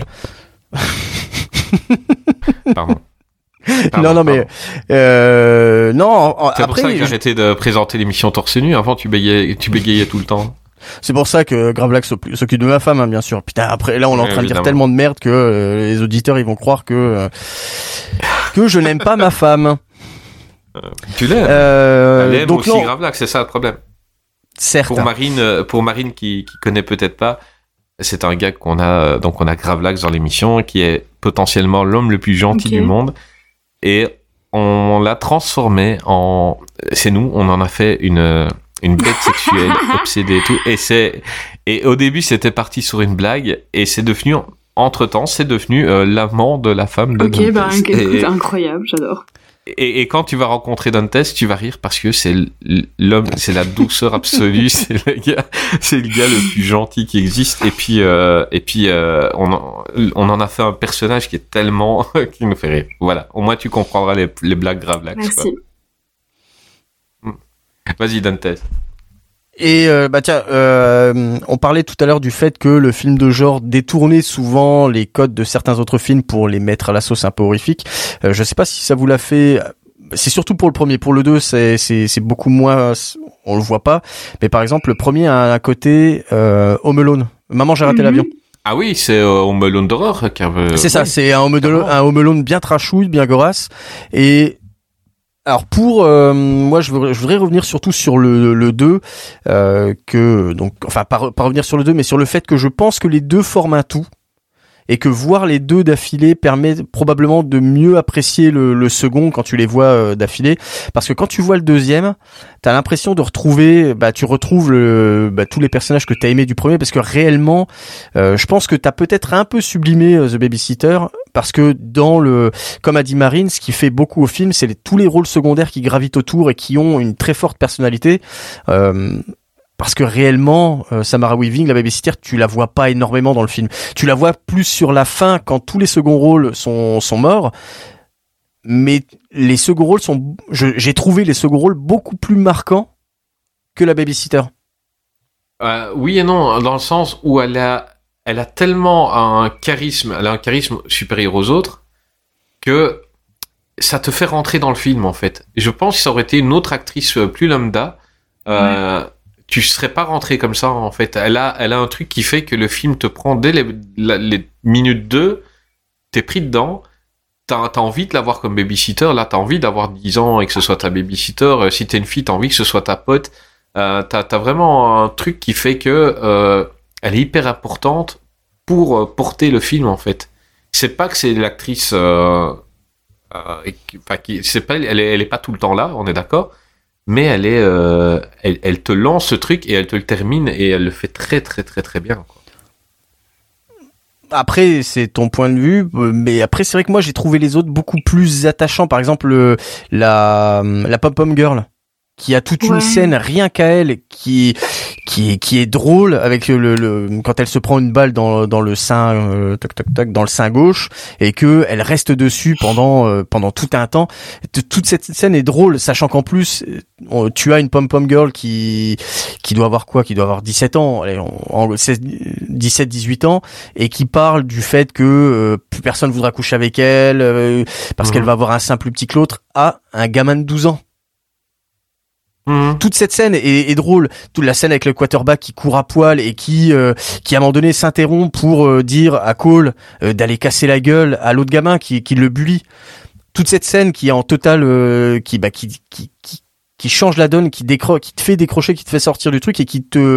Pardon.
Non, mais non.
C'est
après,
pour ça que j'ai arrêté de présenter l'émission torse nu. Avant, tu bégayais tout le temps.
C'est pour ça que Gravelax s'occupe de ma femme, hein, bien sûr. Putain, après, là, on est en train de dire tellement de merde que les auditeurs, ils vont croire que je n'aime pas ma femme.
Tu l'aimes. Elle aime
donc
aussi Gravelax, c'est ça le problème.
Certes.
Pour Marine qui connaît peut-être pas, c'est un gars qu'on a Gravelax dans l'émission, qui est potentiellement l'homme le plus gentil du monde, et on l'a transformé c'est nous, on en a fait une bête sexuelle, obsédée et tout, et au début c'était parti sur une blague, et c'est devenu, entre-temps, l'amant de la femme de Dantes.
Écoute, incroyable, j'adore.
Et quand tu vas rencontrer Dantes, tu vas rire parce que c'est l'homme, c'est la douceur absolue, c'est le gars le plus gentil qui existe. Et puis on en a fait un personnage qui est tellement qui nous fait rire. Voilà. Au moins tu comprendras les blagues Gravelax.
Merci.
Vas-y, Dante.
Et on parlait tout à l'heure du fait que le film de genre détournait souvent les codes de certains autres films pour les mettre à la sauce un peu horrifique. Je sais pas si ça vous l'a fait. C'est surtout pour le premier. Pour le 2, c'est beaucoup moins. On le voit pas. Mais par exemple, le premier a un côté Home Alone. Maman, j'ai raté l'avion.
Ah oui, c'est Home Alone d'horreur.
C'est ça. C'est un Home Alone bien trashouille, bien gorasse. Et alors moi je voudrais revenir surtout sur le 2 pas revenir sur le 2 mais sur le fait que je pense que les deux forment un tout et que voir les deux d'affilée permet probablement de mieux apprécier le second quand tu les vois d'affilée, parce que quand tu vois le deuxième, t'as l'impression de retrouver, tu retrouves tous les personnages que t'as aimés du premier, parce que réellement, je pense que t'as peut-être un peu sublimé The Babysitter, parce que comme a dit Marine, ce qui fait beaucoup au film, c'est tous les rôles secondaires qui gravitent autour et qui ont une très forte personnalité. Parce que réellement, Samara Weaving, la babysitter, tu la vois pas énormément dans le film. Tu la vois plus sur la fin quand tous les seconds rôles sont morts. Mais les seconds rôles j'ai trouvé les seconds rôles beaucoup plus marquants que la babysitter.
Oui et non, dans le sens où elle a tellement un charisme supérieur aux autres que ça te fait rentrer dans le film en fait. Et je pense que ça aurait été une autre actrice plus lambda. Tu serais pas rentré comme ça en fait. Elle a un truc qui fait que le film te prend dès les minutes 2, t'es pris dedans, t'as envie de l'avoir comme babysitter, là t'as envie d'avoir 10 ans et que ce soit ta babysitter, si t'es une fille t'as envie que ce soit ta pote, t'as vraiment un truc qui fait que elle est hyper importante pour porter le film en fait. C'est pas que c'est l'actrice elle est pas tout le temps là, on est d'accord. Mais elle te lance ce truc et elle te le termine et elle le fait très très très très bien, quoi.
Après, c'est ton point de vue, mais après c'est vrai que moi j'ai trouvé les autres beaucoup plus attachants. Par exemple, la Pom-Pom Girl, qui a toute une scène rien qu'à elle, qui est drôle avec quand elle se prend une balle dans le sein dans le sein gauche et que elle reste dessus pendant tout un temps. Toute cette scène est drôle, sachant qu'en plus tu as une Pom-Pom Girl qui doit avoir 17 ans, 17-18 ans, et qui parle du fait que plus personne voudra coucher avec elle parce qu'elle va avoir un sein plus petit que l'autre, à un gamin de 12 ans. Toute cette scène est drôle. Toute la scène avec le quarterback qui court à poil et qui à un moment donné s'interrompt pour dire à Cole d'aller casser la gueule à l'autre gamin qui le bully. Toute cette scène qui est en total qui change la donne, qui te fait décrocher, qui te fait sortir du truc et qui te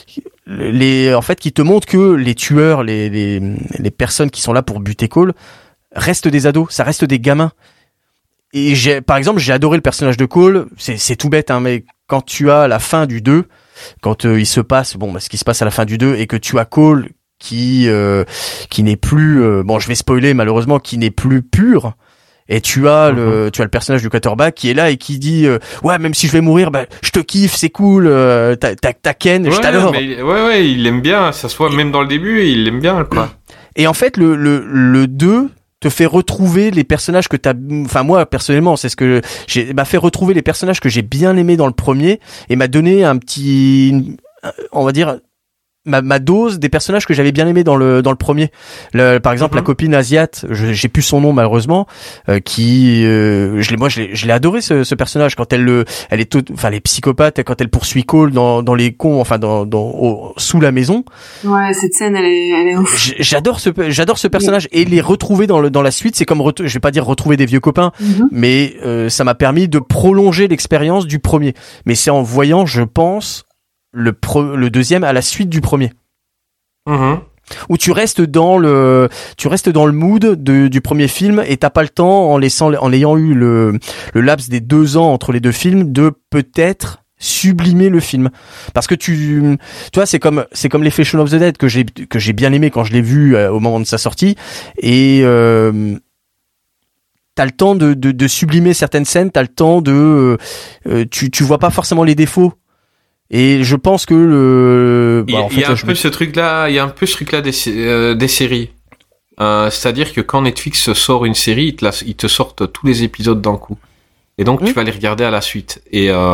montre que les tueurs, les personnes qui sont là pour buter Cole restent des ados, ça reste des gamins. Et par exemple, j'ai adoré le personnage de Cole. C'est tout bête, hein, mais quand tu as la fin du 2, quand il se passe, ce qui se passe à la fin du 2, et que tu as Cole qui n'est plus, je vais spoiler malheureusement, qui n'est plus pur. Et tu as le personnage du quarterback qui est là et qui dit ouais, même si je vais mourir, je te kiffe, c'est cool, t'as Ken, je t'adore.
Ouais, il l'aime bien, ça se voit même dans le début, il l'aime bien, quoi.
Et en fait, le 2 te fait retrouver les personnages que moi personnellement, c'est ce que m'a fait retrouver les personnages que j'ai bien aimés dans le premier et m'a donné un petit, on va dire, ma dose des personnages que j'avais bien aimés dans le premier. Par exemple, la copine asiate, j'ai plus son nom malheureusement, je l'ai adoré ce personnage quand elle est psychopathe, quand elle poursuit Cole dans les cons, sous la maison.
Ouais, cette scène elle est ouf.
J'adore ce personnage et les retrouver dans la suite, c'est comme je vais pas dire retrouver des vieux copains, mais ça m'a permis de prolonger l'expérience du premier. Mais c'est en voyant, je pense, le deuxième à la suite du premier. Où tu restes dans le mood du premier film et t'as pas le temps en ayant eu le laps des 2 ans entre les deux films de peut-être sublimer le film. Parce que tu vois, c'est comme l'effet Shaun of the Dead que j'ai bien aimé quand je l'ai vu au moment de sa sortie, et t'as le temps de sublimer certaines scènes, t'as le temps tu vois pas forcément les défauts. Et je pense que
il y a un peu ce truc-là des séries. C'est-à-dire que quand Netflix sort une série, ils te sortent tous les épisodes d'un coup. Et donc tu vas les regarder à la suite. Et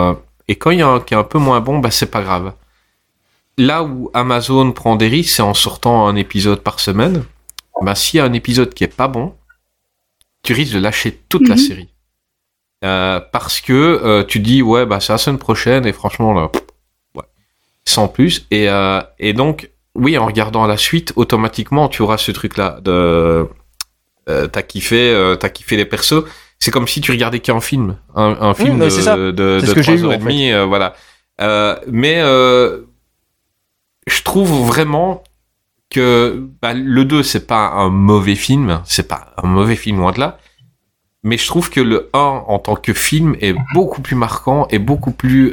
Et quand il y a un qui est un peu moins bon, bah c'est pas grave. Là où Amazon prend des risques, c'est en sortant un épisode par semaine. Bah s'il y a un épisode qui est pas bon, tu risques de lâcher toute la série. Parce que tu dis ouais bah c'est la semaine prochaine et franchement là, ouais, sans plus. Et donc oui, en regardant la suite, automatiquement tu auras ce truc là de t'as kiffé les persos. C'est comme si tu regardais qu'un film, un film de 3h30, voilà. Mais je trouve vraiment que le 2 c'est pas un mauvais film, loin de là. Mais je trouve que le 1 en tant que film est beaucoup plus marquant et beaucoup plus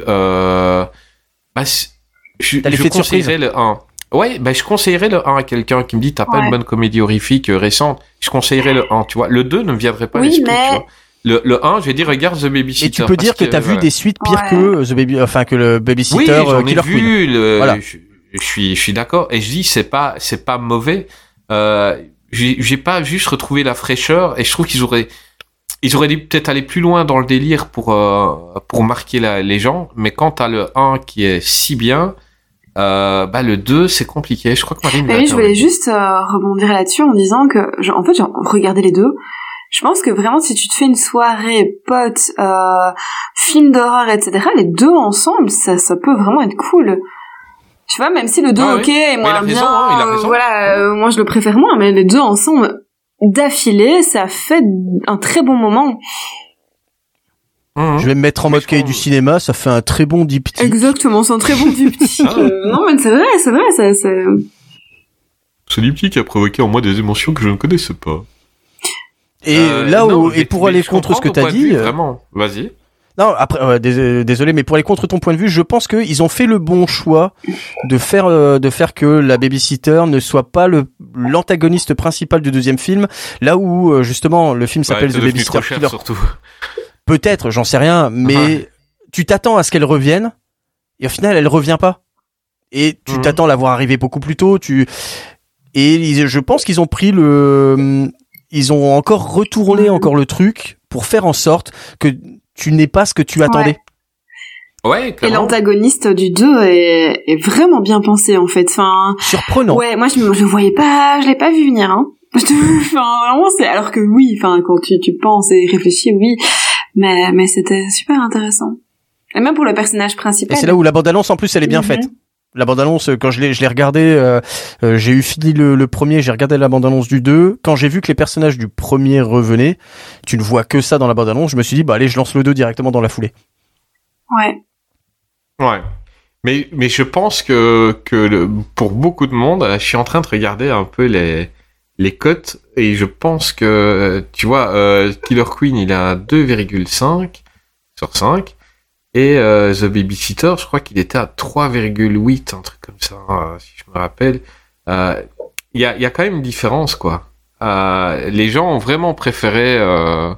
je conseillerais le 1. Ouais, je conseillerais le 1 à quelqu'un qui me dit t'as pas une bonne comédie horrifique récente. Je conseillerais le 1, tu vois. Le 2 ne me viendrait pas à l'esprit, tu vois. Le 1, je vais dire regarde The Babysitter.
Et tu peux dire que t'as vu des suites pires que que le Babysitter.
Oui, j'en ai vu.
Voilà.
Je suis d'accord et je dis c'est pas mauvais. J'ai pas juste retrouvé la fraîcheur et je trouve qu'ils auraient dû peut-être aller plus loin dans le délire pour marquer les gens. Mais quand t'as le 1 qui est si bien, le 2 c'est compliqué. Je crois que Marine.
Oui, je voulais juste rebondir là-dessus en disant que regardez les deux. Je pense que vraiment si tu te fais une soirée potes, film d'horreur, etc., les deux ensemble, ça peut vraiment être cool. Tu vois, même si le 2 est moins bien,
il a raison.
Voilà, moi je le préfère moins, mais les deux ensemble d'affilée, ça fait un très bon moment.
Je vais me mettre en mode cahier du cinéma, ça fait un très bon diptyque.
Exactement, c'est un très bon diptyque. Non, mais c'est vrai, ça.
Ce diptyque a provoqué en moi des émotions que je ne connaissais pas.
Et pour aller contre ce que t'as dit,
vraiment, vas-y.
Non, après, désolé, mais pour aller contre ton point de vue, je pense qu'ils ont fait le bon choix de faire que la babysitter ne soit pas l'antagoniste principal du deuxième film, là où justement le film s'appelle The Babysitter Killer.
Surtout.
Peut-être, j'en sais rien, mais tu t'attends à ce qu'elle revienne, et au final, elle revient pas. Et tu t'attends à la voir arriver beaucoup plus tôt. Je pense qu'ils ont pris ils ont encore retourné le truc pour faire en sorte que tu n'es pas ce que tu attendais.
Ouais,
et l'antagoniste du 2 est vraiment bien pensé, en fait. Enfin,
surprenant.
Ouais, moi, je le voyais pas, je l'ai pas vu venir, hein. Vraiment, alors que oui, quand tu penses et réfléchis, oui. Mais c'était super intéressant. Et même pour le personnage principal.
Et c'est là où la bande-annonce, en plus, elle est bien faite. La bande-annonce, quand je l'ai regardé, j'ai eu fini le premier, j'ai regardé la bande-annonce du 2. Quand j'ai vu que les personnages du premier revenaient, tu ne vois que ça dans la bande-annonce, je me suis dit, allez, je lance le 2 directement dans la foulée.
Ouais. Mais je pense que pour beaucoup de monde, je suis en train de regarder un peu les cotes, et je pense que, tu vois, Killer Queen, il a 2,5 sur 5. Et The Babysitter, je crois qu'il était à 3,8, un truc comme ça, si je me rappelle. Il y a quand même une différence, quoi. Les gens ont vraiment préféré le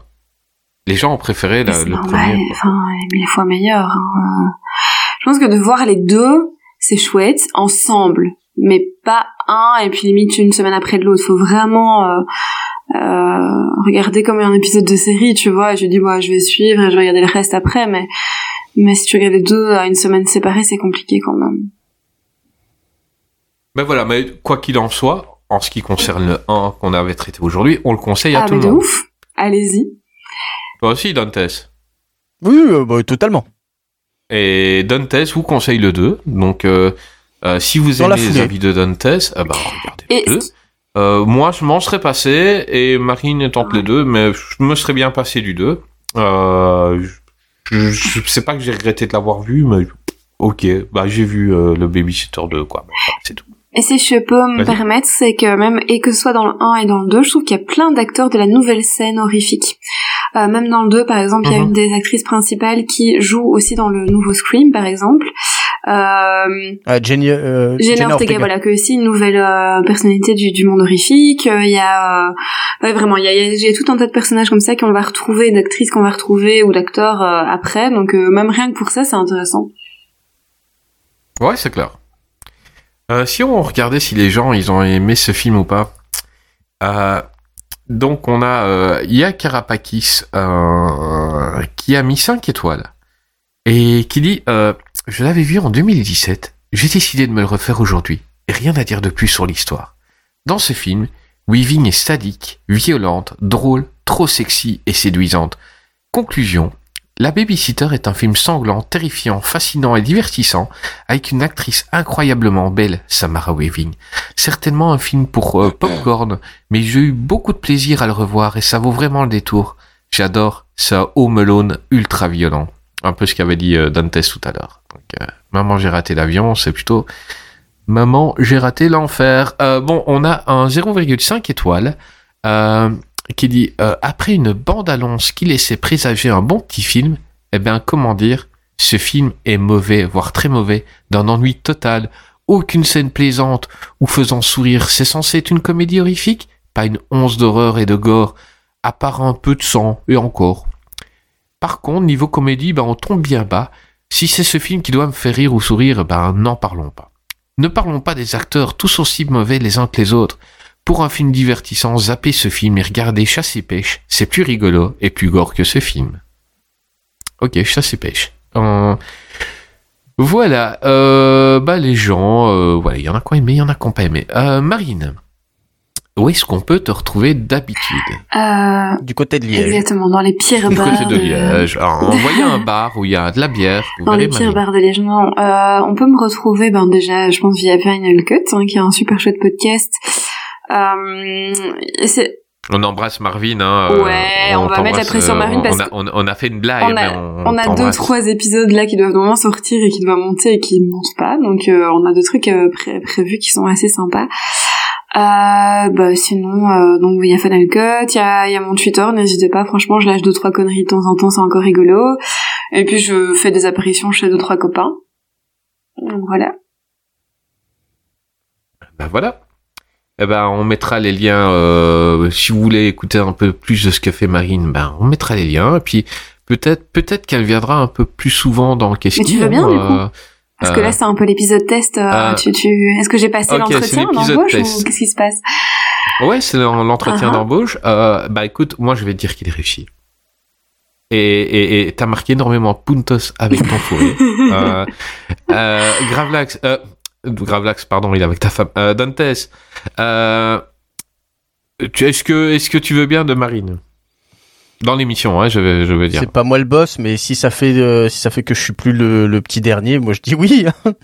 premier.
Enfin, 1000 fois meilleur. Hein. Je pense que de voir les deux, c'est chouette, ensemble, mais pas un et puis limite une semaine après de l'autre. Faut vraiment regarder comme un épisode de série, tu vois. Je dis, je vais suivre et je vais regarder le reste après, mais si tu regardes les deux à une semaine séparée, c'est compliqué quand même.
Ben voilà, mais quoi qu'il en soit, en ce qui concerne le 1 qu'on avait traité aujourd'hui, on le conseille à tout le monde.
Ouf. Allez-y.
Toi aussi, Dantes.
Oui, totalement.
Et Dantes vous conseille le 2, donc si vous aimez les avis de Dantes, regardez le 2. Moi, je m'en serais passé, et Marine tente le 2, mais je me serais bien passé du 2. Je sais pas que j'ai regretté de l'avoir vu, mais ok, j'ai vu le Babysitter 2, quoi. C'est tout.
Et si je peux me permettre, c'est que même, et que ce soit dans le 1 et dans le 2, je trouve qu'il y a plein d'acteurs de la nouvelle scène horrifique. Même dans le 2, par exemple, il y a une des actrices principales qui joue aussi dans le nouveau Scream, par exemple. Jenna Ortega, voilà, que aussi une nouvelle personnalité du monde horrifique. Il y a vraiment, il y a tout un tas de personnages comme ça qu'on va retrouver, d'actrices qu'on va retrouver ou d'acteurs après. Donc même rien que pour ça, c'est intéressant.
Ouais, c'est clair. Si on regardait si les gens ils ont aimé ce film ou pas. Donc on a Ia Karapakis qui a mis 5 étoiles. et qui dit je l'avais vu en 2017, j'ai décidé de me le refaire aujourd'hui, et rien à dire de plus sur l'histoire. Dans ce film, Weaving est sadique, violente, drôle, trop sexy et séduisante. Conclusion, La Babysitter est un film sanglant, terrifiant, fascinant et divertissant, avec une actrice incroyablement belle, Samara Weaving. Certainement un film pour popcorn, mais j'ai eu beaucoup de plaisir à le revoir et ça vaut vraiment le détour. J'adore ce Home Alone ultra violent. Un peu ce qu'avait dit Dantes tout à l'heure. Donc, Maman j'ai raté l'avion, c'est plutôt Maman j'ai raté l'enfer. Bon, on a un 0,5 étoiles qui dit après une bande-annonce qui laissait présager un bon petit film, eh bien comment dire, ce film est mauvais, voire très mauvais, d'un ennui total, aucune scène plaisante ou faisant sourire. C'est censé être une comédie horrifique, pas une once d'horreur et de gore, à part un peu de sang et encore. Par contre, niveau comédie, on tombe bien bas. Si c'est ce film qui doit me faire rire ou sourire, n'en parlons pas. Ne parlons pas des acteurs tous aussi mauvais les uns que les autres. Pour un film divertissant, zappez ce film et regardez Chasse et Pêche. C'est plus rigolo et plus gore que ce film. Ok, Chasse et Pêche. Voilà. Les gens, voilà, il y en a qui ont aimé, il y en a qui n'ont pas aimé. Marine, où est-ce qu'on peut te retrouver d'habitude?
Du côté de Liège.
Exactement, dans les pires bars.
Du côté de Liège. Alors, envoyez un bar où il y a de la bière.
Dans les pires bars de Liège, non. On peut me retrouver, déjà, je pense, via Final Cut, qui est un super chouette podcast.
On embrasse Marvin,
ouais, on va mettre la pression Marvin parce
on a fait une blague,
on a 2-3 épides là qui doivent normalement sortir et qui doivent monter et qui ne montent pas, donc on a 2 trucs prévus qui sont assez sympas. Sinon, donc il y a Final Cut, il y a mon Twitter, n'hésitez pas, franchement, je lâche 2-3 conneries de temps en temps, c'est encore rigolo. Et puis je fais des apparitions chez 2-3 copains. Donc voilà.
Voilà. On mettra les liens, si vous voulez écouter un peu plus de ce que fait Marine, on mettra les liens, et puis peut-être qu'elle viendra un peu plus souvent dans Qu'est-ce
qu'il y a. Mais tu veux bien, du coup? Parce que là, c'est un peu l'épisode test. Est-ce que j'ai passé l'entretien d'embauche ou qu'est-ce qui se passe?
Ouais, c'est l'entretien d'embauche. Écoute, moi, je vais te dire qu'il est réussi. Et t'as marqué énormément de puntos avec ton fourré. Gravelax, pardon, il est avec ta femme. Dantes, est-ce que tu veux bien de Marine? Dans l'émission, je veux dire.
C'est pas moi le boss, mais si ça fait que je suis plus le petit dernier, moi je dis oui.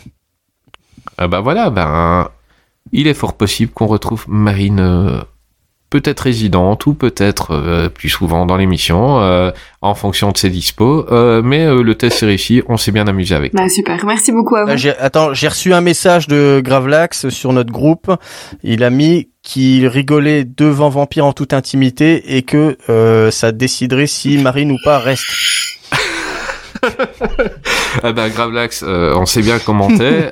Il est fort possible qu'on retrouve Marine peut-être résidente ou peut-être plus souvent dans l'émission en fonction de ses dispos. Mais le test est réussi, on s'est bien amusé avec.
Super, merci beaucoup à vous.
J'ai reçu un message de Gravelax sur notre groupe. Il a mis qu'il rigolait devant Vampire en toute intimité et que ça déciderait si Marine ou pas reste.
Gravelax, on sait bien commenter.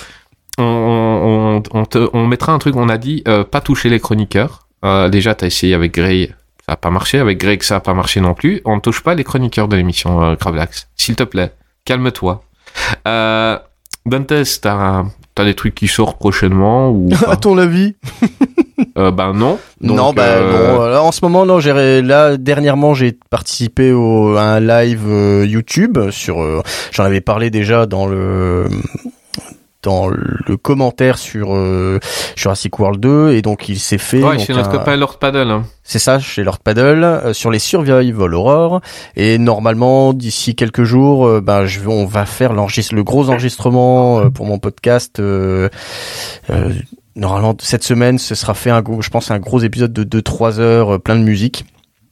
On mettra un truc, on a dit pas toucher les chroniqueurs. Déjà, t'as essayé avec Grey, ça a pas marché. Avec Greg, ça a pas marché non plus. On ne touche pas les chroniqueurs de l'émission, Gravelax. S'il te plaît, calme-toi. Dantes, t'as des trucs qui sortent prochainement ou
à ton avis?
Non.
Donc, non. Là, en ce moment, non. Dernièrement, j'ai participé à un live YouTube j'en avais parlé déjà dans le commentaire sur Jurassic World 2, et donc il s'est fait
chez notre copain Lord Paddle.
C'est ça, chez Lord Paddle, sur les Survival Horror, et normalement d'ici quelques jours on va faire le gros enregistrement pour mon podcast. Normalement cette semaine ce sera fait un gros épisode de 2-3 heures plein de musique.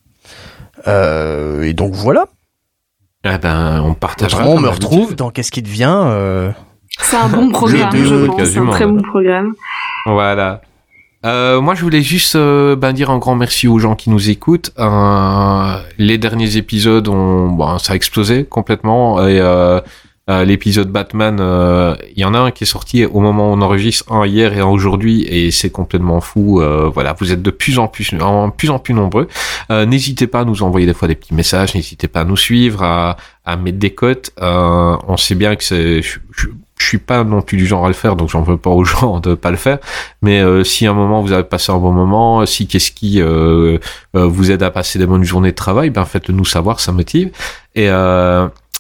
Et donc voilà.
On partagera.
On me retrouve dans Qu'est-ce qui devient
C'est un bon programme, je pense. C'est un très bon programme.
Voilà. Moi, je voulais juste dire un grand merci aux gens qui nous écoutent. Les derniers épisodes ça a explosé complètement. Et l'épisode Batman, il y en a un qui est sorti au moment où on enregistre, un hier et un aujourd'hui, et c'est complètement fou. Voilà, vous êtes de plus en plus nombreux. N'hésitez pas à nous envoyer des fois des petits messages. N'hésitez pas à nous suivre, à mettre des cotes. On sait bien que je suis pas non plus du genre à le faire, donc j'en veux pas aux gens de pas le faire. Mais si à un moment vous avez passé un bon moment, si qu'est-ce qui vous aide à passer des bonnes journées de travail, faites-le nous savoir, ça motive.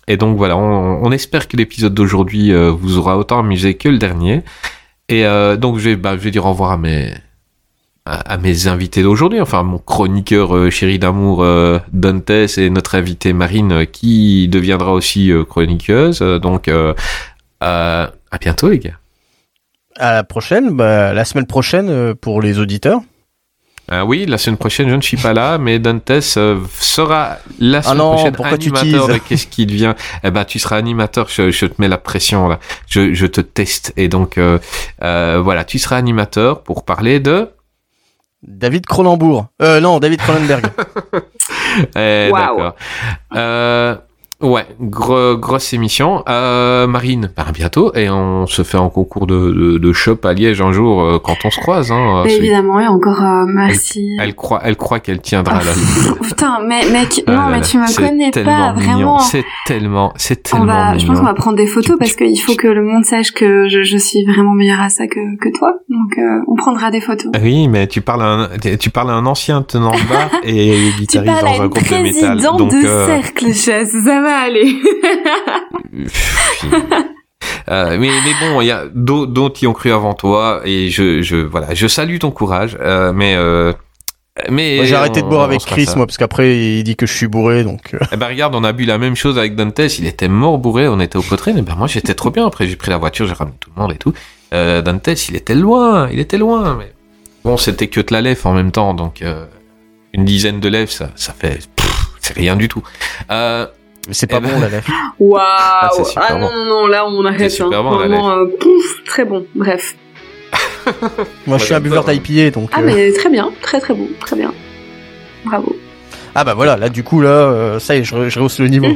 Et donc voilà, on espère que l'épisode d'aujourd'hui vous aura autant amusé que le dernier. Et donc je vais dire au revoir à mes invités d'aujourd'hui, enfin mon chroniqueur chéri d'amour Dantes et notre invitée Marine qui deviendra aussi chroniqueuse. Donc à bientôt les gars.
À la prochaine, la semaine prochaine pour les auditeurs.
Oui, la semaine prochaine, je ne suis pas là, mais Dantes sera la semaine prochaine animateur de Qu'est-ce qui devient. Eh ben, tu seras animateur, je te mets la pression, là. Je te teste. Et donc, voilà, tu seras animateur pour parler de...
David Cronenberg. David Cronenberg.
D'accord. Ouais, grosse émission. Marine, à bientôt, et on se fait un concours de shop à Liège un jour quand on se croise. Hein,
évidemment, et encore merci.
Elle croit qu'elle tiendra là.
Putain, mec, non, mais tu me connais pas vraiment.
C'est tellement mignon.
Je pense qu'on va prendre des photos parce qu'il faut que le monde sache que je suis vraiment meilleure à ça que toi. Donc, on prendra des photos.
Oui, mais tu parles à un ancien tenant de bar et guitariste dans un groupe de métal.
Tu parles à une présidente de cercle, chasse, ça va aller.
Mais bon, il y a d'autres qui ont cru avant toi et je salue ton courage. Mais
moi, j'ai arrêté de boire avec Chris, moi, parce qu'après il dit que je suis bourré, donc.
Eh ben regarde, on a bu la même chose avec Dantes. Il était mort bourré, on était au potrine. Et ben moi j'étais trop bien. Après j'ai pris la voiture, j'ai ramené tout le monde et tout. Dantes, il était loin. Mais bon, c'était que de la lèvre en même temps, donc une dizaine de lèvres, ça fait, c'est rien du tout.
Mais c'est pas bon la lèvre.
Waouh. Non, là on arrête.
C'est super bon,
vraiment, très bon. Bref.
Moi je suis un buveur d'IPA, donc.
Ah mais très bien, très bon, très bien. Bravo.
Ah bah voilà, là du coup ça y est, je rehausse le niveau.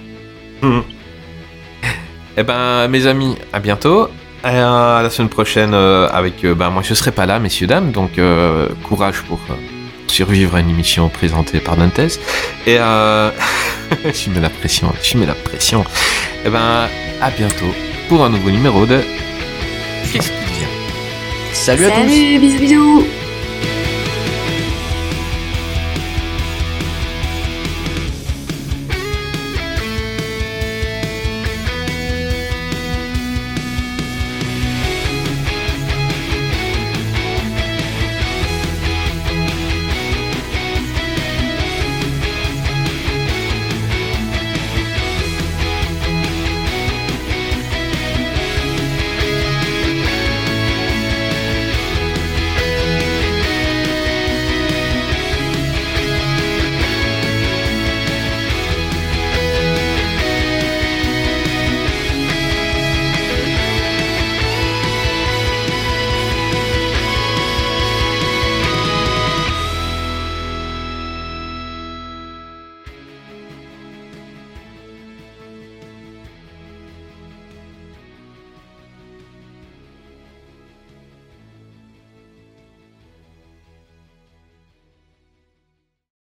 Eh ben mes amis, à bientôt. À la semaine prochaine avec moi je serai pas là, messieurs dames, donc courage pour survivre à une émission présentée par Dantes. Et je mets la pression. Et ben à bientôt pour un nouveau numéro de Qu'est-ce qui vient.
Salut à tous.
Salut, bisous.